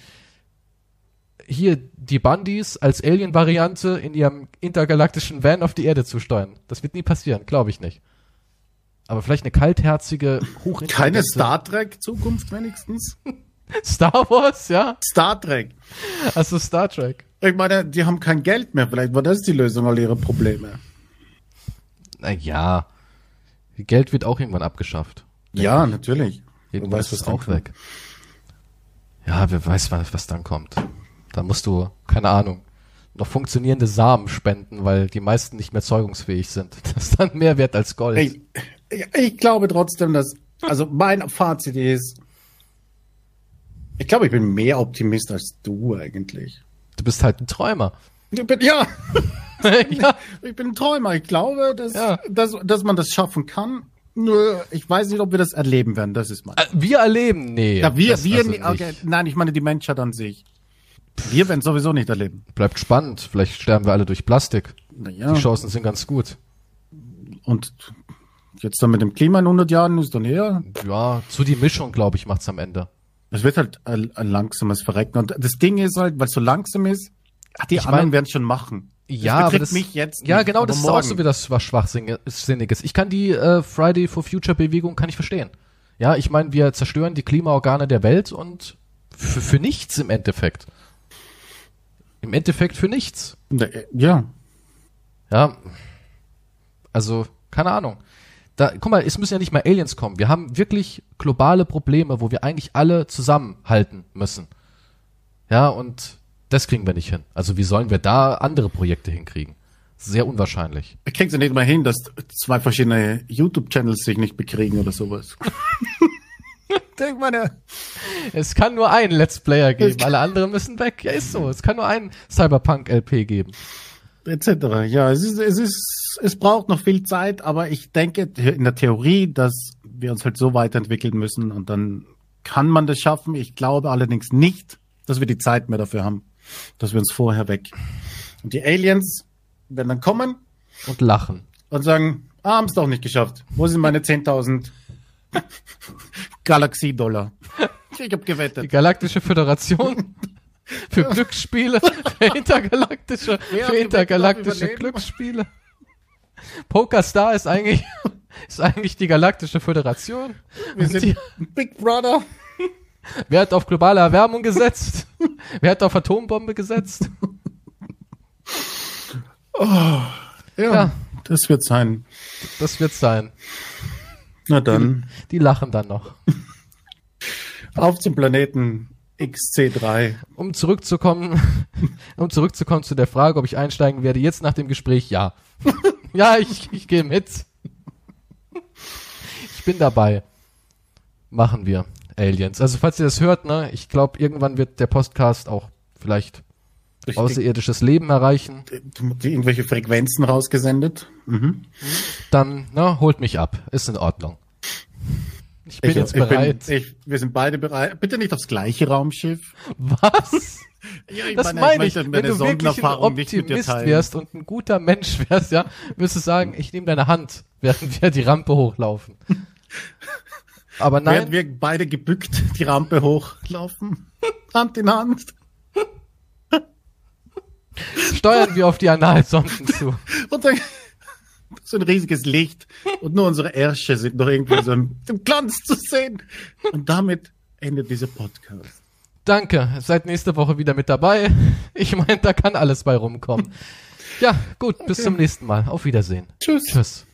A: hier die Bundys als Alien-Variante in ihrem intergalaktischen Van auf die Erde zusteuern. Das wird nie passieren, glaube ich nicht. Aber vielleicht eine kaltherzige, hochintelligente...
B: Keine Star Trek Zukunft wenigstens?
A: Star Wars, ja?
B: Star Trek.
A: Also Star Trek.
B: Ich meine, die haben kein Geld mehr. Vielleicht war das die Lösung all ihrer Probleme.
A: Naja, Geld wird auch irgendwann abgeschafft.
B: Ja, natürlich.
A: Irgendwann ist
B: was
A: es
B: dann
A: auch
B: kommt.
A: weg. Ja, wer weiß, was, was dann kommt. Da musst du, keine Ahnung, noch funktionierende Samen spenden, weil die meisten nicht mehr zeugungsfähig sind. Das ist dann mehr wert als Gold.
B: Ich, ich, ich glaube trotzdem, dass, also mein Fazit ist, ich glaube, ich bin mehr Optimist als du eigentlich.
A: Du bist halt ein Träumer.
B: Ich bin, ja,
A: Ja.
B: ich bin ein Träumer. Ich glaube, dass,
A: Ja.
B: dass, dass man das schaffen kann. Nur, ich weiß nicht, ob wir das erleben werden. Das ist mein.
A: Äh, Wir erleben, nee.
B: Ja, wir,
A: das
B: wir,
A: also
B: nie- okay,
A: nicht.
B: nein, ich meine die Menschheit an sich. Wir werden sowieso nicht erleben.
A: Bleibt spannend. Vielleicht sterben wir alle durch Plastik.
B: Naja.
A: Die Chancen sind ganz gut.
B: Und jetzt dann mit dem Klima in hundert Jahren ist dann eher.
A: Ja, zu die Mischung, glaube ich, macht's am Ende.
B: Es wird halt ein, ein langsames Verrecken. Und das Ding ist halt, weil es so langsam ist, ach, die
A: Ich
B: anderen
A: mein-
B: werden es schon machen.
A: Ja,
B: das
A: aber
B: betrifft
A: das,
B: mich jetzt
A: ja,
B: nicht,
A: genau,
B: aber
A: das ist auch
B: morgen.
A: so wie das was Schwachsinniges. Ich kann die äh, Friday for Future Bewegung kann ich verstehen. Ja, ich meine, wir zerstören die Klimaorgane der Welt und für, für nichts im Endeffekt. Im Endeffekt für nichts.
B: Ja.
A: Ja, also, keine Ahnung. Da, guck mal, es müssen ja nicht mal Aliens kommen. Wir haben wirklich globale Probleme, wo wir eigentlich alle zusammenhalten müssen. Ja, und das kriegen wir nicht hin. Also wie sollen wir da andere Projekte hinkriegen? Sehr unwahrscheinlich.
B: Ich krieg's ja nicht mal hin, dass zwei verschiedene YouTube-Channels sich nicht bekriegen oder sowas. Denk mal,
A: Es kann nur einen Let's Player geben,
B: kann-
A: alle anderen müssen weg. Ja, ist so. Es kann nur einen Cyberpunk-L P geben.
B: et cetera. Ja, es ist, es ist, es braucht noch viel Zeit, aber ich denke in der Theorie, dass wir uns halt so weiterentwickeln müssen und dann kann man das schaffen. Ich glaube allerdings nicht, dass wir die Zeit mehr dafür haben, dass wir uns vorher weg. Und die Aliens werden dann kommen
A: Und lachen.
B: und sagen, ah, haben es doch nicht geschafft. Wo sind meine zehntausend Galaxie-Dollar? Ich hab
A: Die
B: gewettet.
A: Galaktische Föderation für Glücksspiele, für intergalaktische,
B: Wer
A: für
B: hat
A: intergalaktische
B: gewettet, darf
A: Glücksspiele. PokerStar ist eigentlich, ist eigentlich die Galaktische Föderation.
B: Wir
A: Und
B: sind
A: die,
B: Big Brother.
A: wer hat auf globale Erwärmung gesetzt? Wer hat auf Atombombe gesetzt?
B: Ja,
A: Ja.
B: Das wird sein.
A: Das wird sein.
B: Na dann.
A: Die, die lachen dann noch.
B: Auf zum Planeten X C drei.
A: Um zurückzukommen, um zurückzukommen zu der Frage, ob ich einsteigen werde, jetzt nach dem Gespräch, ja. Ja, ich, ich gehe mit. Ich bin dabei. Machen wir, Aliens. Also falls ihr das hört, ne, ich glaube, irgendwann wird der Podcast auch vielleicht Richtig. außerirdisches Leben erreichen.
B: Die, irgendwelche Frequenzen rausgesendet. Mhm.
A: Dann, ne, holt mich ab. Ist in Ordnung. Ich bin
B: ich,
A: jetzt
B: ich
A: bereit.
B: Bin, ich, wir sind beide bereit. Bitte nicht aufs gleiche Raumschiff.
A: Was?
B: Ja, ich
A: das meine ich. Wenn du wirklich ein Optimist wärst und ein guter Mensch wärst, ja, würdest du sagen, ich nehme deine Hand, während wir die Rampe hochlaufen. Aber nein.
B: Während wir beide gebückt die Rampe hochlaufen, Hand in Hand.
A: Steuern wir auf die Analsonden zu.
B: Und dann so ein riesiges Licht und nur unsere Ärsche sind noch irgendwie so im, im Glanz zu sehen. Und damit endet dieser Podcast.
A: Danke, seid nächste Woche wieder mit dabei. Ich meine, da kann alles bei rumkommen. Ja, gut, okay. Bis zum nächsten Mal. Auf Wiedersehen.
B: Tschüss.
A: Tschüss.